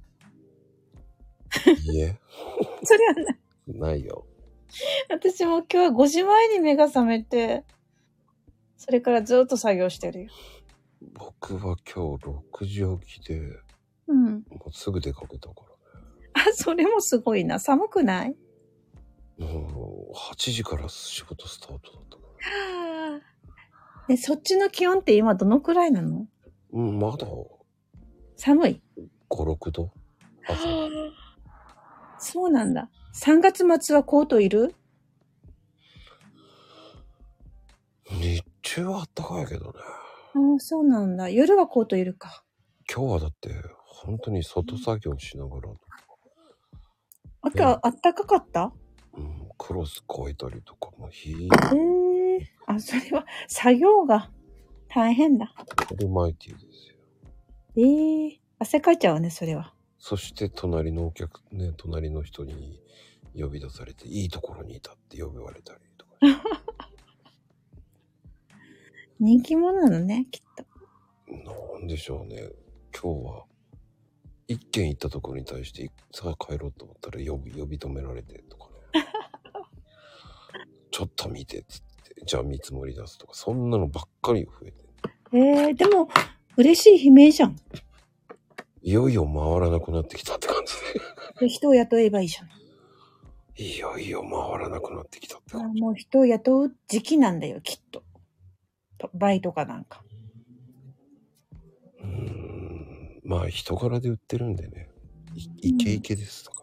いいえ。 それはない。 ないよ。 私も今日は5時前に目が覚めて、それからずっと作業してるよ。 僕は今日6時起きで、もうすぐ出かけたからね。それもすごいな。寒くない？ もう8時から仕事スタートだったから。 そっちの気温って今どのくらいなの？ まだ。 寒い？ 5、6度。 そうなんだ。3月末はコートいる？ 日中は暖かいけどね。 そうなんだ。夜はコートいるか。 今日はだって本当に外作業しながら。 あとは暖かかった？ クロス越えたりとかもそれは作業が大変だ。 オルマイティですよ。汗かいちゃうね、それは。 そして隣の人に呼び出されて、いいところにいたって呼ばれたりとか。 人気者なのね、きっと。 なんでしょうね。今日は一軒行ったところに対してさあ帰ろうと思ったら呼び止められてとかね。 ちょっと見てっつって、じゃあ見積もり出すとか、そんなのばっかり増えて。 でも、嬉しい悲鳴じゃん。 いよいよ回らなくなってきたって感じで、人を雇えばいいじゃん。 いよいよ回らなくなってきたって感じ。 もう人を雇う時期なんだよ、きっと。バイトかなんか。 まあ人柄で売ってるんでね。イケイケですだから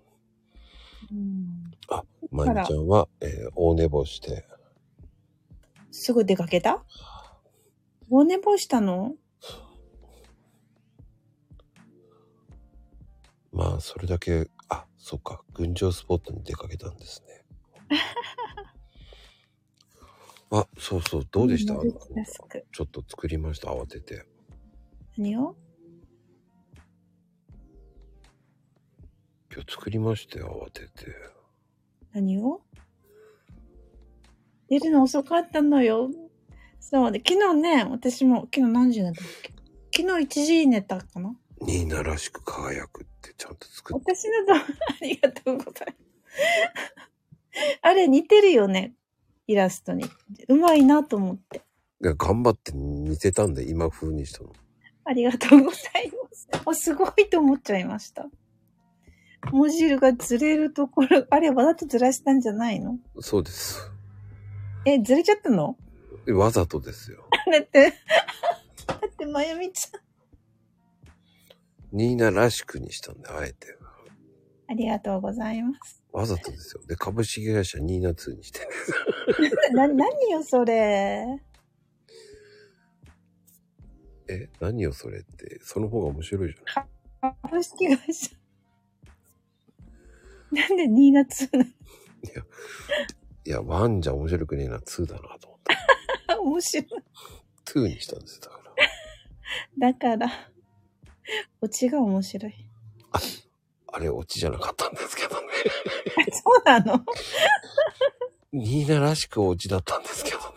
。あ、まゆみちゃんは、大寝坊して。 すぐ出かけた？大寝坊したの？ まあそれだけ、そっか、群青スポットに出かけたんですね。そうそう、どうでした？ちょっと作りました、慌てて。 何を？ 今日作りましたよ、慌てて。 何を？出るの遅かったのよ。そうで、昨日ね、私も、昨日何時寝たっけ？昨日1時に寝たかな？ ニーナらしく輝くってちゃんと作って。 私のと、ありがとうございます。あれ似てるよね。イラストに。うまいなと思って。 いや、頑張って似せたんで、今風にしたの。 ありがとうございます。すごいと思っちゃいました。文字がずれるところ、あれわざとずらしたんじゃないの？ そうです。 ずれちゃったの？ わざとですよ。 だって、まゆみちゃん。 ニーナらしくにしたんで、あえて。 ありがとうございます。 わざとですよ。で、株式会社ニーナ2にしてね。 何よ、それ。 何よ、それって。その方が面白いじゃん。株式会社。なんでニーナ2なの？ いや、1じゃ面白くねえな、2だなと思った。 面白い。 2にしたんですよ、だから。 だから、オチが面白い。 あれ、オチじゃなかったんですけどね。 そうなの？ ニーナらしくオチだったんですけどね。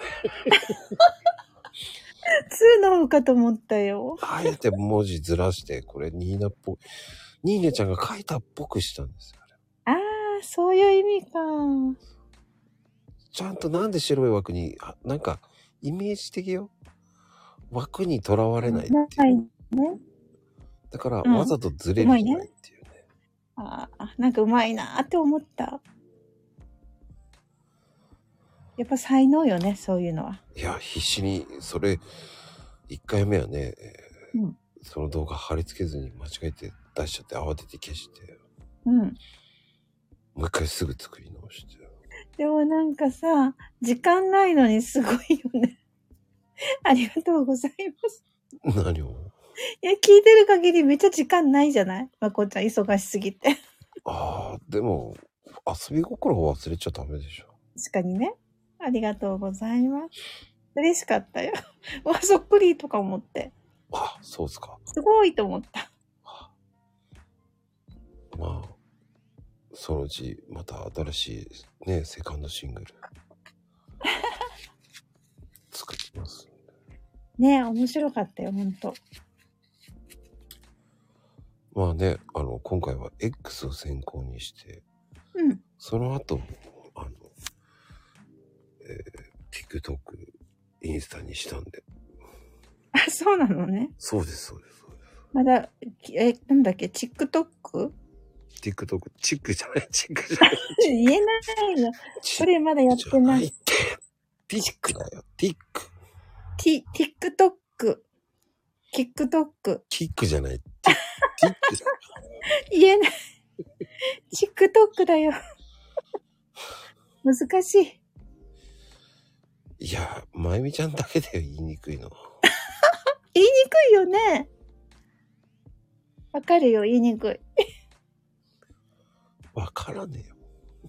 2の方かと思ったよ。 あえて文字ずらして、これニーナっぽい。ニーナちゃんが書いたっぽくしたんですよ。 そういう意味か。 ちゃんとなんで白い枠に、なんか、イメージ的よ。枠にとらわれないっていう。 ね。 だから、わざとずれるじゃないっていうね。 なんかうまいなーって思った。やっぱ才能よね、そういうのは。 いや、必死に、それ、1回目はね、その動画貼り付けずに間違えて出しちゃって慌てて消して。もう一回すぐ作り直して。 でもなんかさ、時間ないのにすごいよね。ありがとうございます。 何を？ いや、聞いてる限りめっちゃ時間ないじゃない？まこちゃん忙しすぎて。 でも、遊び心を忘れちゃダメでしょ。 確かにね。ありがとうございます。嬉しかったよ。そっくりとか思って。 そうっすか。 すごいと思った。 まあ、そのうちまた新しいね、セカンドシングル作ります。 ね、面白かったよ、ほんと。 まあね、今回は X を先行にして、その後、TikTok、インスタにしたんで。 そうなのね。 そうです、そうです、そうです。 まだ、なんだっけ、TikTok？ TikTok、チックじゃない、チックじゃない。 言えないの。それまだやってない。 ティックだよ、ティック。 TikTok。 キックじゃない。ティックじゃない。 言えない。TikTok だよ。難しい。 いや、まゆみちゃんだけだよ、言いにくいの。 言いにくいよね。わかるよ、言いにくい。 わからねえよ。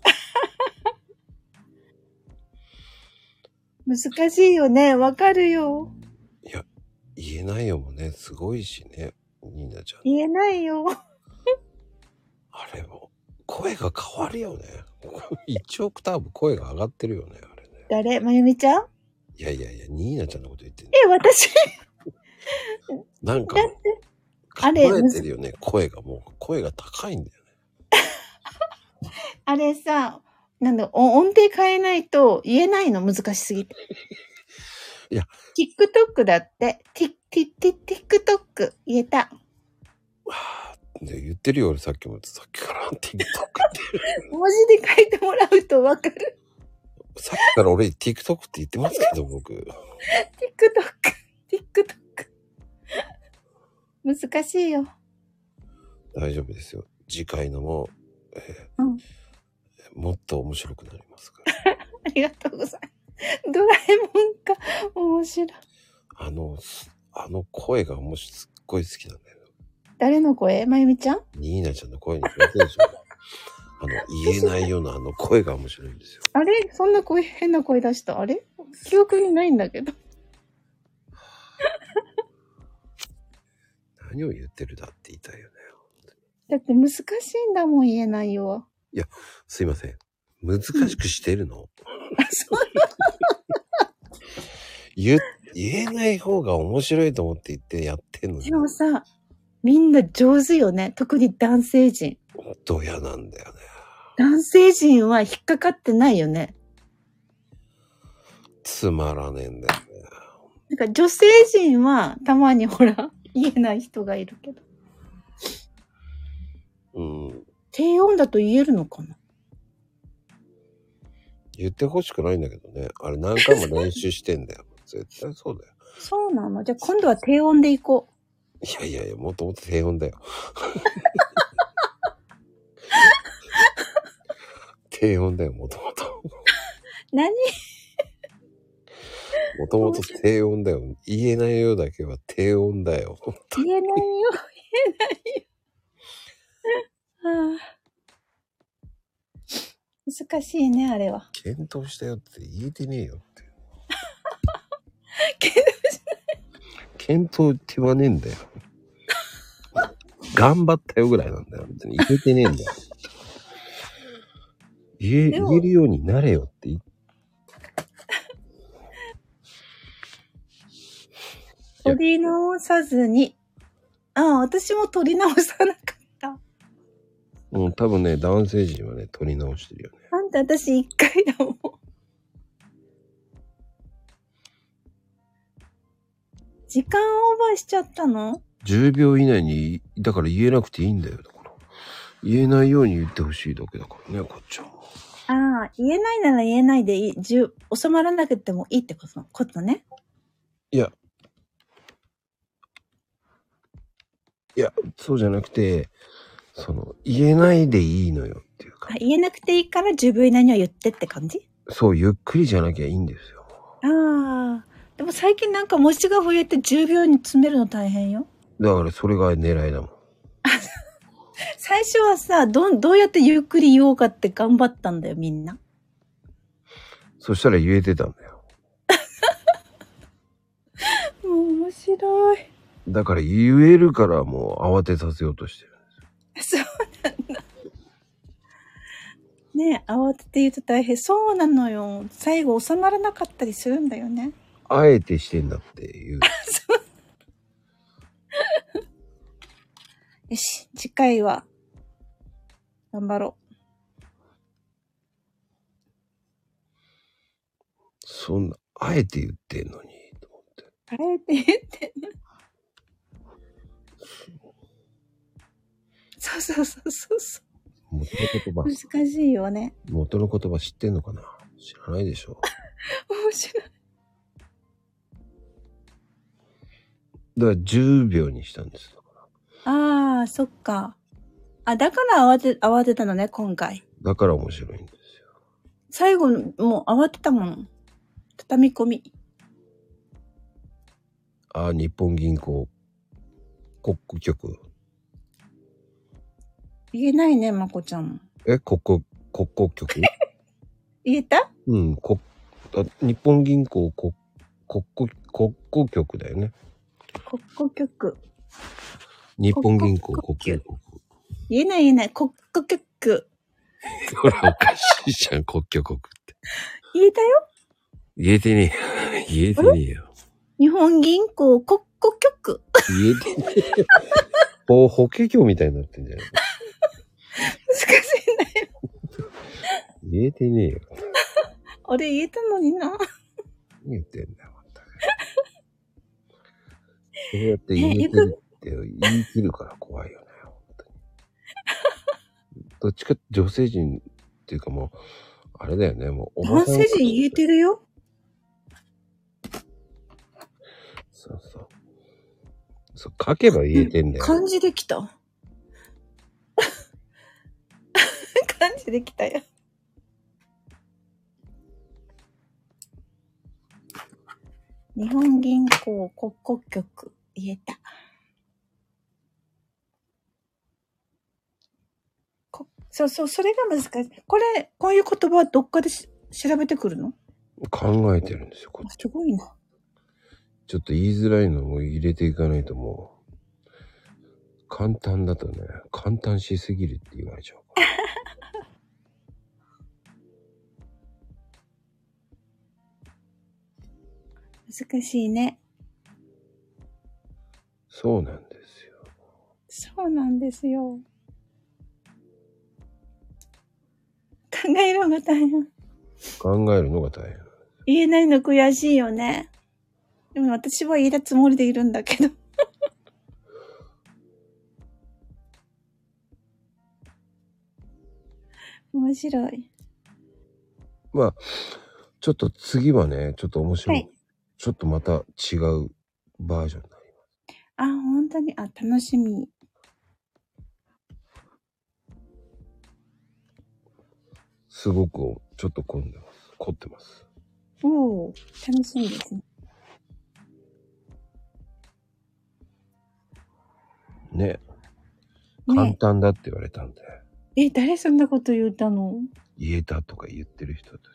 難しいよね、わかるよ。 いや、言えないよもね、すごいしね、ニーナちゃん。 言えないよ。 あれも、声が変わるよね。1オクターブ声が上がってるよね、あれね。 誰？まゆみちゃん？ いや、ニーナちゃんのこと言ってんの。私なんか、考えてるよね、声がもう、声が高いんだよね。 あれさ、 なんだ、音程変えないと言えないの、難しすぎて。 いや。 TikTok だって。TikTok 言えた。 言ってるよ、俺さっきから TikTok って。 文字で書いてもらうとわかる。 さっきから俺 TikTok って言ってますけど、僕。 TikTok。難しいよ。 大丈夫ですよ。次回のも、もっと面白くなりますから。 ありがとうございます。ドラえもんか。面白い。 あの声がすっごい好きなんだよ。 誰の声？まゆみちゃん？ ニーナちゃんの声に似てるでしょ。言えないような声が面白いんですよ。 あれ？そんな変な声出した？あれ？記憶にないんだけど。 何を言ってるだって言いたいよね。 だって難しいんだもん、言えないよ。 いや、すいません。難しくしてるの？言えない方が面白いと思って言ってやってんのに。 でもさ、みんな上手よね。特に男性陣。 ドヤなんだよね。 男性陣は引っかかってないよね。 つまらねえんだよね。 なんか女性陣はたまにほら、言えない人がいるけど。低音だと言えるのかな？ 言ってほしくないんだけどね。あれ何回も練習してんだよ。絶対そうだよ。 そうなの？じゃあ今度は低音でいこう。いや、もっともっと低音だよ。低音だよ、もともと。 何？ もともと低音だよ。言えないようだけは低音だよ。 言えないよ、言えないよ。はあ、難しいね、あれは。 検討したよって言えてねえよって。検討って言わねえんだよ。頑張ったよぐらいなんだよ。別に言えてねえんだよ。言えるようになれよって言って。 取り直さずに。私も取り直さなかった。 多分ね、男性陣はね、取り直してるよね。 あんた私1回だもん。時間オーバーしちゃったの？ 10 秒以内に、だから言えなくていいんだよ。だから言えないように言ってほしいだけだからね、こっちは。 言えないなら言えないでいい。収まらなくてもいいってことね。 いや、そうじゃなくて、言えないでいいのよっていうか。 言えなくていいから10秒以内には言ってって感じ？ そう、ゆっくりじゃなきゃいいんですよ。 でも最近なんか文字が増えて10秒に詰めるの大変よ。 だからそれが狙いだもん。 最初はさ、どうやってゆっくり言おうかって頑張ったんだよ、みんな。 そしたら言えてたんだよ。 もう面白い。 だから言えるからもう慌てさせようとしてるんですよ。 そうなんだ。ねえ、慌てて言うと大変。そうなのよ。最後収まらなかったりするんだよね。 あえてしてんだっていう。 よし、次回は頑張ろう。 そんな、あえて言ってんのに、と思って。 あえて言ってんの。そう。 元の言葉。 難しいよね。 元の言葉知ってんのかな？知らないでしょ。 面白い。 だから10秒にしたんです。 そっか。だから慌てたのね、今回。 だから面白いんですよ。 最後、もう慌てたもん。畳み込み。 日本銀行国庫局。 言えないね、まこちゃんも。 国庫局言えた？ 日本銀行国庫局だよね。 国庫局。 日本銀行国庫局。 言えない。国庫局。 ほら、おかしいじゃん、国庫局って。 言えたよ。 言えてねえよ。 日本銀行国庫局。 言えてねえよ。保険業みたいになってんじゃない？ 難しいんだよ。 言えてねえよ。 あれ言えたのにな。 何言ってんだよ、また。そうやって言えてるって言い切るから怖いよね、本当に。どっちか女性陣っていうかもう、あれだよね、もうおばさん。 男性陣言えてるよ。 そうそう。そう、書けば言えてんだよ。 漢字できた。漢字できたよ。日本銀行国庫局言えた。そうそう、それが難しい。こういう言葉はどっかで調べてくるの？ 考えてるんですよ、こっち。 すごいな。 ちょっと言いづらいのを入れていかないともう、簡単だとね、簡単しすぎるって言われちゃうから。 難しいね。 そうなんですよ。 そうなんですよ。考えるのが大変。 考えるのが大変。 言えないの悔しいよね。でも私は言えたつもりでいるんだけど。面白い。 まあ、ちょっと次はね、ちょっと面白い。 はい、 ちょっとまた違うバージョンになります。 あ、本当に、楽しみ。 すごくちょっと凝ってます。 おお、楽しみですね。 ね。簡単だって言われたんで。 誰そんなこと言ったの？ 言えたとか言ってる人と。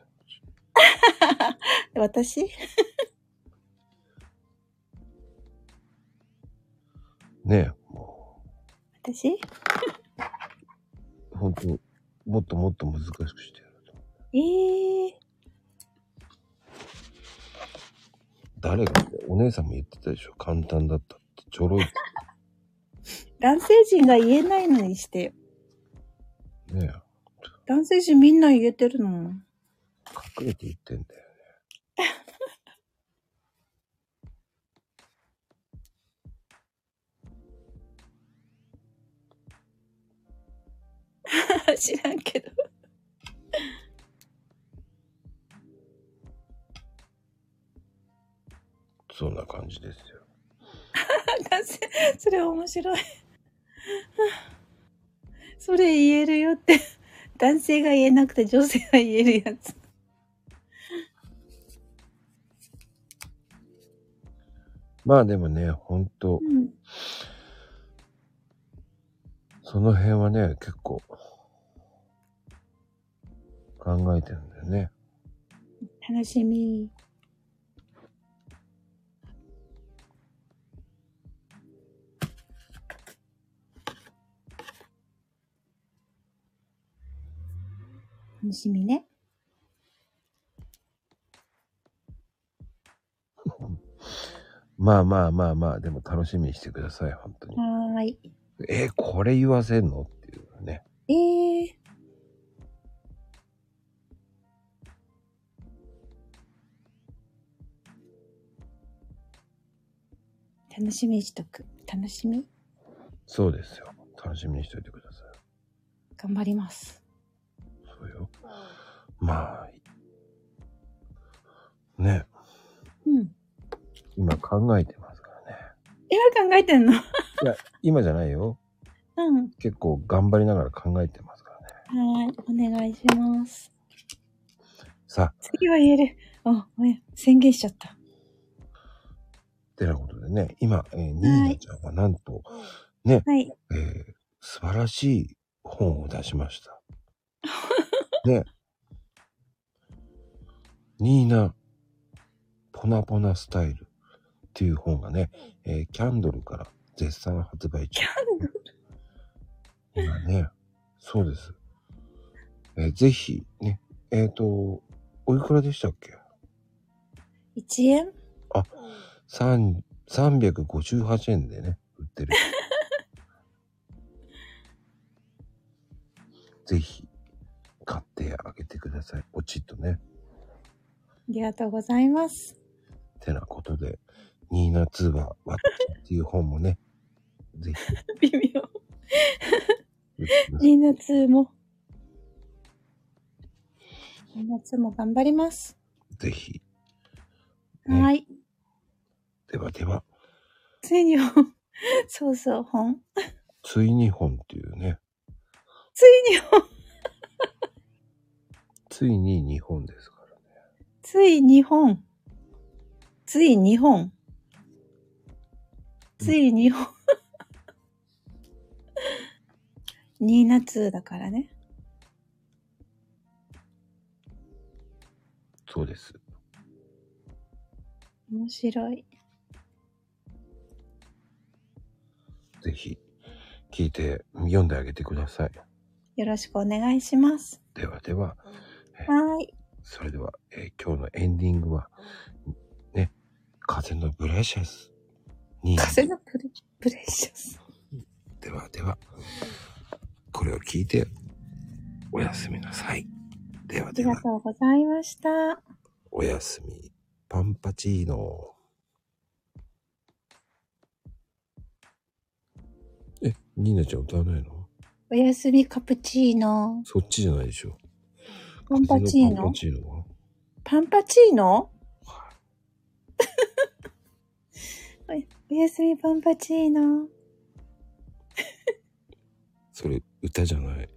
私？ ね、もう。私？ 本当もっともっと難しくしてやると。誰がね、お姉さんも言ってたでしょ。簡単だったってちょろいって。 男性陣が言えないのにしてよ。 ねえ。 男性陣みんな言えてるの。 隠れて言ってんだよね。知らんけど。 そんな感じですよ。 男性、それ面白い。それ言えるよって。男性が言えなくて女性が言えるやつ。 まあでもね、ほんと、その辺はね、結構考えてるんだよね。 楽しみ。楽しみね。 まあ、でも楽しみにしてください、本当に。 はーい。 これ言わせんのっていうね。 楽しみにしとく。楽しみ？ そうですよ。楽しみにしといてください。 頑張ります。 そうよ。まあ、ね。今考えてますからね。 今考えてんの？いや、今じゃないよ。結構頑張りながら考えてますからね。はい、お願いします。 さあ。 次は言える。宣言しちゃった。 ってなことでね、今、ニーナちゃんはなんと、ね、素晴らしい本を出しました。ね。ニーナ、ポナポナスタイルっていう本がね、キャンドルから絶賛発売中。 キャンドル？ 今ね、そうです。ぜひ、ね、おいくらでしたっけ？ 1 円？ あ、358円でね、売ってる。ぜひ、 買ってあげてください。ポチッとね。 ありがとうございます。 てなことで、ニーナ2は私っていう本もね、ぜ微妙。ニーナ2も。ニーナ2も頑張ります。 ぜひ。 ね、はい。 ではでは。 ついに本。そうそう、本。 ついに本っていうね。 ついに本。 ついに日本ですからね。 つい日本。つい日本。つい日本。ニーナ2だからね。 そうです。 面白い。 ぜひ、聞いて、読んであげてください。 よろしくお願いします。 ではでは。 はい。 それでは、今日のエンディングは、ね、風のブレシャス。 風のブレシャス。 ではでは、これを聞いて、おやすみなさい。ではでは。 ありがとうございました。 おやすみ、パンパチーノ。ニーナちゃん歌わないの？ おやすみカプチーノ。 そっちじゃないでしょ。 パンパチーノ？ パンパチーノは？ パンパチーノ？はい。おやすみパンパチーノ。 それ歌じゃない。